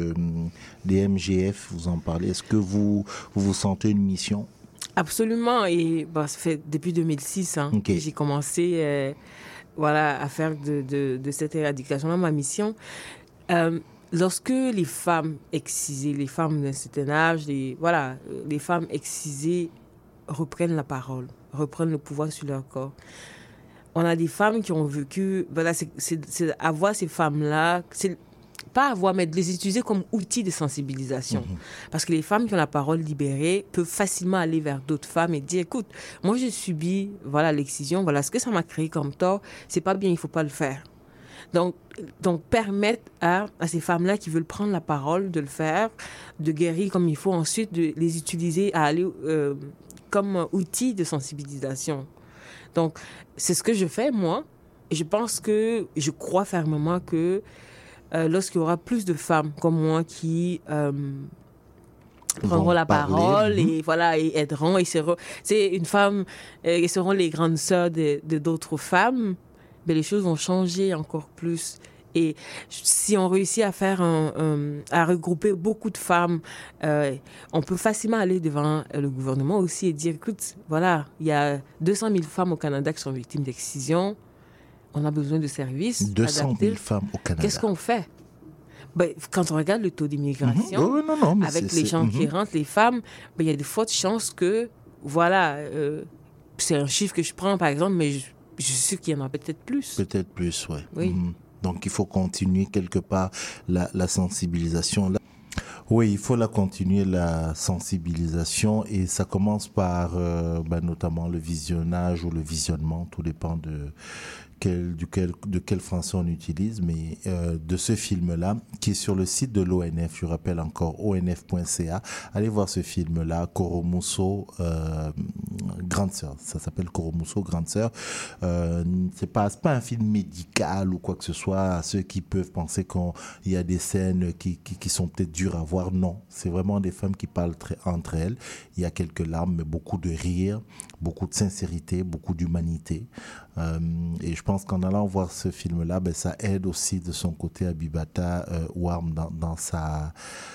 des MGF, vous en parlez. Est-ce que vous sentez une mission? Absolument. Et ça fait depuis 2006 que j'ai commencé à faire de cette éradication-là ma mission. lorsque les femmes excisées, les femmes d'un certain âge, les femmes excisées reprennent la parole, reprennent le pouvoir sur leur corps. On a des femmes qui ont vécu, voilà, c'est avoir ces femmes-là, c'est pas avoir, mais de les utiliser comme outils de sensibilisation. Parce que les femmes qui ont la parole libérée peuvent facilement aller vers d'autres femmes et dire, écoute, moi j'ai subi, voilà, l'excision, voilà ce que ça m'a créé comme tort, c'est pas bien, il faut pas le faire. Donc permettre à ces femmes-là qui veulent prendre la parole de le faire, de guérir comme il faut, ensuite de les utiliser à aller comme outil de sensibilisation. Donc, c'est ce que je fais, moi. Et je crois fermement que lorsqu'il y aura plus de femmes comme moi qui prendront la parole et voilà, et aideront, c'est une femme, et seront les grandes sœurs de d'autres femmes, mais les choses vont changer encore plus. Et si on réussit à faire à regrouper beaucoup de femmes, on peut facilement aller devant le gouvernement aussi et dire, écoute, voilà, il y a 200 000 femmes au Canada qui sont victimes d'excision. On a besoin de services 200 000 adaptés. femmes au Canada. Qu'est-ce qu'on fait? Ben, quand on regarde le taux d'immigration, avec les gens qui rentrent, les femmes, ben, il y a de fortes chances que, voilà, c'est un chiffre que je prends par exemple, mais je suis sûre qu'il y en a peut-être plus. Peut-être plus, ouais. Oui. Donc il faut continuer quelque part la sensibilisation. Oui, il faut continuer la sensibilisation et ça commence par notamment le visionnage ou le visionnement, tout dépend de quel français on utilise, mais de ce film-là, qui est sur le site de l'ONF, je rappelle encore, onf.ca, allez voir ce film-là, Koromuso, Grande Sœur, ça s'appelle Koromuso, Grande Sœur. C'est pas un film médical ou quoi que ce soit, à ceux qui peuvent penser qu'il y a des scènes qui sont peut-être dures à voir, non, c'est vraiment des femmes qui parlent entre elles, il y a quelques larmes, mais beaucoup de rire, beaucoup de sincérité, beaucoup d'humanité. Et je pense qu'en allant voir ce film-là, ça aide aussi de son côté Abibata Ouarm dans sa...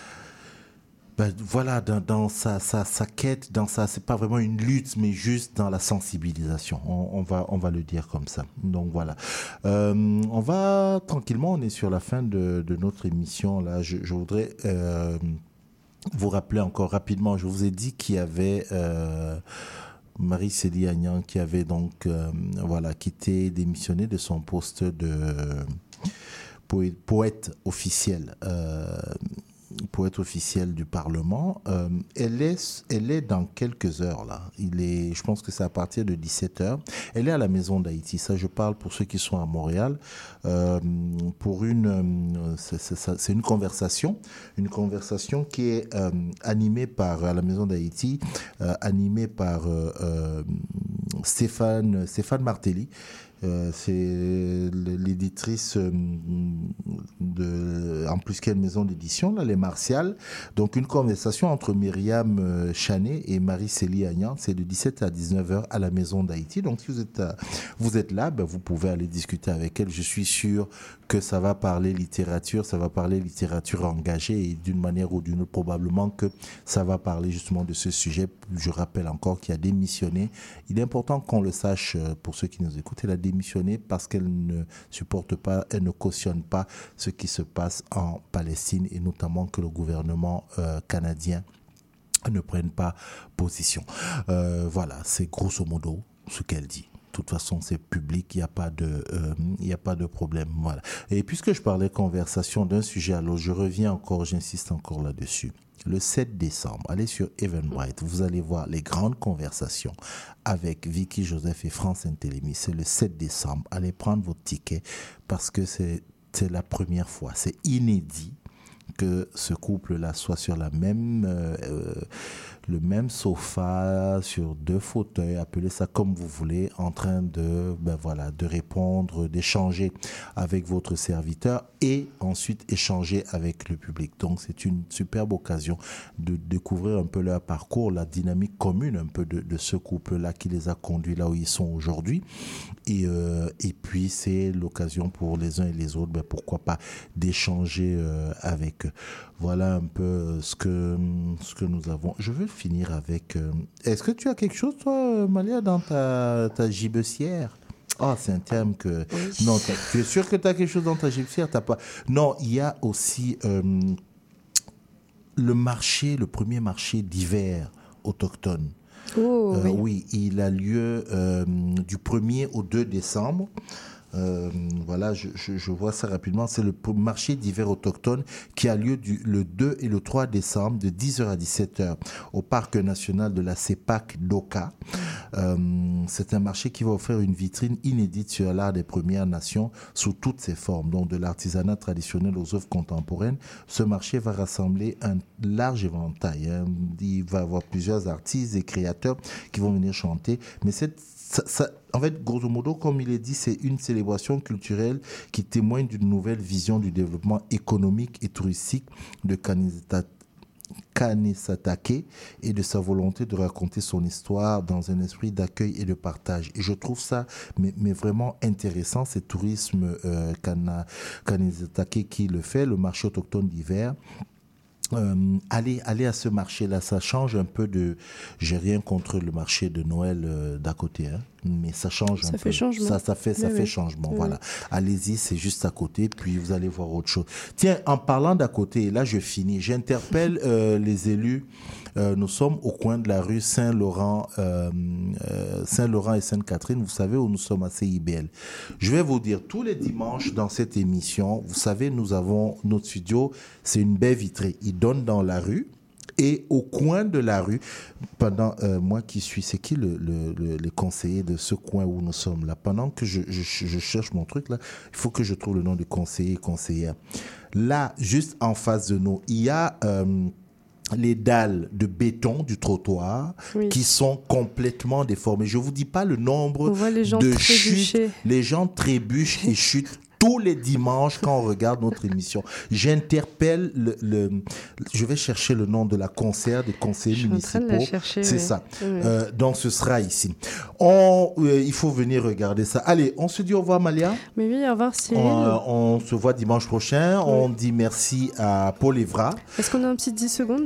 dans sa quête, c'est pas vraiment une lutte, mais juste dans la sensibilisation. On va le dire comme ça. Donc voilà. On va tranquillement, on est sur la fin de notre émission. Là, je voudrais vous rappeler encore rapidement, je vous ai dit qu'il y avait... Marie-Célie Agnan qui avait donc quitté, démissionné de son poste de poète officiel du Parlement. Elle est dans quelques heures là. Je pense que c'est à partir de 17h. Elle est à la Maison d'Haïti. Ça, je parle pour ceux qui sont à Montréal. C'est une conversation qui est animée à la Maison d'Haïti, animée par Stéphane Martelly. C'est l'éditrice en plus quelle maison d'édition, là, les Martial. Donc une conversation entre Myriam Chanet et Marie-Célie Agnan, c'est de 17 à 19h à la Maison d'Haïti. Donc si vous êtes là, vous pouvez aller discuter avec elle. Je suis sûr que ça va parler littérature engagée et d'une manière ou d'une autre, probablement que ça va parler justement de ce sujet. Je rappelle encore qu'il a démissionné. Il est important qu'on le sache pour ceux qui nous écoutent. Elle a démissionné parce qu'elle ne supporte pas, elle ne cautionne pas ce qui se passe en Palestine et notamment que le gouvernement canadien ne prenne pas position. Voilà, c'est grosso modo ce qu'elle dit. De toute façon, c'est public, il n'y a pas de problème. Voilà. Et puisque je parlais conversation d'un sujet à l'autre, j'insiste encore là-dessus. Le 7 décembre, allez sur Eventbrite, vous allez voir les grandes conversations avec Vicky Joseph et France Intellémi. C'est le 7 décembre. Allez prendre votre ticket parce que c'est la première fois. C'est inédit que ce couple-là soit sur le même sofa, sur 2 fauteuils, appelez ça comme vous voulez, en train de répondre, d'échanger avec votre serviteur et ensuite échanger avec le public. Donc c'est une superbe occasion de découvrir un peu leur parcours, la dynamique commune un peu de ce couple-là qui les a conduits là où ils sont aujourd'hui. Et puis c'est l'occasion pour les uns et les autres, pourquoi pas, d'échanger avec eux. Voilà un peu ce que nous avons. Je veux finir avec... Est-ce que tu as quelque chose, toi, Malia, dans ta gibecière? Ah, c'est un terme que... Non, tu es sûr que tu as quelque chose dans ta gypsière? T'as pas... Non, il y a aussi le premier marché d'hiver autochtone. Oh, oui. Oui, il a lieu du 1er au 2 décembre. Voilà, je vois ça rapidement. C'est le marché d'hiver autochtone qui a lieu le 2 et le 3 décembre de 10h à 17h au parc national de la CEPAC d'Oka. C'est un marché qui va offrir une vitrine inédite sur l'art des Premières Nations sous toutes ses formes, donc de l'artisanat traditionnel aux œuvres contemporaines. Ce marché va rassembler un large éventail. Il va y avoir plusieurs artistes et créateurs qui vont venir chanter. Mais en fait, grosso modo, comme il est dit, c'est une célébration culturelle qui témoigne d'une nouvelle vision du développement économique et touristique de Kanesatake et de sa volonté de raconter son histoire dans un esprit d'accueil et de partage. Et je trouve ça mais vraiment intéressant, ce tourisme Kanesatake qui le fait, le marché autochtone d'hiver. Aller à ce marché-là, ça change un peu de... J'ai rien contre le marché de Noël d'à côté, hein, mais ça change un peu. Ça fait changement. Ça fait changement, Oui. voilà. Allez-y, c'est juste à côté, puis vous allez voir autre chose. Tiens, en parlant d'à côté, et là je finis, j'interpelle les élus. Nous sommes au coin de la rue Saint-Laurent et Sainte-Catherine, vous savez où nous sommes à CIBL. Je vais vous dire, tous les dimanches dans cette émission, vous savez, nous avons notre studio, c'est une baie vitrée. Il donne dans la rue. Et au coin de la rue, pendant moi qui suis, c'est qui les conseillers de ce coin où nous sommes là? Pendant que je cherche mon truc là, il faut que je trouve le nom du conseiller et conseillère. Là, juste en face de nous, il y a les dalles de béton du trottoir qui sont complètement déformées. Je vous dis pas le nombre de chutes. Les gens trébuchent et chutent tous les dimanches quand on regarde notre émission. J'interpelle je vais chercher le nom de la conseillère des conseillers municipaux. C'est ça. Donc ce sera ici. Il faut venir regarder ça. Allez, on se dit au revoir, Malia. Mais oui, au revoir, Cyril. On se voit dimanche prochain. On dit merci à Paul Evra. Est-ce qu'on a un petit 10 secondes?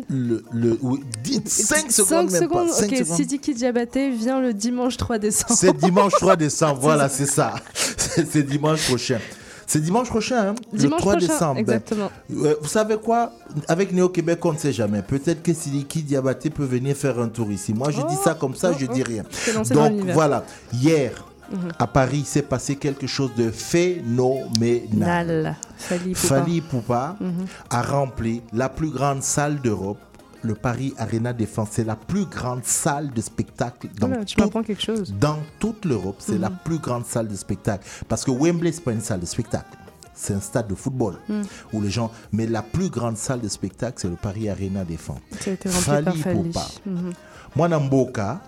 5 secondes même pas. 5 ok, secondes. Sidiki Diabaté vient le dimanche 3 décembre. C'est dimanche 3 décembre, voilà, c'est ça. C'est dimanche prochain. C'est dimanche prochain, hein, le 3 décembre. Exactement. Vous savez quoi? Avec Néo-Québec, on ne sait jamais. Peut-être que Sidiki Diabaté peut venir faire un tour ici. Moi, je dis ça comme ça, je dis rien. Donc, voilà. Hier, à Paris, il s'est passé quelque chose de phénoménal. Fally Ipupa a rempli la plus grande salle d'Europe. Le Paris Arena Défense, c'est la plus grande salle de spectacle dans toute l'Europe. C'est la plus grande salle de spectacle. Parce que Wembley, c'est pas une salle de spectacle. C'est un stade de football où les gens... Mais la plus grande salle de spectacle, c'est le Paris Arena Défense. Ça a été rempli par Fally. Moi, Namboka,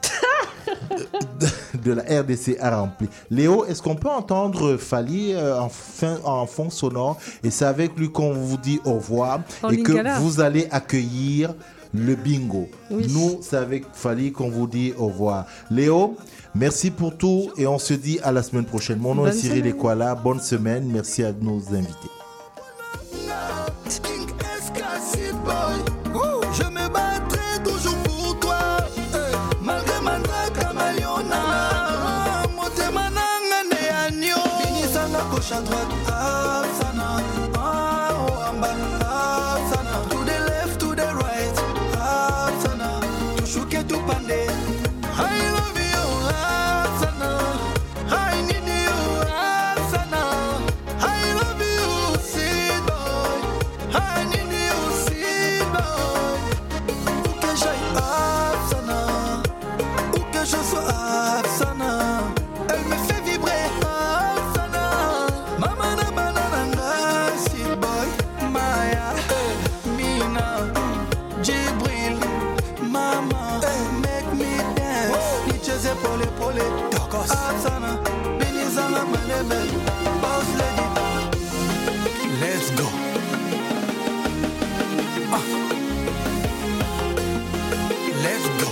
de la RDC a rempli. Léo, est-ce qu'on peut entendre Fally en fond sonore? Et c'est avec lui qu'on vous dit au revoir et que vous allez accueillir le bingo. Nous, c'est avec Fally qu'on vous dit au revoir. Léo, merci pour tout et on se dit à la semaine prochaine. Mon nom est Cyril Ekwala. Bonne semaine. Merci à nos invités. Je me battrai toujours pour toi, malgré ma camaliona. Motema nanga ne agneau. Binisanga gauche à droite, sana. Amba, sana. To the left, to the right, sana. To shuke to pande. I love you, sana. I need you, sana. I love you, sweet boy. I need you, sweet boy. Où que j'aille, sana. Où que je sois, sana. Elle me fait vibrer, sana. Mama na banana, sweet boy. Maya, Mina, Jibril, Mama, make me dance. Nicheze pole pole, sana. Binizana manebe, boss lady. Let's go. Let's go.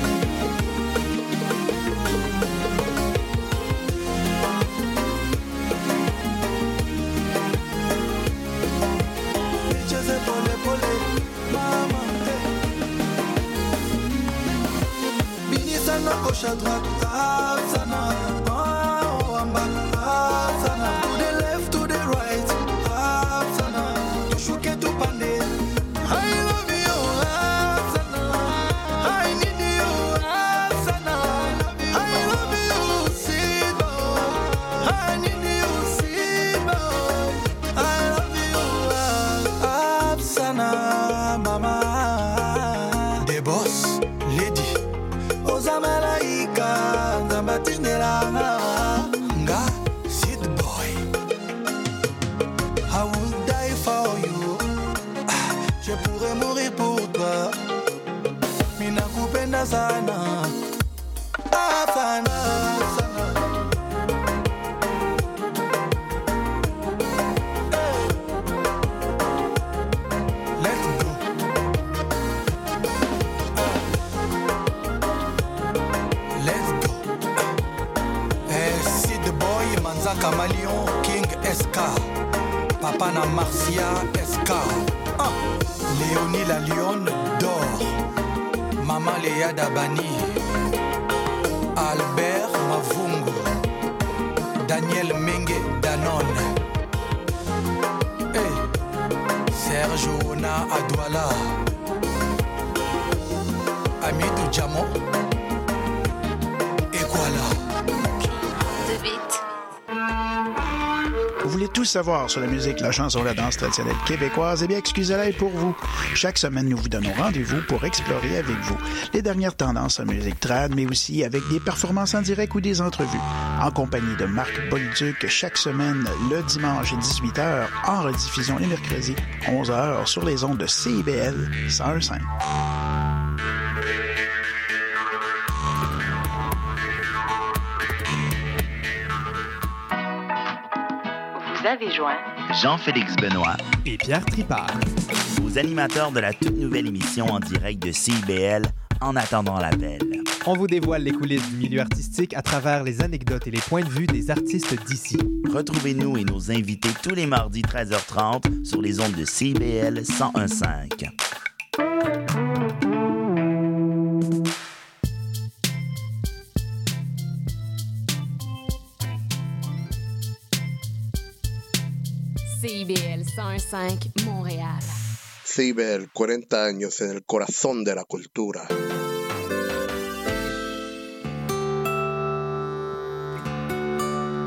Nicheze pole pole, mama. Binisana gauche à droite, sana. Amba. Naza Kamalion, King SK, Papa na Marcia SK, Léonie la Lionne d'or, Maman Léa Dabani, Albert Mavungu, Daniel Menge Danone, Serge Ona Adouala, Amidou Djamo, et voilà. Vous voulez tout savoir sur la musique, la chanson, la danse traditionnelle québécoise? Eh bien, excusez-la est pour vous. Chaque semaine, nous vous donnons rendez-vous pour explorer avec vous les dernières tendances en musique trad, mais aussi avec des performances en direct ou des entrevues. En compagnie de Marc Bolduc, chaque semaine, le dimanche à 18h, en rediffusion les mercredis, 11h, sur les ondes de CIBL 101.5. Vous avez joint Jean-Félix Benoît et Pierre Tripart, aux animateurs de la toute nouvelle émission en direct de CIBL, En attendant l'appel. On vous dévoile les coulisses du milieu artistique à travers les anecdotes et les points de vue des artistes d'ici. Retrouvez-nous et nos invités tous les mardis 13h30 sur les ondes de CIBL 101.5. CIBL 101.5 Montréal. CIBL, 40 años en el corazón de la cultura.